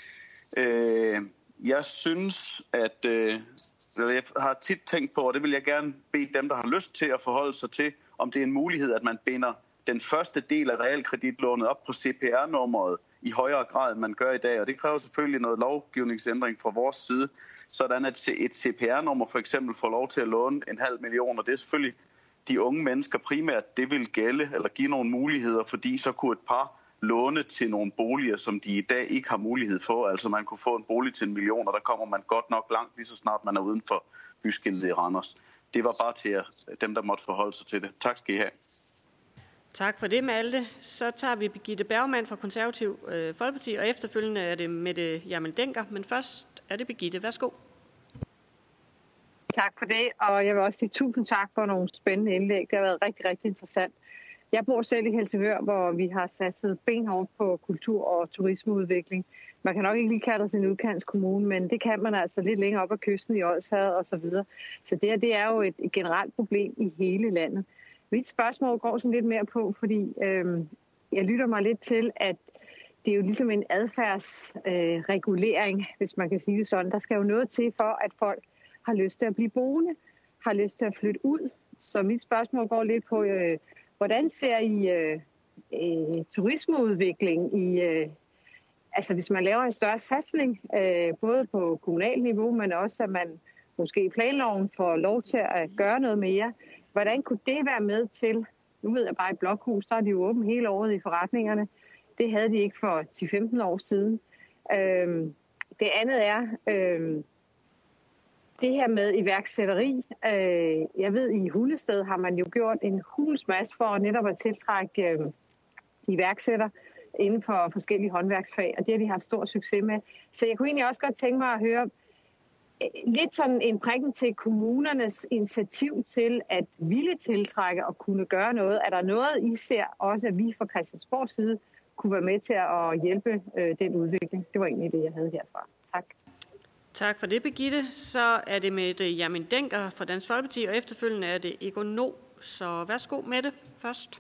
Jeg synes, at jeg har tit tænkt på, og det vil jeg gerne bede dem, der har lyst til at forholde sig til, om det er en mulighed, at man binder den første del af realkreditlånet op på C P R-nummeret i højere grad, end man gør i dag. Og det kræver selvfølgelig noget lovgivningsændring fra vores side, sådan at et C P R-nummer for eksempel får lov til at låne en halv million. Og det er selvfølgelig de unge mennesker primært, det vil gælde eller give nogle muligheder, fordi så kunne et par låne til nogle boliger, som de i dag ikke har mulighed for. Altså man kunne få en bolig til en million, og der kommer man godt nok langt, lige så snart man er uden for byskiltet i Randers. Det var bare til dem, der måtte forholde sig til det. Tak skal I have. Tak for det, Malte. Så tager vi Birgitte Bergmann fra Konservativ øh, Folkeparti, og efterfølgende er det Mette Hjermind Dencker, men først er det Birgitte. Værsgo. Tak for det, og jeg vil også sige tusind tak for nogle spændende indlæg. Det har været rigtig, rigtig interessant. Jeg bor selv i Helsingør, hvor vi har satset benhårdt på kultur- og turismeudvikling. Man kan nok ikke lige kalde os en udkantskommune, men det kan man altså lidt længere op ad kysten i Odsherred og så videre. Så det her, det er jo et generelt problem i hele landet. Mit spørgsmål går sådan lidt mere på, fordi øh, jeg lytter mig lidt til, at det er jo ligesom en adfærdsregulering, øh, hvis man kan sige det sådan. Der skal jo noget til for, at folk har lyst til at blive boende, har lyst til at flytte ud. Så mit spørgsmål går lidt på, øh, hvordan ser I øh, øh, turismeudvikling i, øh, altså hvis man laver en større satsning, øh, både på kommunalt niveau, men også at man måske i planloven får lov til at gøre noget mere. Hvordan kunne det være med til, nu ved jeg bare i Blokhus, der er de jo åbent hele året i forretningerne. Det havde de ikke for ti til femten år siden. Øhm, det andet er øhm, det her med iværksætteri. Øh, jeg ved, i Hundested har man jo gjort en hulens masse for netop at tiltrække øh, iværksætter inden for forskellige håndværksfag, og det har de haft stor succes med. Så jeg kunne egentlig også godt tænke mig at høre, lidt sådan en prikken til kommunernes initiativ til at ville tiltrække og kunne gøre noget. Er der noget, I ser også, at vi fra Christiansborgs side kunne være med til at hjælpe øh, den udvikling? Det var egentlig det, jeg havde herfra. Tak. Tak for det, Birgitte. Så er det Mette Hjermind Dencker fra Dansk Folkeparti, og efterfølgende er det Egon No. Så værsgo, Mette, først.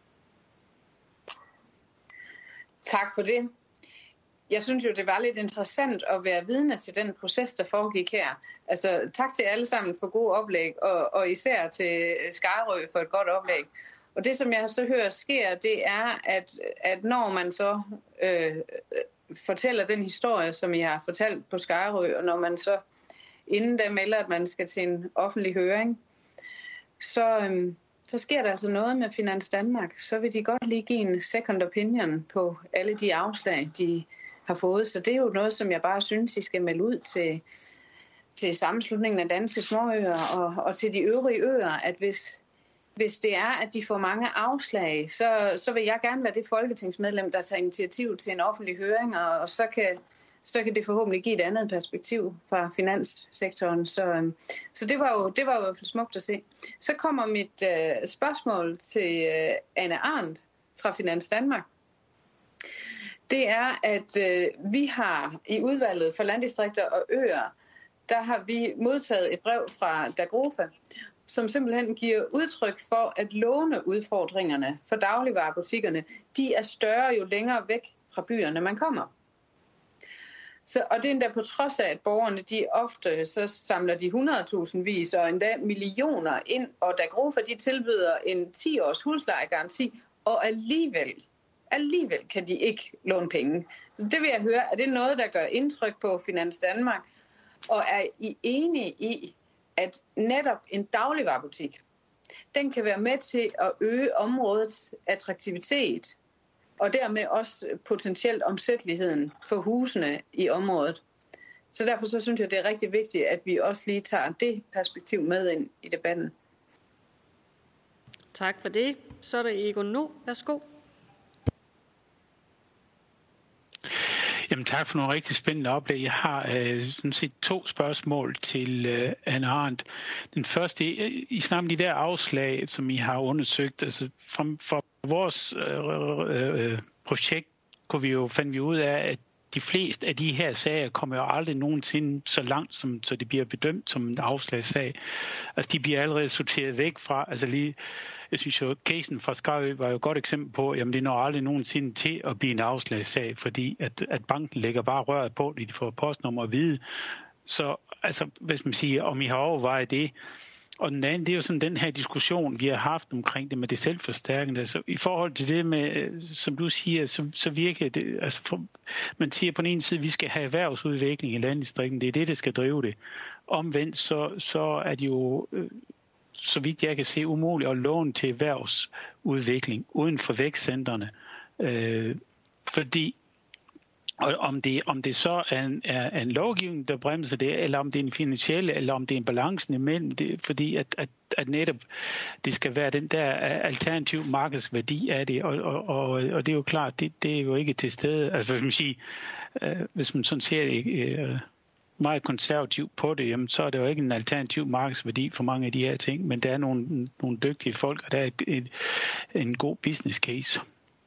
Tak for det. Jeg synes jo, det var lidt interessant at være vidne til den proces, der foregik her. Altså, tak til alle sammen for gode oplæg, og, og især til Skarø for et godt oplæg. Og det, som jeg så hører sker, det er, at, at når man så øh, fortæller den historie, som jeg har fortalt på Skarø, og når man så inden da melder, at man skal til en offentlig høring, så, øh, så sker der altså noget med Finans Danmark. Så vil de godt lige give en second opinion på alle de afslag, de har fået. Så det er jo noget, som jeg bare synes, I skal melde ud til, til sammenslutningen af danske småøer og, og til de øvrige øer, at hvis, hvis det er, at de får mange afslag, så, så vil jeg gerne være det folketingsmedlem, der tager initiativ til en offentlig høring, og, og så, kan, så kan det forhåbentlig give et andet perspektiv fra finanssektoren. Så, så det var jo det var jo i hvert fald smukt at se. Så kommer mit øh, spørgsmål til øh, Anne Arndt fra Finans Danmark. Det er, at øh, vi har i udvalget for landdistrikter og øer, der har vi modtaget et brev fra Dagrofa, som simpelthen giver udtryk for, at låneudfordringerne for dagligvarebutikkerne, de er større jo længere væk fra byerne man kommer. Så, og det er endda på trods af, at borgerne de ofte så samler de hundredtusindvis og endda millioner ind, og Dagrofa de tilbyder en ti års huslejegaranti, og alligevel Alligevel kan de ikke låne penge. Så det vil jeg høre, er det noget, der gør indtryk på Finans Danmark? Og er I enige i, at netop en dagligvarebutik, den kan være med til at øge områdets attraktivitet, og dermed også potentielt omsætteligheden for husene i området? Så derfor så synes jeg, det er rigtig vigtigt, at vi også lige tager det perspektiv med ind i debatten. Tak for det. Så er der Egon No. Værsgo. Jamen tak for nogle rigtig spændende oplæg. Jeg har øh, sådan set to spørgsmål til øh, Anne Arndt. Den første, I, I snakker om de der afslag, som I har undersøgt. Altså fra, fra vores øh, øh, projekt kunne vi jo, fandt vi ud af, at de fleste af de her sager kommer jo aldrig nogensinde så langt, som, så det bliver bedømt som en afslagssag. Altså de bliver allerede sorteret væk fra, altså lige, jeg synes jo, casen fra Skarø var jo et godt eksempel på, jamen det når aldrig nogensinde til at blive en afslagssag, fordi at, at banken lægger bare røret på, at de får postnummer at vide. Så altså, hvis man siger, om I har overvejet det. Og den anden, det er jo sådan den her diskussion, vi har haft omkring det med det selvforstærkende. Så i forhold til det med, som du siger, så, så virker det, altså for, man siger på den ene side, at vi skal have erhvervsudvikling i landdistrikten. Det er det, der skal drive det. Omvendt, så, så er det jo, så vidt jeg kan se, umuligt at låne til erhvervsudvikling uden for vækstcentrene. Øh, fordi Og om det, om det så er en, er en lovgivning, der bremser det, eller om det er en finansielle, eller om det er en balancen imellem det, fordi at, at, at netop det skal være den der alternativ markedsværdi af det, og, og, og, og det er jo klart, det, det er jo ikke til stede. Altså hvis man siger, øh, hvis man sådan ser det øh, meget konservativt på det, jamen, så er det jo ikke en alternativ markedsværdi for mange af de her ting, men der er nogle, nogle dygtige folk, og der er et, et, en god business case.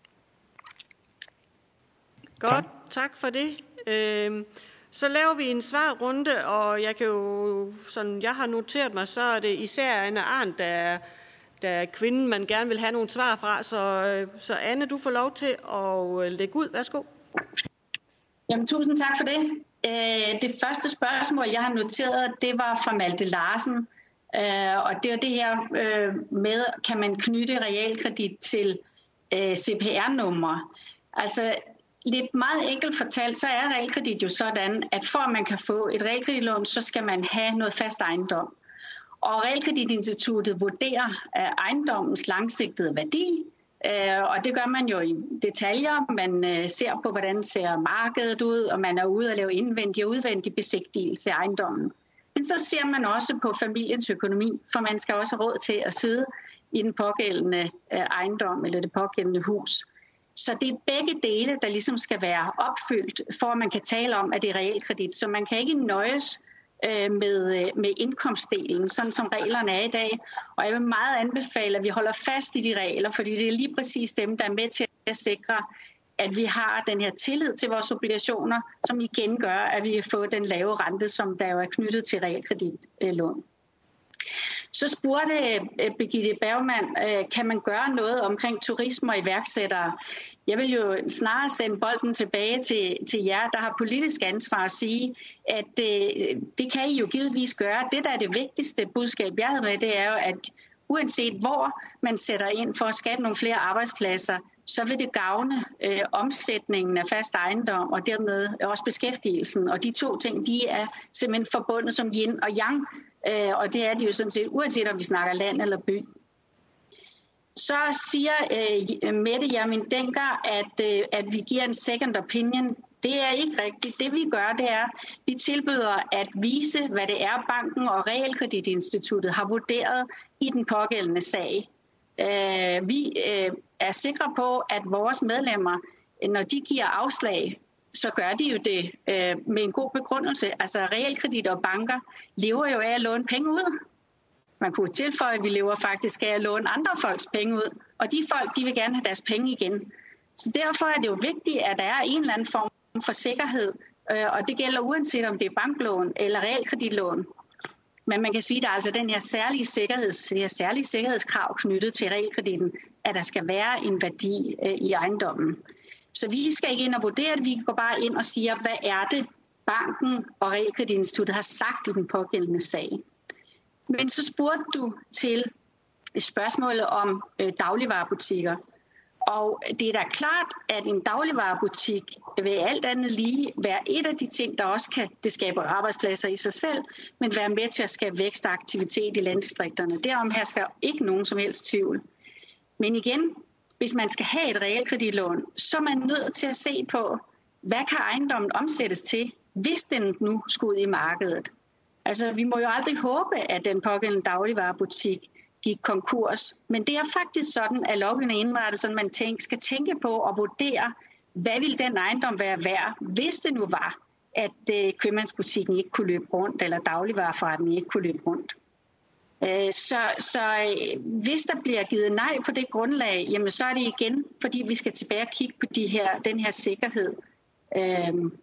Godt, tak, tak for det. Øhm, så laver vi en svarrunde, og jeg kan jo, sådan jeg har noteret mig, så er det især Anne Arndt, der, der er kvinden, man gerne vil have nogle svar fra. Så, så Anne, du får lov til at lægge ud. Værsgo. Jamen, tusind tak for det. Det første spørgsmål, jeg har noteret, det var fra Malte Larsen. Og det er det her med, kan man knytte realkredit til C P R-numre? Altså, lidt meget enkelt fortalt, så er realkredit jo sådan, at for at man kan få et realkreditlån, så skal man have noget fast ejendom. Og realkreditinstituttet vurderer ejendommens langsigtede værdi, og det gør man jo i detaljer. Man ser på, hvordan ser markedet ud, og man er ude og lave indvendig og udvendig besigtigelse af ejendommen. Men så ser man også på familiens økonomi, for man skal også have råd til at sidde i den pågældende ejendom eller det pågældende hus. Så det er begge dele, der ligesom skal være opfyldt, for at man kan tale om, at det er realkredit. Så man kan ikke nøjes øh, med, med indkomstdelen, sådan som reglerne er i dag. Og jeg vil meget anbefale, at vi holder fast i de regler, fordi det er lige præcis dem, der er med til at sikre, at vi har den her tillid til vores obligationer, som igen gør, at vi kan få den lave rente, som der jo er knyttet til realkreditlån. Så spurgte Birgitte Bergman, kan man gøre noget omkring turisme og iværksættere? Jeg vil jo snarere sende bolden tilbage til, til jer, der har politisk ansvar at sige, at det, det kan I jo givetvis gøre. Det, der er det vigtigste budskab, jeg havde med, det er jo, at uanset hvor man sætter ind for at skabe nogle flere arbejdspladser, så vil det gavne øh, omsætningen af fast ejendom og dermed også beskæftigelsen. Og de to ting, de er simpelthen forbundet som yin og yang, øh, og det er de jo sådan set, uanset om vi snakker land eller by. Så siger øh, Mette Hjermind Dencker, at, øh, at vi giver en second opinion. Det er ikke rigtigt. Det vi gør, det er, at vi tilbyder at vise, hvad det er, banken og realkreditinstituttet har vurderet i den pågældende sag. Øh, vi øh, er sikre på, at vores medlemmer, når de giver afslag, så gør de jo det øh, med en god begrundelse. Altså realkredit og banker lever jo af at låne penge ud. Man kunne tilføje, at vi lever faktisk af at låne andre folks penge ud. Og de folk, de vil gerne have deres penge igen. Så derfor er det jo vigtigt, at der er en eller anden form for sikkerhed. Øh, og det gælder uanset om det er banklån eller realkreditlån. Men man kan sige, at der er altså den her særlige, sikkerheds, det her særlige sikkerhedskrav knyttet til realkreditten, at der skal være en værdi øh, i ejendommen. Så vi skal ikke ind og vurdere det, vi går bare ind og siger, hvad er det, banken og realkreditinstituttet har sagt i den pågældende sag. Men så spurgte du til spørgsmålet om øh, dagligvarebutikker. Og det er da klart, at en dagligvarebutik vil alt andet lige være et af de ting, der også kan det skabe arbejdspladser i sig selv, men være med til at skabe vækst og aktivitet i landdistrikterne. Derom her skal ikke nogen som helst tvivl. Men igen, hvis man skal have et realkreditlån, så er man nødt til at se på, hvad kan ejendommen omsættes til, hvis den nu skulle ud i markedet. Altså, vi må jo aldrig håbe, at den pågældende dagligvarebutik gik konkurs. Men det er faktisk sådan, at lovgivningen er indrettet, sådan man tænk, skal tænke på og vurdere, hvad ville den ejendom være værd, hvis det nu var, at øh, købmandsbutikken ikke kunne løbe rundt, eller dagligvareforretningen ikke kunne løbe rundt. Øh, så så øh, hvis der bliver givet nej på det grundlag, jamen så er det igen, fordi vi skal tilbage og kigge på de her, den her sikkerhed. Øh,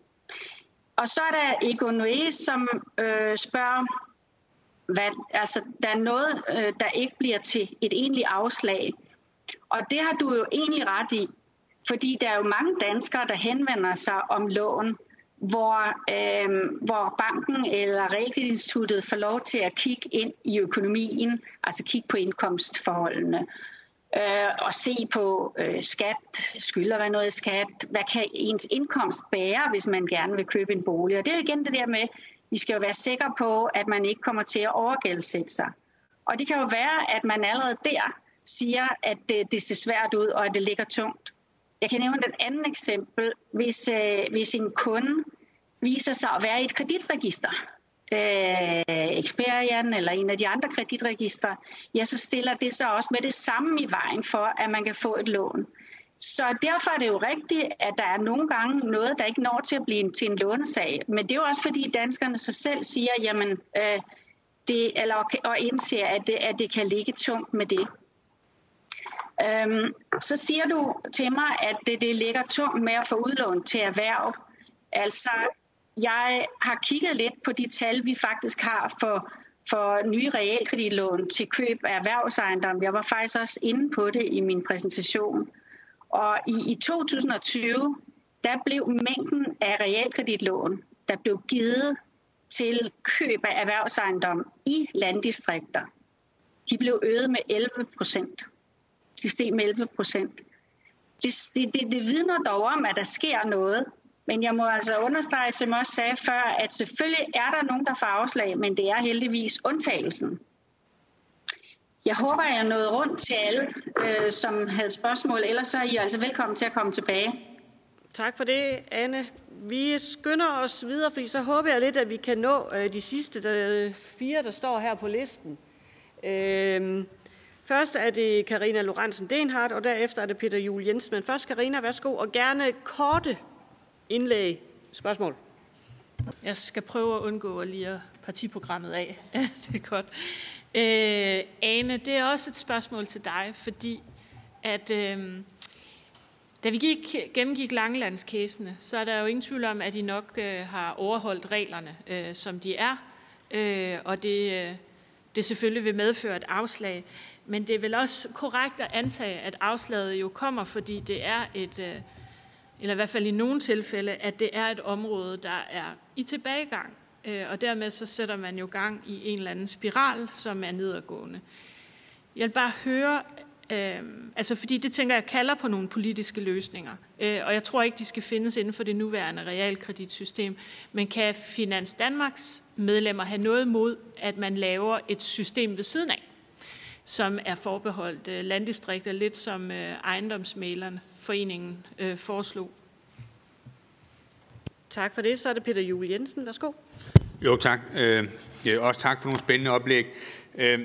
og så er der Egon Noé, som øh, spørger, hvad, altså, der er noget, øh, der ikke bliver til et egentligt afslag. Og det har du jo egentlig ret i, fordi der er jo mange danskere, der henvender sig om lån, hvor, øh, hvor banken eller realkreditinstituttet får lov til at kigge ind i økonomien, altså kigge på indkomstforholdene, øh, og se på øh, skat, skylder hvad noget skat, hvad kan ens indkomst bære, hvis man gerne vil købe en bolig. Og det er jo igen det der med, vi skal jo være sikre på, at man ikke kommer til at overgældsætte sig. Og det kan jo være, at man allerede der siger, at det, det ser svært ud, og at det ligger tungt. Jeg kan nævne et andet eksempel. Hvis, øh, hvis en kunde viser sig at være i et kreditregister, øh, Experian eller en af de andre kreditregistre, ja, så stiller det sig også med det samme i vejen for, at man kan få et lån. Så derfor er det jo rigtigt, at der er nogle gange noget, der ikke når til at blive en, til en lånesag. Men det er jo også fordi danskerne så selv siger, jamen, øh, det, eller, og indser, at det, at det kan ligge tungt med det. Øhm, så siger du til mig, at det, det ligger tungt med at få udlån til erhverv. Altså, jeg har kigget lidt på de tal, vi faktisk har for, for nye realkreditlån til køb af erhvervsejendom. Jeg var faktisk også inde på det i min præsentation. Og i, i to tusind og tyve, der blev mængden af realkreditlån, der blev givet til køb af erhvervsejendom i landdistrikter, de blev øget med elleve procent. De steg med elleve procent. Det, det, det, det vidner dog om, at der sker noget. Men jeg må altså understrege, som jeg også sagde før, at selvfølgelig er der nogen, der får afslag, men det er heldigvis undtagelsen. Jeg håber, jeg er nået rundt til alle, øh, som havde spørgsmål. Ellers så er I altså velkommen til at komme tilbage. Tak for det, Anne. Vi skynder os videre, fordi så håber jeg lidt, at vi kan nå øh, de sidste der, fire, der står her på listen. Øh, først er det Karina Lorentzen Dehnhardt, og derefter er det Peter Juel Jensen. Men først, Karina, værsgo, og gerne korte indlæg. Spørgsmål. Jeg skal prøve at undgå at lige at partiprogrammet af. Det er godt. Øh, Ane, det er også et spørgsmål til dig, fordi at øh, da vi gik, gennemgik Langelandskæsene, så er der jo ingen tvivl om, at de nok øh, har overholdt reglerne, øh, som de er, øh, og det, øh, det selvfølgelig vil medføre et afslag. Men det er vel også korrekt at antage, at afslaget jo kommer, fordi det er et, øh, eller i hvert fald i nogle tilfælde, at det er et område, der er i tilbagegang. Og dermed så sætter man jo gang i en eller anden spiral, som er nedadgående. Jeg vil bare høre, øh, altså fordi det tænker jeg kalder på nogle politiske løsninger, øh, og jeg tror ikke, de skal findes inden for det nuværende realkreditsystem, men kan Finans Danmarks medlemmer have noget mod, at man laver et system ved siden af, som er forbeholdt øh, landdistrikter, lidt som øh, ejendomsmæglerne foreningen øh, foreslog? Tak for det. Så er det Peter Juel Jensen. Værsgo. Jo, tak. Øh, også tak for nogle spændende oplæg. Øh,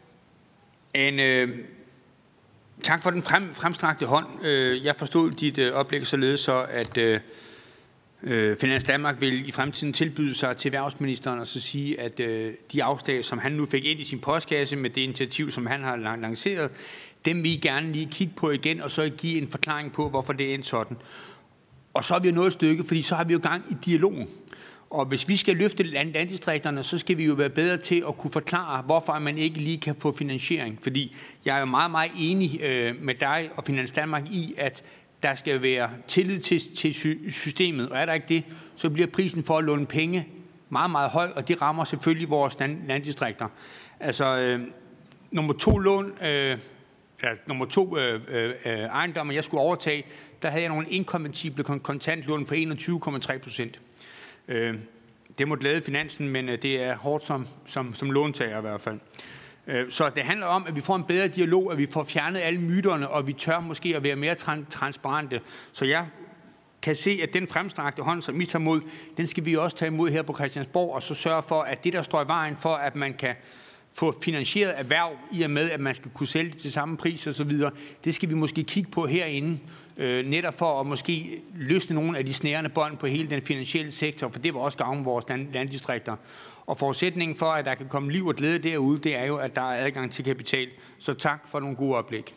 en, øh, tak for den frem, fremstrakte hånd. Øh, jeg forstod dit øh, oplæg således så, at øh, Finans Danmark vil i fremtiden tilbyde sig til erhvervsministeren og så sige, at øh, de afslag, som han nu fik ind i sin postkasse med det initiativ, som han har lanceret, dem vil I gerne lige kigge på igen, og så give en forklaring på, hvorfor det er en sådan. Og så er vi jo nået et stykke, fordi så har vi jo gang i dialogen. Og hvis vi skal løfte landdistrikterne, så skal vi jo være bedre til at kunne forklare, hvorfor man ikke lige kan få finansiering. Fordi jeg er jo meget, meget enig øh, med dig og Finans Danmark i, at der skal være tillid til, til systemet. Og er der ikke det, så bliver prisen for at låne penge meget, meget høj, og det rammer selvfølgelig vores landdistrikter. Altså, øh, nummer to lån, øh, ja, nummer to øh, øh, ejendommer, jeg skulle overtage, der havde jeg nogle inkonvertible kontantlån på enogtyve komma tre procent. Øh, det må glæde finansen, men øh, det er hårdt som, som, som låntager i hvert fald. Øh, så det handler om, at vi får en bedre dialog, at vi får fjernet alle myterne, og vi tør måske at være mere tran- transparente. Så jeg kan se, at den fremstrakte hånd, som I tager imod, den skal vi også tage imod her på Christiansborg, og så sørge for, at det, der står i vejen for, at man kan få finansieret erhverv, i og med, at man skal kunne sælge det til samme pris og så videre, det skal vi måske kigge på herinde, øh, netop for at måske løsne nogle af de snærende bånd på hele den finansielle sektor, for det var også gavn vores landdistrikter. Og forudsætningen for, at der kan komme liv og glæde derude, det er jo, at der er adgang til kapital. Så tak for nogle gode oplæg.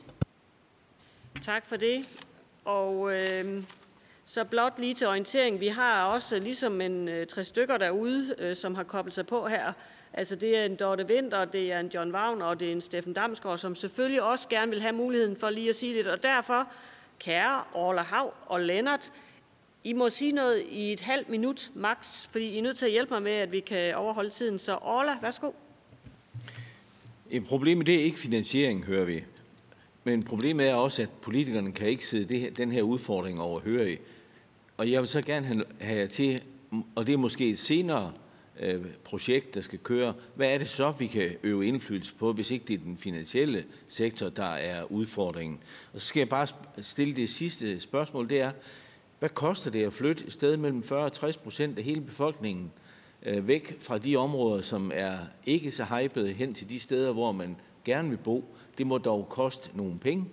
Tak for det. Og øh, så blot lige til orientering. Vi har også ligesom en øh, tre stykker derude, øh, som har koblet sig på her. Altså det er en Dorte Winther, det er en John Wagner, og det er en Steffen Damsgaard, som selvfølgelig også gerne vil have muligheden for lige at sige lidt. Og derfor, kære Orla Hav og Lennart, I må sige noget i et halvt minut max, fordi I er nødt til at hjælpe mig med, at vi kan overholde tiden. Så Orla, værsgo. Problemet det er ikke finansiering, hører vi. Men problemet er også, at politikerne kan ikke sidde det her, den her udfordring overhøre. Og jeg vil så gerne have, have jer til, og det er måske et senere øh, projekt, der skal køre. Hvad er det så, vi kan øve indflydelse på, hvis ikke det er den finansielle sektor, der er udfordringen? Og så skal jeg bare stille det sidste spørgsmål, det er, hvad koster det at flytte et sted mellem fyrre og tres procent af hele befolkningen øh, væk fra de områder, som er ikke så hypede, hen til de steder, hvor man gerne vil bo? Det må dog koste nogle penge.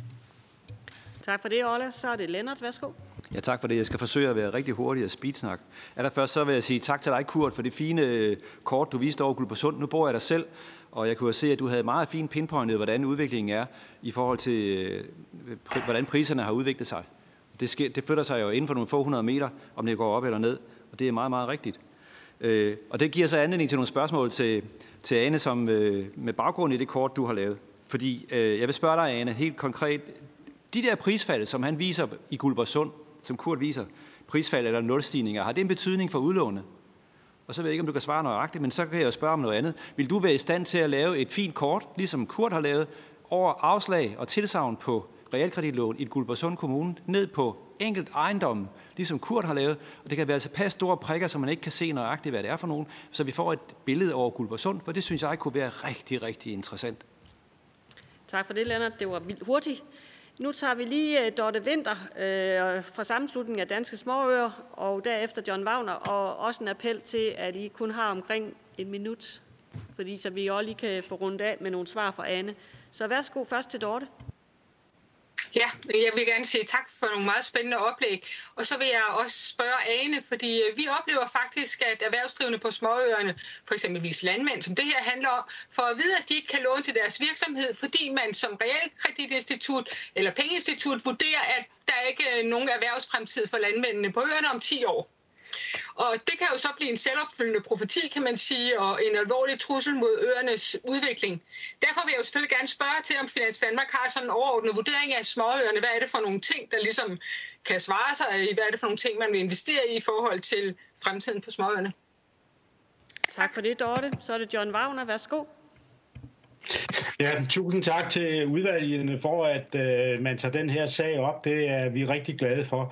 Tak for det, Orla. Så er det Lennart. Værsgo. Ja, tak for det. Jeg skal forsøge at være rigtig hurtig og speedsnak. Allerførst så vil jeg sige tak til dig, Kurt, for det fine kort, du viste over Guldborgsund. Nu bor jeg der selv, og jeg kunne se, at du havde meget fint pinpointet, hvordan udviklingen er i forhold til, hvordan priserne har udviklet sig. Det, sker, det flytter sig jo inden for nogle få hundrede meter, om det går op eller ned, og det er meget, meget rigtigt. Øh, og det giver så anledning til nogle spørgsmål til, til Ane, som øh, med baggrund i det kort, du har lavet. Fordi øh, jeg vil spørge dig, Ane, helt konkret. De der prisfald, som han viser i Guldborgsund, som Kurt viser, prisfald eller nulstigninger, har det en betydning for udlånet? Og så ved jeg ikke, om du kan svare nøjagtigt, men så kan jeg jo spørge om noget andet. Vil du være i stand til at lave et fint kort, ligesom Kurt har lavet, over afslag og tilsagn på realkreditlån i Guldborgsund Kommune, ned på enkelt ejendommen, ligesom Kurt har lavet, og det kan være tilpas store prikker, så man ikke kan se nøjagtigt, hvad det er for nogen, så vi får et billede over Guldborgsund, for det synes jeg kunne være rigtig, rigtig interessant. Tak for det, Lennart. Det var vildt hurtigt. Nu tager vi lige Dorte Winther øh, fra sammenslutningen af Danske Småøer, og derefter John Wagner, og også en appel til, at I kun har omkring et minut, fordi så vi også lige kan få rundt af med nogle svar fra Anne. Så værsgo først til Dorte. Ja, jeg vil gerne sige tak for nogle meget spændende oplæg. Og så vil jeg også spørge Ane, fordi vi oplever faktisk, at erhvervsdrivende på småøerne, for eksempelvis landmænd, som det her handler om, får at vide, at de ikke kan låne til deres virksomhed, fordi man som realkreditinstitut eller pengeinstitut vurderer, at der ikke er nogen erhvervsfremtid for landmændene på øerne om ti år. Og det kan jo så blive en selvopfyldende profeti, kan man sige, og en alvorlig trussel mod øernes udvikling. Derfor vil jeg jo selvfølgelig gerne spørge til, om Finans Danmark har sådan en overordnet vurdering af småøerne. Hvad er det for nogle ting, der ligesom kan svare sig i? Hvad er det for nogle ting, man vil investere i i forhold til fremtiden på småøerne? Tak for det, Dorte. Så er det John Wagner. Værsgo. Ja, tusind tak til udvalgene for, at øh, man tager den her sag op. Det er vi rigtig glade for.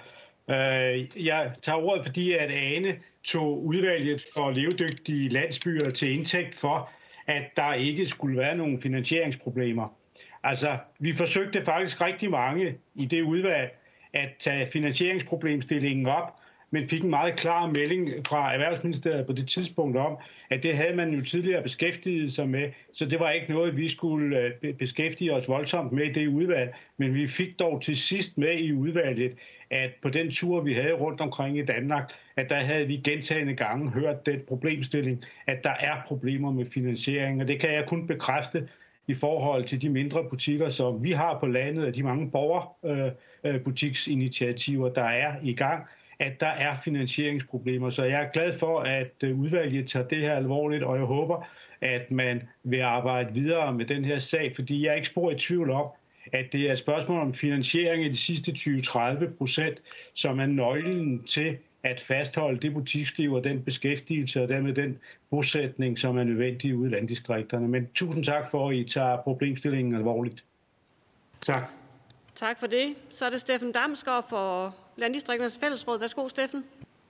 Jeg tager ordet, fordi at Ane tog udvalget for levedygtige landsbyer til indtægt for, at der ikke skulle være nogen finansieringsproblemer. Altså, vi forsøgte faktisk rigtig mange i det udvalg at tage finansieringsproblemstillingen op, men fik en meget klar melding fra Erhvervsministeriet på det tidspunkt om, at det havde man jo tidligere beskæftiget sig med, så det var ikke noget, vi skulle beskæftige os voldsomt med i det udvalg. Men vi fik dog til sidst med i udvalget, at på den tur, vi havde rundt omkring i Danmark, at der havde vi gentagne gange hørt den problemstilling, at der er problemer med finansiering, og det kan jeg kun bekræfte i forhold til de mindre butikker, som vi har på landet, og de mange borgerbutiksinitiativer, der er i gang, at der er finansieringsproblemer. Så jeg er glad for, at udvalget tager det her alvorligt, og jeg håber, at man vil arbejde videre med den her sag, fordi jeg er ikke spor i tvivl om, at det er et spørgsmål om finansiering i de sidste tyve til tredive procent, som er nøglen til at fastholde det butiksliv og den beskæftigelse og dermed den bosætning, som er nødvendig ude i landdistrikterne. Men tusind tak for, at I tager problemstillingen alvorligt. Tak. Tak for det. Så er det Steffen Damsgaard for Landdistrikternes Fællesråd. Værsgo, Steffen.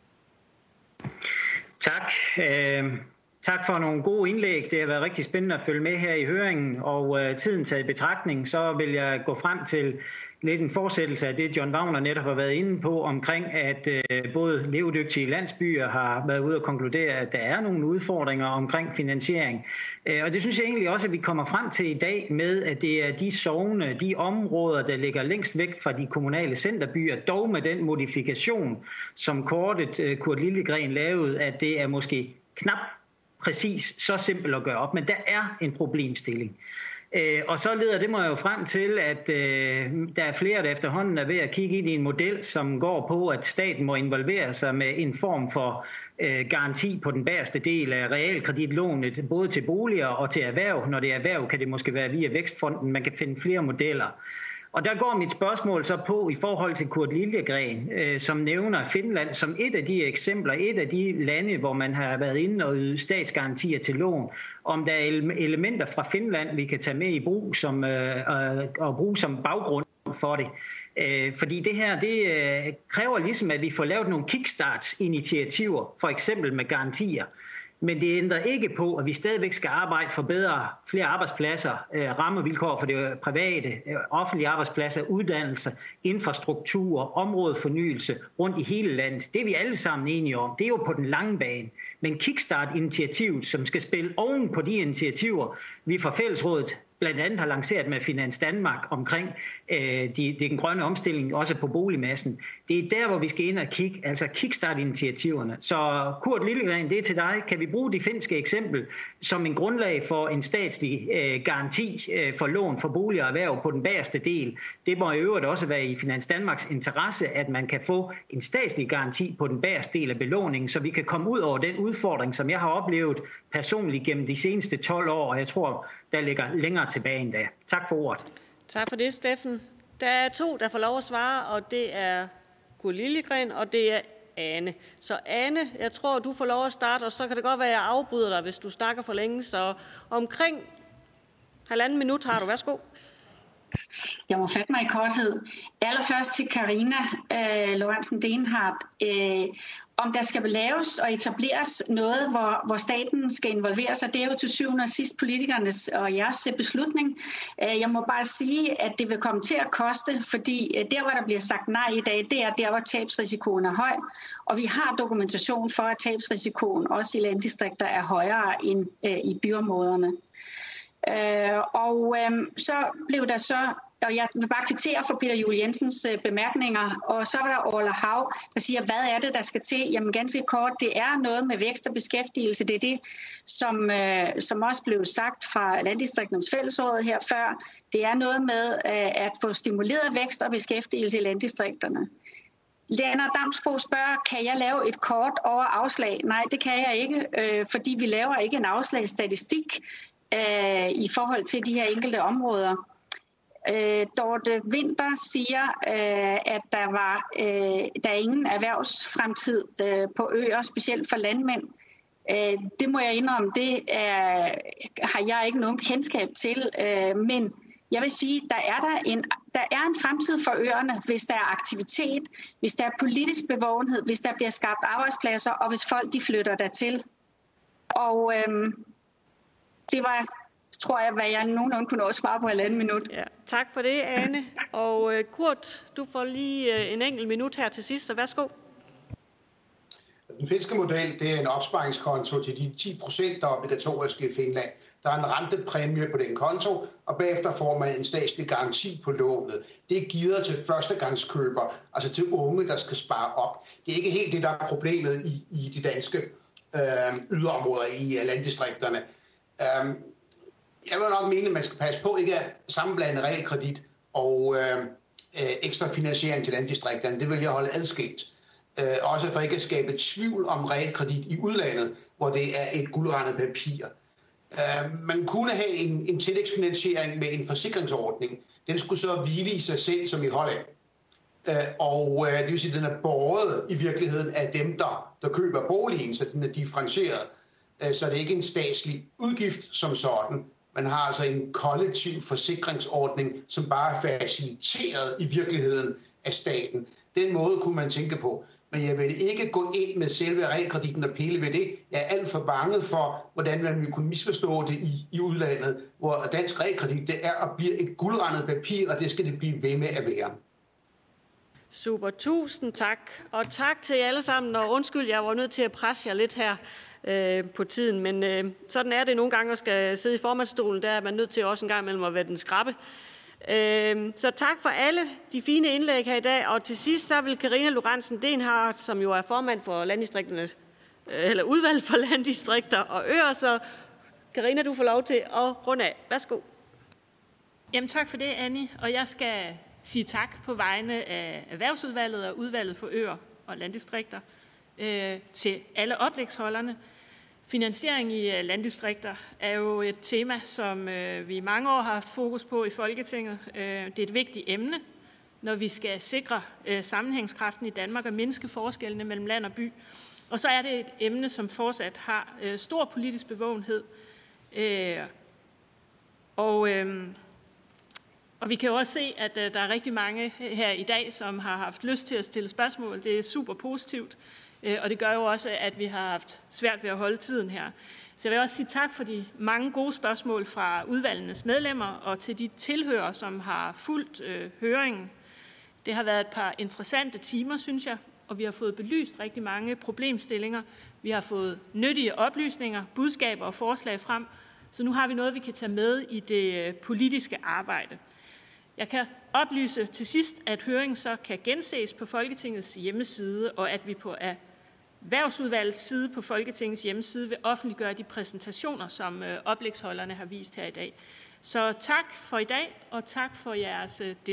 Tak. Øh, tak for nogle gode indlæg. Det har været rigtig spændende at følge med her i høringen, og øh, tiden taget i betragtning, så vil jeg gå frem til lidt en fortsættelse af det, John Wagner netop har været inde på, omkring at øh, både levedygtige landsbyer har været ude og konkludere, at der er nogle udfordringer omkring finansiering. Øh, og det synes jeg egentlig også, at vi kommer frem til i dag med, at det er de sogne, de områder, der ligger længst væk fra de kommunale centerbyer, dog med den modifikation, som kortet øh, Kurt Lillegren lavede, at det er måske knap præcis så simpelt at gøre op, men der er en problemstilling. Øh, og så leder det mig jo frem til, at øh, der er flere, der efterhånden er ved at kigge ind i en model, som går på, at staten må involvere sig med en form for øh, garanti på den bagerste del af realkreditlånet, både til boliger og til erhverv. Når det er erhverv, kan det måske være via Vækstfonden. Man kan finde flere modeller. Og der går mit spørgsmål så på i forhold til Kurt Lillegren, øh, som nævner Finland som et af de eksempler, et af de lande, hvor man har været inde og yde statsgarantier til lån. Om der er elementer fra Finland, vi kan tage med i brug som, øh, og bruge som baggrund for det. Øh, fordi det her, det øh, kræver ligesom, at vi får lavet nogle kickstarts-initiativer, for eksempel med garantier. Men det ændrer ikke på, at vi stadigvæk skal arbejde for bedre, flere arbejdspladser, øh, rammevilkår for det private, øh, offentlige arbejdspladser, uddannelse, infrastruktur, områdefornyelse rundt i hele landet. Det er vi alle sammen enige om. Det er jo på den lange bane. Men Kickstart-initiativet, som skal spille oven på de initiativer, vi fra Fællesrådet blandt andet har lanceret med Finans Danmark omkring øh, de, den grønne omstilling, også på boligmassen. Det er der, hvor vi skal ind og kigge, altså kickstart-initiativerne. Så Kurt Lillegren, det er til dig. Kan vi bruge det finske eksempel som en grundlag for en statslig øh, garanti øh, for lån for bolig og erhverv på den bagerste del? Det må i øvrigt også være i Finans Danmarks interesse, at man kan få en statslig garanti på den bagerste del af belåningen, så vi kan komme ud over den udfordring, som jeg har oplevet personligt gennem de seneste tolv år, og jeg tror, der ligger længere tilbage end da. Tak for ordet. Tak for det, Steffen. Der er to, der får lov at svare, og det er Kurt Lillegren, og det er Ane. Så Ane, jeg tror, du får lov at starte, og så kan det godt være, at jeg afbryder dig, hvis du snakker for længe. Så omkring halvanden minut har du. Værsgo. Jeg må fatte mig i korthed. Allerførst til Karina øh, Lorentzen Dehnhardt. Øh, om der skal laves og etableres noget, hvor, hvor staten skal involvere sig, det er jo til syvende og sidst politikernes og jeres beslutning. Øh, jeg må bare sige, at det vil komme til at koste, fordi der, hvor der bliver sagt nej i dag, det er der, hvor tabsrisikoen er høj. Og vi har dokumentation for, at tabsrisikoen også i landdistrikter er højere end øh, i byområderne. Øh, og øh, så blev der så og jeg vil bare kvittere for Peter Juel Jensens bemærkninger. Og så var der Orla Hav, der siger, hvad er det, der skal til? Jamen ganske kort, det er noget med vækst og beskæftigelse. Det er det, som, som også blev sagt fra Landdistrikternes Fællesråd her før. Det er noget med at få stimuleret vækst og beskæftigelse i landdistrikterne. Lennart Damsbo spørger, kan jeg lave et kort over afslag? Nej, det kan jeg ikke, øh, fordi vi laver ikke en afslagsstatistik øh, i forhold til de her enkelte områder. Øh, Dorte Winter siger, øh, at der var øh, der er ingen erhvervsfremtid øh, på øer, specielt for landmænd. Øh, det må jeg indrømme, det er, har jeg ikke nogen kendskab til, øh, men jeg vil sige, der er der en, der er en fremtid for øerne, hvis der er aktivitet, hvis der er politisk bevågenhed, hvis der bliver skabt arbejdspladser, og hvis folk de flytter dertil. Og øhm, det var, tror jeg, hvad jeg nogenlunde kunne også svare på halvanden minut. Ja, tak for det, Ane. Og uh, Kurt, du får lige uh, en enkelt minut her til sidst, så værsgo. Den finske model, det er en opsparingskonto til de ti procent, der er obligatoriske i Finland. Der er en rentepræmie på den konto, og bagefter får man en statslig garanti på lånet. Det er givet til førstegangskøber, altså til unge, der skal spare op. Det er ikke helt det, der er problemet i, i de danske øh, yderområder i uh, landdistrikterne. Øh, jeg vil nok mene, at man skal passe på ikke at sammenblande realkredit og øh, øh, ekstra finansiering til landdistrikterne. Det vil jeg holde adskilt. Øh, også for ikke at skabe tvivl om realkredit i udlandet, hvor det er et guldrandet papir. Uh, man kunne have en, en tillægsfinansiering med en forsikringsordning. Den skulle så hvile i sig selv, som i Holland. Uh, og uh, det vil sige, at den er båret i virkeligheden af dem, der, der køber boligen, så den er differentieret. Uh, så det er ikke en statslig udgift som sådan. Man har altså en kollektiv forsikringsordning, som bare er faciliteret i virkeligheden af staten. Den måde kunne man tænke på. Men jeg vil ikke gå ind med selve realkreditten og pille ved det. Jeg er alt for bange for, hvordan man vil kunne misforstå det i, i udlandet, hvor dansk realkredit det er og bliver et guldrandet papir, og det skal det blive ved med at være. Super, tusind tak. Og tak til jer alle sammen, og undskyld, jeg var nødt til at presse jer lidt her øh, på tiden, men øh, sådan er det nogle gange at skal sidde i formandsstolen, der er man nødt til også en gang imellem at være den skrappe. Så tak for alle de fine indlæg her i dag, og til sidst så vil Karina Lorentzen Dehnhardt, som jo er formand for landdistrikterne, eller udvalg for landdistrikter og øer, så Karina, du får lov til at runde af. Værsgo. Jamen tak for det, Annie, og jeg skal sige tak på vegne af Erhvervsudvalget og udvalget for øer og landdistrikter øh, til alle oplægsholderne. Finansiering i landdistrikter er jo et tema, som vi i mange år har haft fokus på i Folketinget. Det er et vigtigt emne, når vi skal sikre sammenhængskraften i Danmark og mindske forskellene mellem land og by. Og så er det et emne, som fortsat har stor politisk bevågenhed. Og, og vi kan jo også se, at der er rigtig mange her i dag, som har haft lyst til at stille spørgsmål. Det er super positivt. Og det gør jo også, at vi har haft svært ved at holde tiden her. Så jeg vil også sige tak for de mange gode spørgsmål fra udvalgenes medlemmer og til de tilhørere, som har fulgt øh, høringen. Det har været et par interessante timer, synes jeg, og vi har fået belyst rigtig mange problemstillinger. Vi har fået nyttige oplysninger, budskaber og forslag frem, så nu har vi noget, vi kan tage med i det politiske arbejde. Jeg kan oplyse til sidst, at høringen så kan genses på Folketingets hjemmeside, og at vi på Erhvervsudvalgets side på Folketingets hjemmeside vil offentliggøre de præsentationer, som oplægsholderne har vist her i dag. Så tak for i dag, og tak for jeres deltagelse.